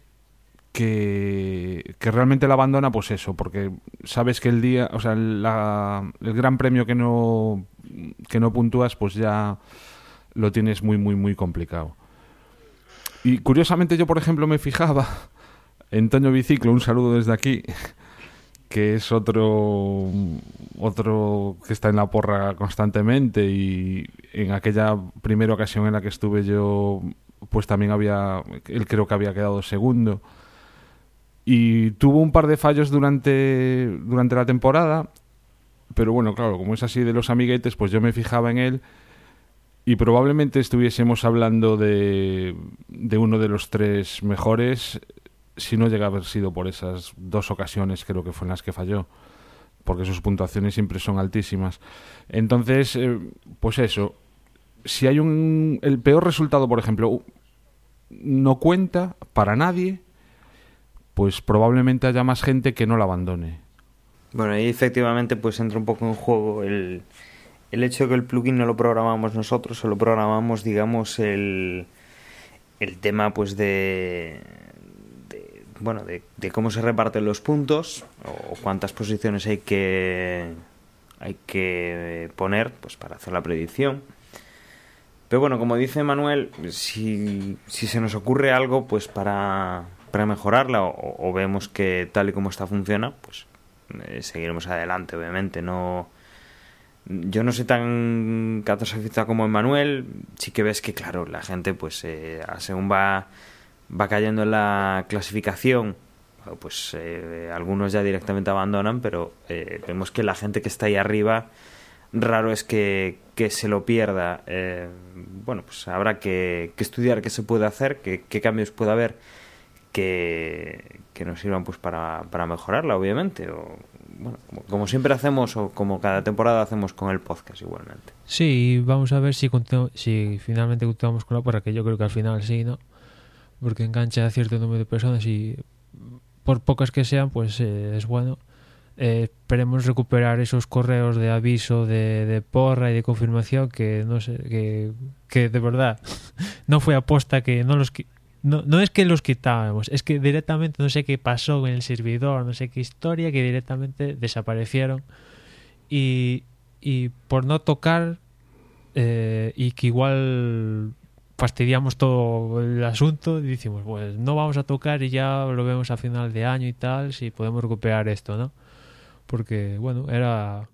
Speaker 4: que, que realmente la abandona, pues eso, porque sabes que el día, o sea, la, el gran premio que no que no puntúas, pues ya lo tienes muy, muy, muy complicado. Y curiosamente yo, por ejemplo, me fijaba en Toño Biciclo, un saludo desde aquí, que es otro otro que está en la porra constantemente, y en aquella primera ocasión en la que estuve yo, pues también había, él creo que había quedado segundo, y tuvo un par de fallos durante, durante la temporada, pero bueno, claro, como es así de los amiguetes, pues yo me fijaba en él y probablemente estuviésemos hablando de, de uno de los tres mejores, si no llega a haber sido por esas dos ocasiones, creo que fue en las que falló, porque sus puntuaciones siempre son altísimas. Entonces, eh, pues eso, si hay un el peor resultado, por ejemplo, no cuenta para nadie, pues probablemente haya más gente que no la abandone.
Speaker 3: Bueno, ahí efectivamente pues entra un poco en juego el, el hecho de que el plugin no lo programamos nosotros, solo programamos, digamos, el, el tema pues de, de bueno, de, de cómo se reparten los puntos o cuántas posiciones hay que hay que poner pues para hacer la predicción. Pero bueno, como dice Manuel, si, si se nos ocurre algo pues para, para mejorarla o, o vemos que tal y como está funciona, pues eh, seguiremos adelante, obviamente. No, yo no soy tan catastrofista como Manuel. Sí que ves que, claro, la gente, pues eh, según va, va cayendo en la clasificación, pues eh, algunos ya directamente abandonan, pero eh, vemos que la gente que está ahí arriba, raro es que, que se lo pierda. Eh, bueno, pues habrá que, que estudiar qué se puede hacer, qué, qué cambios puede haber que, que nos sirvan pues para, para mejorarla, obviamente. O, bueno, como, como siempre hacemos, o como cada temporada hacemos con el podcast igualmente.
Speaker 5: Sí, vamos a ver si, continu- si finalmente continuamos con la porra, que yo creo que al final sí, ¿no? Porque engancha a cierto número de personas y por pocas que sean, pues eh, es bueno. Eh, esperemos recuperar esos correos de aviso de, de porra y de confirmación que no sé, que, que de verdad no fue aposta, que no los no, no es que los quitábamos, es que directamente no sé qué pasó en el servidor, no sé qué historia, que directamente desaparecieron y, y por no tocar eh, y que igual fastidiamos todo el asunto y decimos, pues no vamos a tocar y ya lo vemos a final de año y tal, si podemos recuperar esto, ¿no? Porque, bueno, era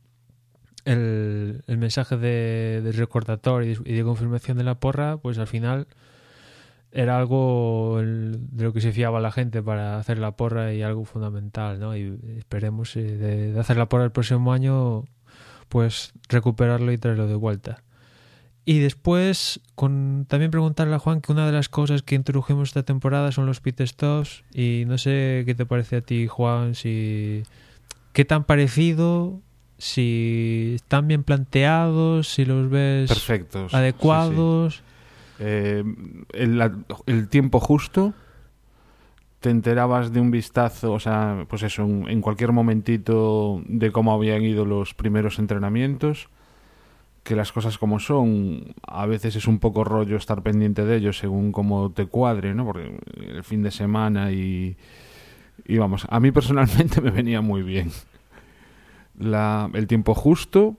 Speaker 5: el, el mensaje de, de recordatorio y de, y de confirmación de la porra, pues al final era algo el, de lo que se fiaba la gente para hacer la porra y algo fundamental, ¿no? Y esperemos eh, de, de hacer la porra el próximo año, pues recuperarlo y traerlo de vuelta. Y después, con también preguntarle a Juan que una de las cosas que introdujimos esta temporada son los pit stops, y no sé qué te parece a ti, Juan, si qué tan parecido, si están bien planteados, si los ves
Speaker 4: perfectos,
Speaker 5: adecuados.
Speaker 4: Sí, sí. Eh, el, el tiempo justo, te enterabas de un vistazo, o sea, pues eso, en, en cualquier momentito de cómo habían ido los primeros entrenamientos, que las cosas como son, a veces es un poco rollo estar pendiente de ellos según cómo te cuadre, ¿no? Porque el fin de semana y, y vamos, a mí personalmente me venía muy bien. la, el tiempo justo,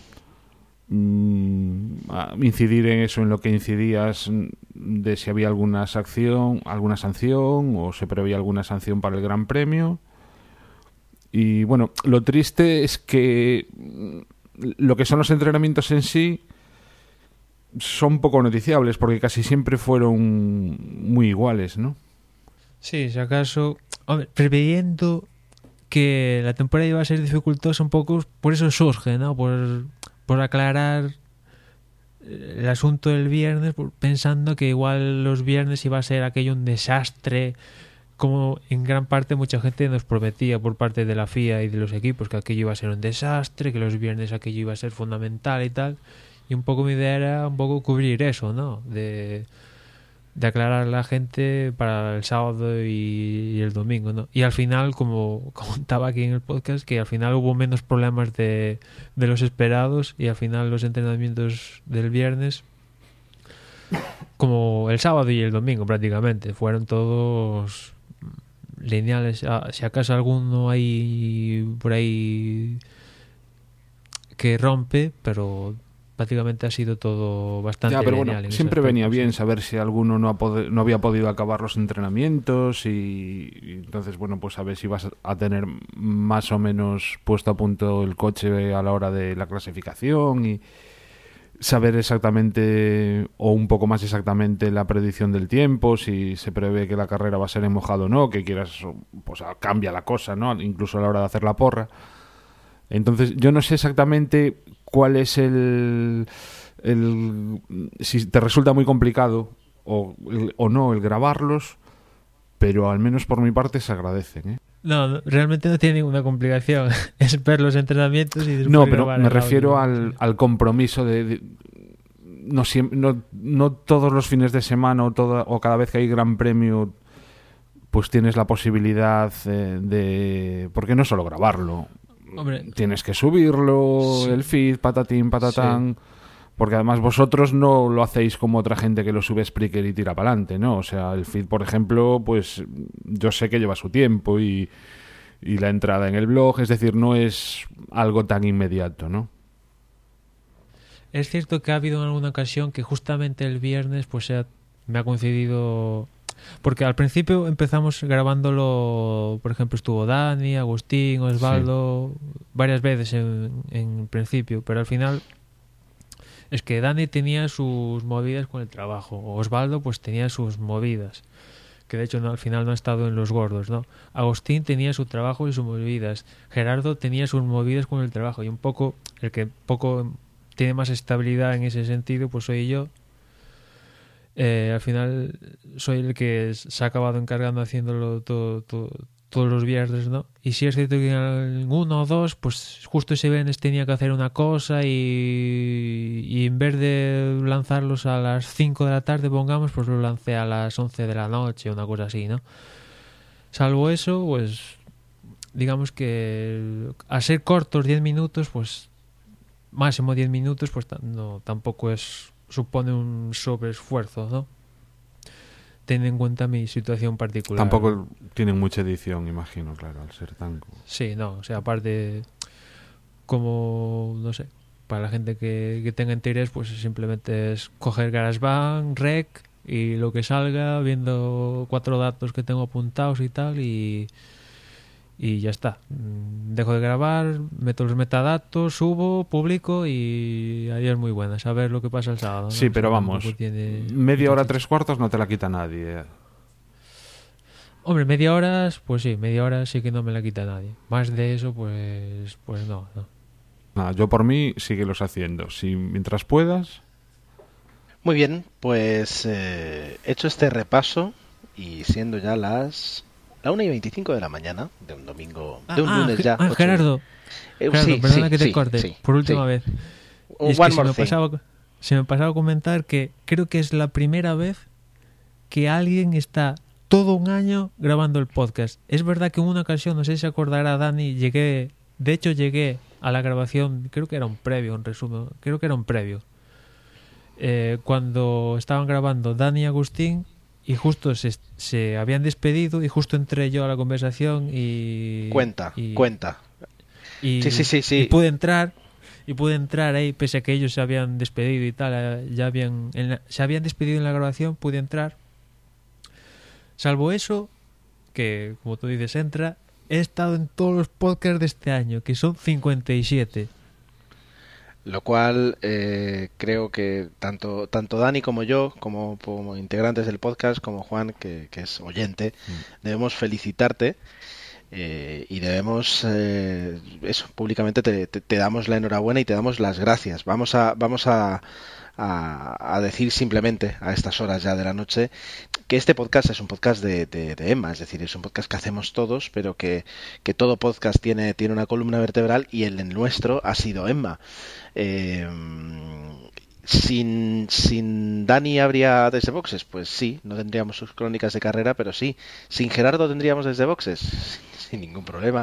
Speaker 4: mmm, incidir en eso, en lo que incidías, de si había alguna sanción, alguna sanción o se preveía alguna sanción para el Gran Premio. Y bueno, lo triste es que lo que son los entrenamientos en sí son poco noticiables, porque casi siempre fueron muy iguales, ¿no?
Speaker 5: Sí, si acaso, hombre, preveyendo que la temporada iba a ser dificultosa un poco, por eso surge, ¿no? Por, por aclarar el asunto del viernes, pensando que igual los viernes iba a ser aquello un desastre, como en gran parte mucha gente nos prometía por parte de la F I A y de los equipos, que aquello iba a ser un desastre, que los viernes aquello iba a ser fundamental y tal. Y un poco mi idea era un poco cubrir eso, ¿no? De, de aclarar a la gente para el sábado y, y el domingo, ¿no? Y al final, como contaba aquí en el podcast, que al final hubo menos problemas de, de los esperados, y al final los entrenamientos del viernes, como el sábado y el domingo prácticamente, fueron todos lineales. Si acaso alguno hay por ahí que rompe, pero prácticamente ha sido todo bastante
Speaker 4: ya, pero
Speaker 5: lineal.
Speaker 4: Bueno, siempre venía bien saber si alguno no, ha pod- no había podido acabar los entrenamientos y, y entonces, bueno, pues a ver si vas a tener más o menos puesto a punto el coche a la hora de la clasificación y saber exactamente o un poco más exactamente la predicción del tiempo, si se prevé que la carrera va a ser en mojado o no, que quieras, pues cambia la cosa, ¿no? Incluso a la hora de hacer la porra. Entonces, yo no sé exactamente cuál es el, el si te resulta muy complicado o, o no el grabarlos, pero al menos por mi parte se agradecen, ¿eh?
Speaker 5: No, no, realmente no tiene ninguna complicación. Es ver los entrenamientos y después
Speaker 4: no, pero
Speaker 5: grabar
Speaker 4: me
Speaker 5: el
Speaker 4: refiero
Speaker 5: audio.
Speaker 4: al, al compromiso de, de no, siempre, no no todos los fines de semana o toda, o cada vez que hay Gran Premio pues tienes la posibilidad eh, de, porque no solo grabarlo.
Speaker 5: Hombre,
Speaker 4: tienes que subirlo,
Speaker 5: sí.
Speaker 4: el feed, patatín, patatán, sí. Porque además vosotros no lo hacéis como otra gente que lo sube a Spreaker y tira para adelante, ¿no? O sea, el feed, por ejemplo, pues yo sé que lleva su tiempo y, y la entrada en el blog, es decir, no es algo tan inmediato, ¿no?
Speaker 5: Es cierto que ha habido en alguna ocasión que justamente el viernes pues se ha, me ha coincidido. Porque al principio empezamos grabándolo, por ejemplo, estuvo Dani, Agustín, Osvaldo, sí. varias veces en, en principio, pero al final es que Dani tenía sus movidas con el trabajo, Osvaldo pues tenía sus movidas, que de hecho no, al final no ha estado en los gordos, ¿no? Agustín tenía su trabajo y sus movidas, Gerardo tenía sus movidas con el trabajo, y un poco, el que poco tiene más estabilidad en ese sentido, pues soy yo. Eh, al final soy el que se ha acabado encargando haciéndolo todo, todo, todos los viernes, ¿no? Y sí es cierto que en uno o dos, pues justo ese viernes tenía que hacer una cosa y, y en vez de lanzarlos a las cinco de la tarde, pongamos, pues lo lancé a las once de la noche, una cosa así, ¿no? Salvo eso, pues digamos que a ser cortos diez minutos, pues máximo diez minutos, pues no, tampoco es supone un sobreesfuerzo, ¿no? Teniendo en cuenta mi situación particular.
Speaker 4: Tampoco tienen mucha edición, imagino, claro, al ser tan...
Speaker 5: Sí, no, o sea, aparte, como, no sé, para la gente que, que tenga interés, pues simplemente es coger GarageBand, Rec y lo que salga, viendo cuatro datos que tengo apuntados y tal, y... y ya está. Dejo de grabar, meto los metadatos, subo, publico y ahí es muy buena. Saber lo que pasa el sábado, ¿no?
Speaker 4: Sí, pero
Speaker 5: o sea,
Speaker 4: vamos,
Speaker 5: tiene...
Speaker 4: media hora, tres cuartos no te la quita nadie.
Speaker 5: Hombre, media hora, pues sí, media hora sí que no me la quita nadie. Más de eso, pues pues no, no.
Speaker 4: Nada, yo por mí síguelos haciendo. Si mientras puedas...
Speaker 2: Muy bien, pues eh, hecho este repaso y siendo ya las... la una y veinticinco de la mañana de un domingo, de un
Speaker 5: ah,
Speaker 2: lunes ya.
Speaker 5: Ah,
Speaker 2: ocho...
Speaker 5: Gerardo,
Speaker 2: eh,
Speaker 5: Gerardo
Speaker 2: sí,
Speaker 5: perdona
Speaker 2: sí,
Speaker 5: que te
Speaker 2: sí,
Speaker 5: corte,
Speaker 2: sí,
Speaker 5: por última
Speaker 2: sí.
Speaker 5: vez. Y
Speaker 2: One
Speaker 5: es que se
Speaker 2: more
Speaker 5: me,
Speaker 2: thing.
Speaker 5: pasaba, se me pasaba a comentar que creo que es la primera vez que alguien está todo un año grabando el podcast. Es verdad que en una ocasión, no sé si se acordará Dani, llegué, de hecho llegué a la grabación, creo que era un previo, en resumen, creo que era un previo. Eh, cuando estaban grabando Dani y Agustín, y justo se, se habían despedido y justo entré yo a la conversación y...
Speaker 2: Cuenta,
Speaker 5: y...
Speaker 2: cuenta.
Speaker 5: Y,
Speaker 2: sí, sí, sí, sí.
Speaker 5: y pude entrar y pude entrar ahí, pese a que ellos se habían despedido y tal, eh, ya habían en la, se habían despedido en la grabación, pude entrar. Salvo eso, que como tú dices, entra, he estado en todos los podcasts de este año, que son cincuenta y siete.
Speaker 2: Lo cual eh, creo que tanto tanto Dani como yo, como, como integrantes del podcast, como Juan, que, que es oyente, mm. debemos felicitarte eh, y debemos, eh, eso, públicamente te, te, te damos la enhorabuena y te damos las gracias. Vamos a vamos a, a, a decir simplemente a estas horas ya de la noche que este podcast es un podcast de, de, de Emma, es decir, es un podcast que hacemos todos, pero que, que todo podcast tiene, tiene una columna vertebral y el nuestro ha sido Emma. Eh, sin, sin Dani habría Desde Boxes, pues sí, no tendríamos sus crónicas de carrera, pero sí. Sin Gerardo tendríamos Desde Boxes, sin ningún problema.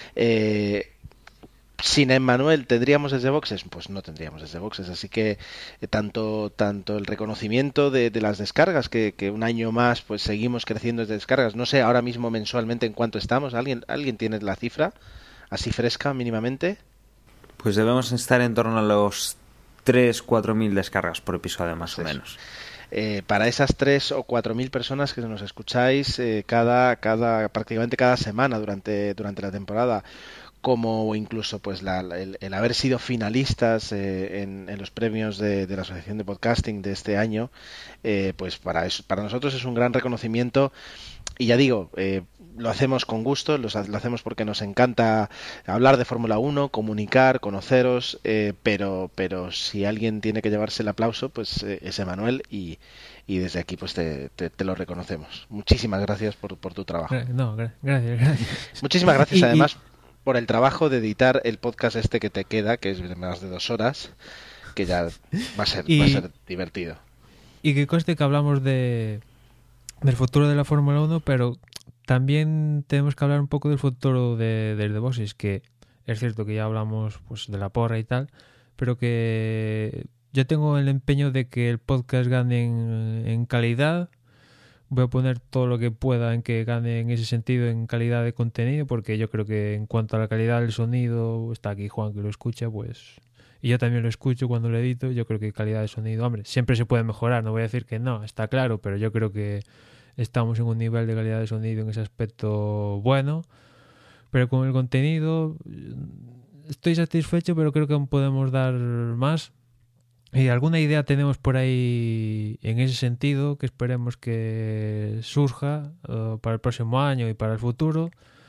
Speaker 2: Eh, sin Emmanuel tendríamos Desde Boxes, pues no tendríamos Desde Boxes. Así que eh, tanto tanto el reconocimiento de, de las descargas, que, que un año más pues seguimos creciendo de descargas. No sé ahora mismo mensualmente en cuánto estamos. ¿Alguien, alguien tiene la cifra así fresca mínimamente?
Speaker 3: Pues debemos estar en torno a los tres a cuatro mil descargas por episodio, más
Speaker 2: pues
Speaker 3: o menos.
Speaker 2: Eh, para esas tres o cuatro mil personas que nos escucháis eh, cada, cada, prácticamente cada semana durante, durante la temporada, como incluso pues la, el, el haber sido finalistas eh, en, en los premios de, de la Asociación de Podcasting de este año, eh, pues para, eso, para nosotros es un gran reconocimiento. Y ya digo, eh, lo hacemos con gusto, lo, lo hacemos porque nos encanta hablar de Fórmula uno, comunicar, conoceros, eh, pero pero si alguien tiene que llevarse el aplauso, pues eh, es Emmanuel y, y desde aquí pues te, te, te lo reconocemos. Muchísimas gracias por, por tu trabajo.
Speaker 5: No, gra- gracias, gracias.
Speaker 2: Muchísimas gracias
Speaker 5: y,
Speaker 2: además
Speaker 5: y...
Speaker 2: por el trabajo de editar el podcast este que te queda, que es de más de dos horas, que ya va a ser,
Speaker 5: y,
Speaker 2: va a ser divertido.
Speaker 5: Y que conste que hablamos de del futuro de la Fórmula uno, pero también tenemos que hablar un poco del futuro de, de The Boxes, que es cierto que ya hablamos pues de la porra y tal, pero que yo tengo el empeño de que el podcast gane en, en calidad. Voy a poner todo lo que pueda en que gane en ese sentido, en calidad de contenido, porque yo creo que en cuanto a la calidad del sonido, está aquí Juan que lo escucha, pues... Y yo también lo escucho cuando lo edito, yo creo que calidad de sonido, hombre, siempre se puede mejorar, no voy a decir que no, está claro, pero yo creo que estamos en un nivel de calidad de sonido en ese aspecto bueno, pero con el contenido estoy satisfecho, pero creo que aún podemos dar más. Y alguna idea tenemos por ahí en ese sentido que esperemos que surja uh, para el próximo año y para el futuro,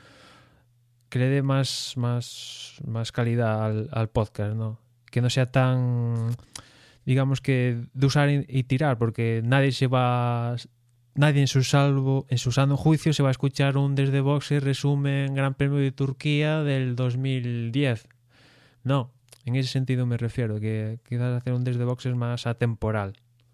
Speaker 5: que le dé más, más, más calidad al, al podcast, ¿no? Que no sea tan, digamos que de usar y tirar, porque nadie se va... Nadie en su salvo, en su sano juicio se va a escuchar un Desde Boxes resumen Gran Premio de Turquía del dos mil diez. No, en ese sentido me refiero, que quizás hacer un Desde Boxes más atemporal.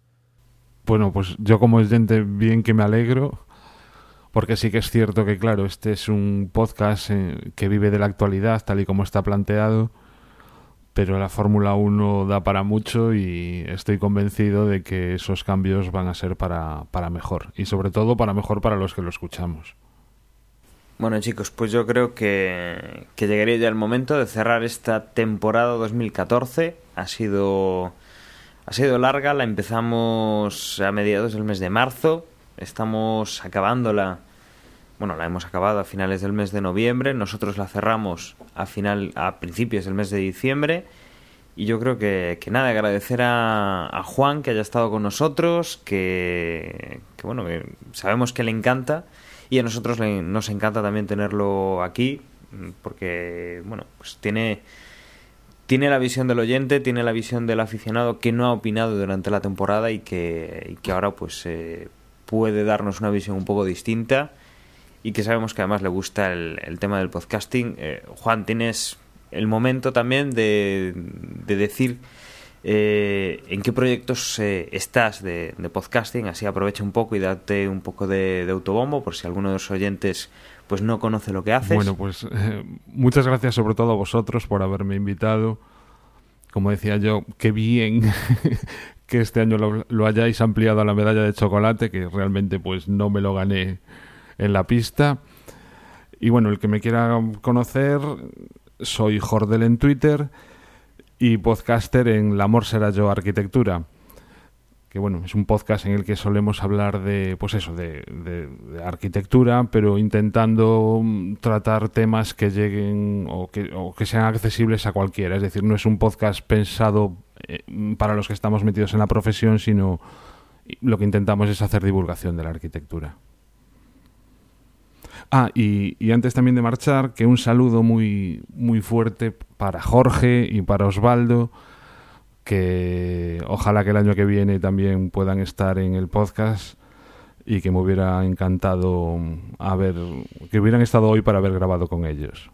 Speaker 4: Bueno, pues yo como oyente bien que me alegro, porque sí que es cierto que, claro, este es un podcast eh, que vive de la actualidad, tal y como está planteado, pero la Fórmula uno da para mucho y estoy convencido de que esos cambios van a ser para, para mejor, y sobre todo para mejor para los que lo escuchamos.
Speaker 3: Bueno, chicos, pues yo creo que, que llegaría ya el momento de cerrar esta temporada dos mil catorce. Ha sido, ha sido larga, la empezamos a mediados del mes de marzo, estamos acabándola. Bueno, la hemos acabado a finales del mes de noviembre, nosotros la cerramos a final a principios del mes de diciembre, y yo creo que, que nada, agradecer a, a Juan que haya estado con nosotros, que, que bueno, que sabemos que le encanta, y a nosotros le, nos encanta también tenerlo aquí, porque bueno, pues tiene, tiene la visión del oyente, tiene la visión del aficionado que no ha opinado durante la temporada y que, y que ahora pues eh, puede darnos una visión un poco distinta, y que sabemos que además le gusta el, el tema del podcasting. Eh, Juan, tienes el momento también de, de decir eh, en qué proyectos eh, estás de, de podcasting, así aprovecha un poco y date un poco de, de autobombo por si alguno de los oyentes pues no conoce lo que haces.
Speaker 4: Bueno, pues eh, muchas gracias sobre todo a vosotros por haberme invitado. Como decía yo, qué bien que este año lo, lo hayáis ampliado a la medalla de chocolate, que realmente pues no me lo gané en la pista. Y bueno, el que me quiera conocer, soy Jordel en Twitter y podcaster en La Amor Será Yo Arquitectura, que bueno, es un podcast en el que solemos hablar de, pues eso, de, de, de arquitectura, pero intentando tratar temas que lleguen o que, o que sean accesibles a cualquiera. Es decir, no es un podcast pensado eh, para los que estamos metidos en la profesión, sino lo que intentamos es hacer divulgación de la arquitectura. Ah, y, y antes también de marchar, que un saludo muy, muy fuerte para Jorge y para Osvaldo, que ojalá que el año que viene también puedan estar en el podcast y que me hubiera encantado haber, que hubieran estado hoy para haber grabado con ellos.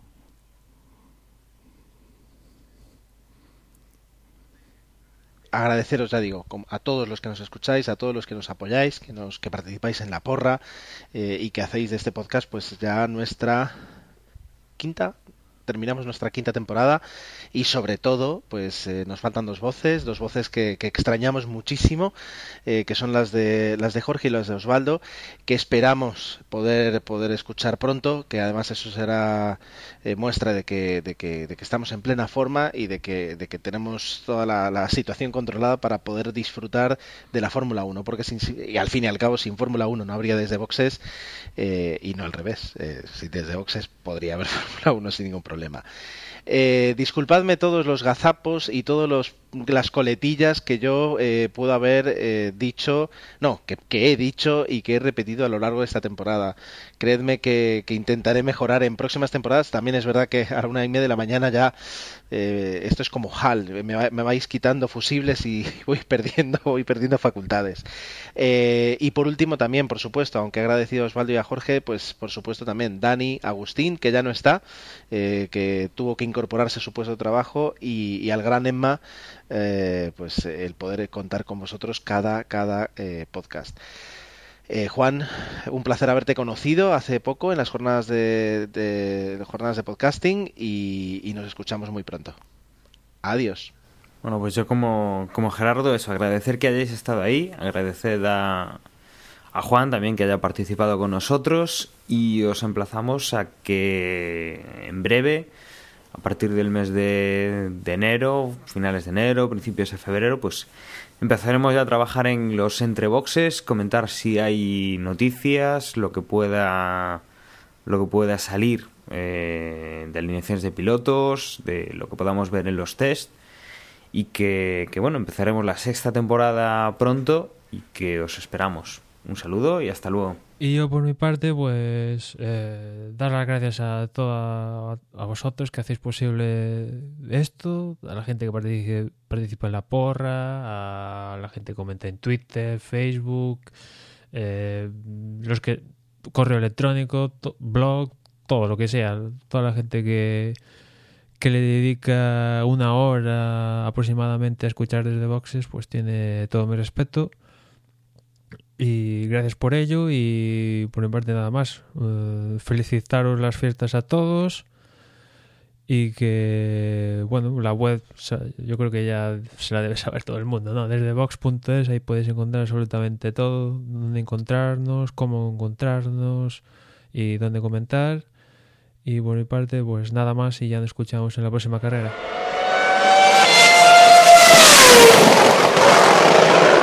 Speaker 2: Agradeceros, ya digo, a todos los que nos escucháis, a todos los que nos apoyáis, que nos que participáis en la porra eh, y que hacéis de este podcast pues ya nuestra quinta terminamos nuestra quinta temporada y sobre todo pues eh, nos faltan dos voces, dos voces que, que extrañamos muchísimo, eh, que son las de las de Jorge y las de Osvaldo, que esperamos poder poder escuchar pronto, que además eso será eh, muestra de que, de que de que estamos en plena forma y de que de que tenemos toda la, la situación controlada para poder disfrutar de la Fórmula uno, porque sin, y al fin y al cabo sin Fórmula uno no habría Desde Boxes eh, y no al revés, eh, si Desde Boxes podría haber Fórmula uno sin ningún problema. Eh, disculpadme todos los gazapos y todos los las coletillas que yo eh, puedo haber eh, dicho, no, que, que he dicho y que he repetido a lo largo de esta temporada. Creedme que, que intentaré mejorar en próximas temporadas. También es verdad que a la una y media de la mañana ya eh, esto es como H A L, me, va, me vais quitando fusibles y voy perdiendo, voy perdiendo facultades. Eh, y por último también, por supuesto, aunque he agradecido a Osvaldo y a Jorge, pues por supuesto también Dani, Agustín, que ya no está, eh, que tuvo que incorporarse a su puesto de trabajo, y, y al gran Emma, eh, pues el poder contar con vosotros cada, cada eh, podcast. Eh, Juan, un placer haberte conocido hace poco en las jornadas de, de, de jornadas de podcasting y, y nos escuchamos muy pronto. Adiós.
Speaker 3: Bueno, pues yo como, como Gerardo, eso, agradecer que hayáis estado ahí, agradecer a, a Juan también que haya participado con nosotros y os emplazamos a que en breve, a partir del mes de, de enero, finales de enero, principios de febrero, pues empezaremos ya a trabajar en los entreboxes, comentar si hay noticias, lo que pueda, lo que pueda salir eh, de alineaciones de pilotos, de lo que podamos ver en los test, y que, que bueno, empezaremos la sexta temporada pronto y que os esperamos. Un saludo y hasta luego.
Speaker 5: Y yo por mi parte, pues eh, dar las gracias a toda a vosotros que hacéis posible esto, a la gente que participe, participa en la porra, a la gente que comenta en Twitter, Facebook, eh, los que correo electrónico, to, blog, todo lo que sea, toda la gente que que le dedica una hora aproximadamente a escuchar Desde Boxes, pues tiene todo mi respeto. Y gracias por ello y por mi parte nada más. Uh, felicitaros las fiestas a todos y que, bueno, la web, o sea, yo creo que ya se la debe saber todo el mundo, ¿no? Desde box punto es, ahí podéis encontrar absolutamente todo, dónde encontrarnos, cómo encontrarnos y dónde comentar. Y por mi parte, pues nada más y ya nos escuchamos en la próxima carrera.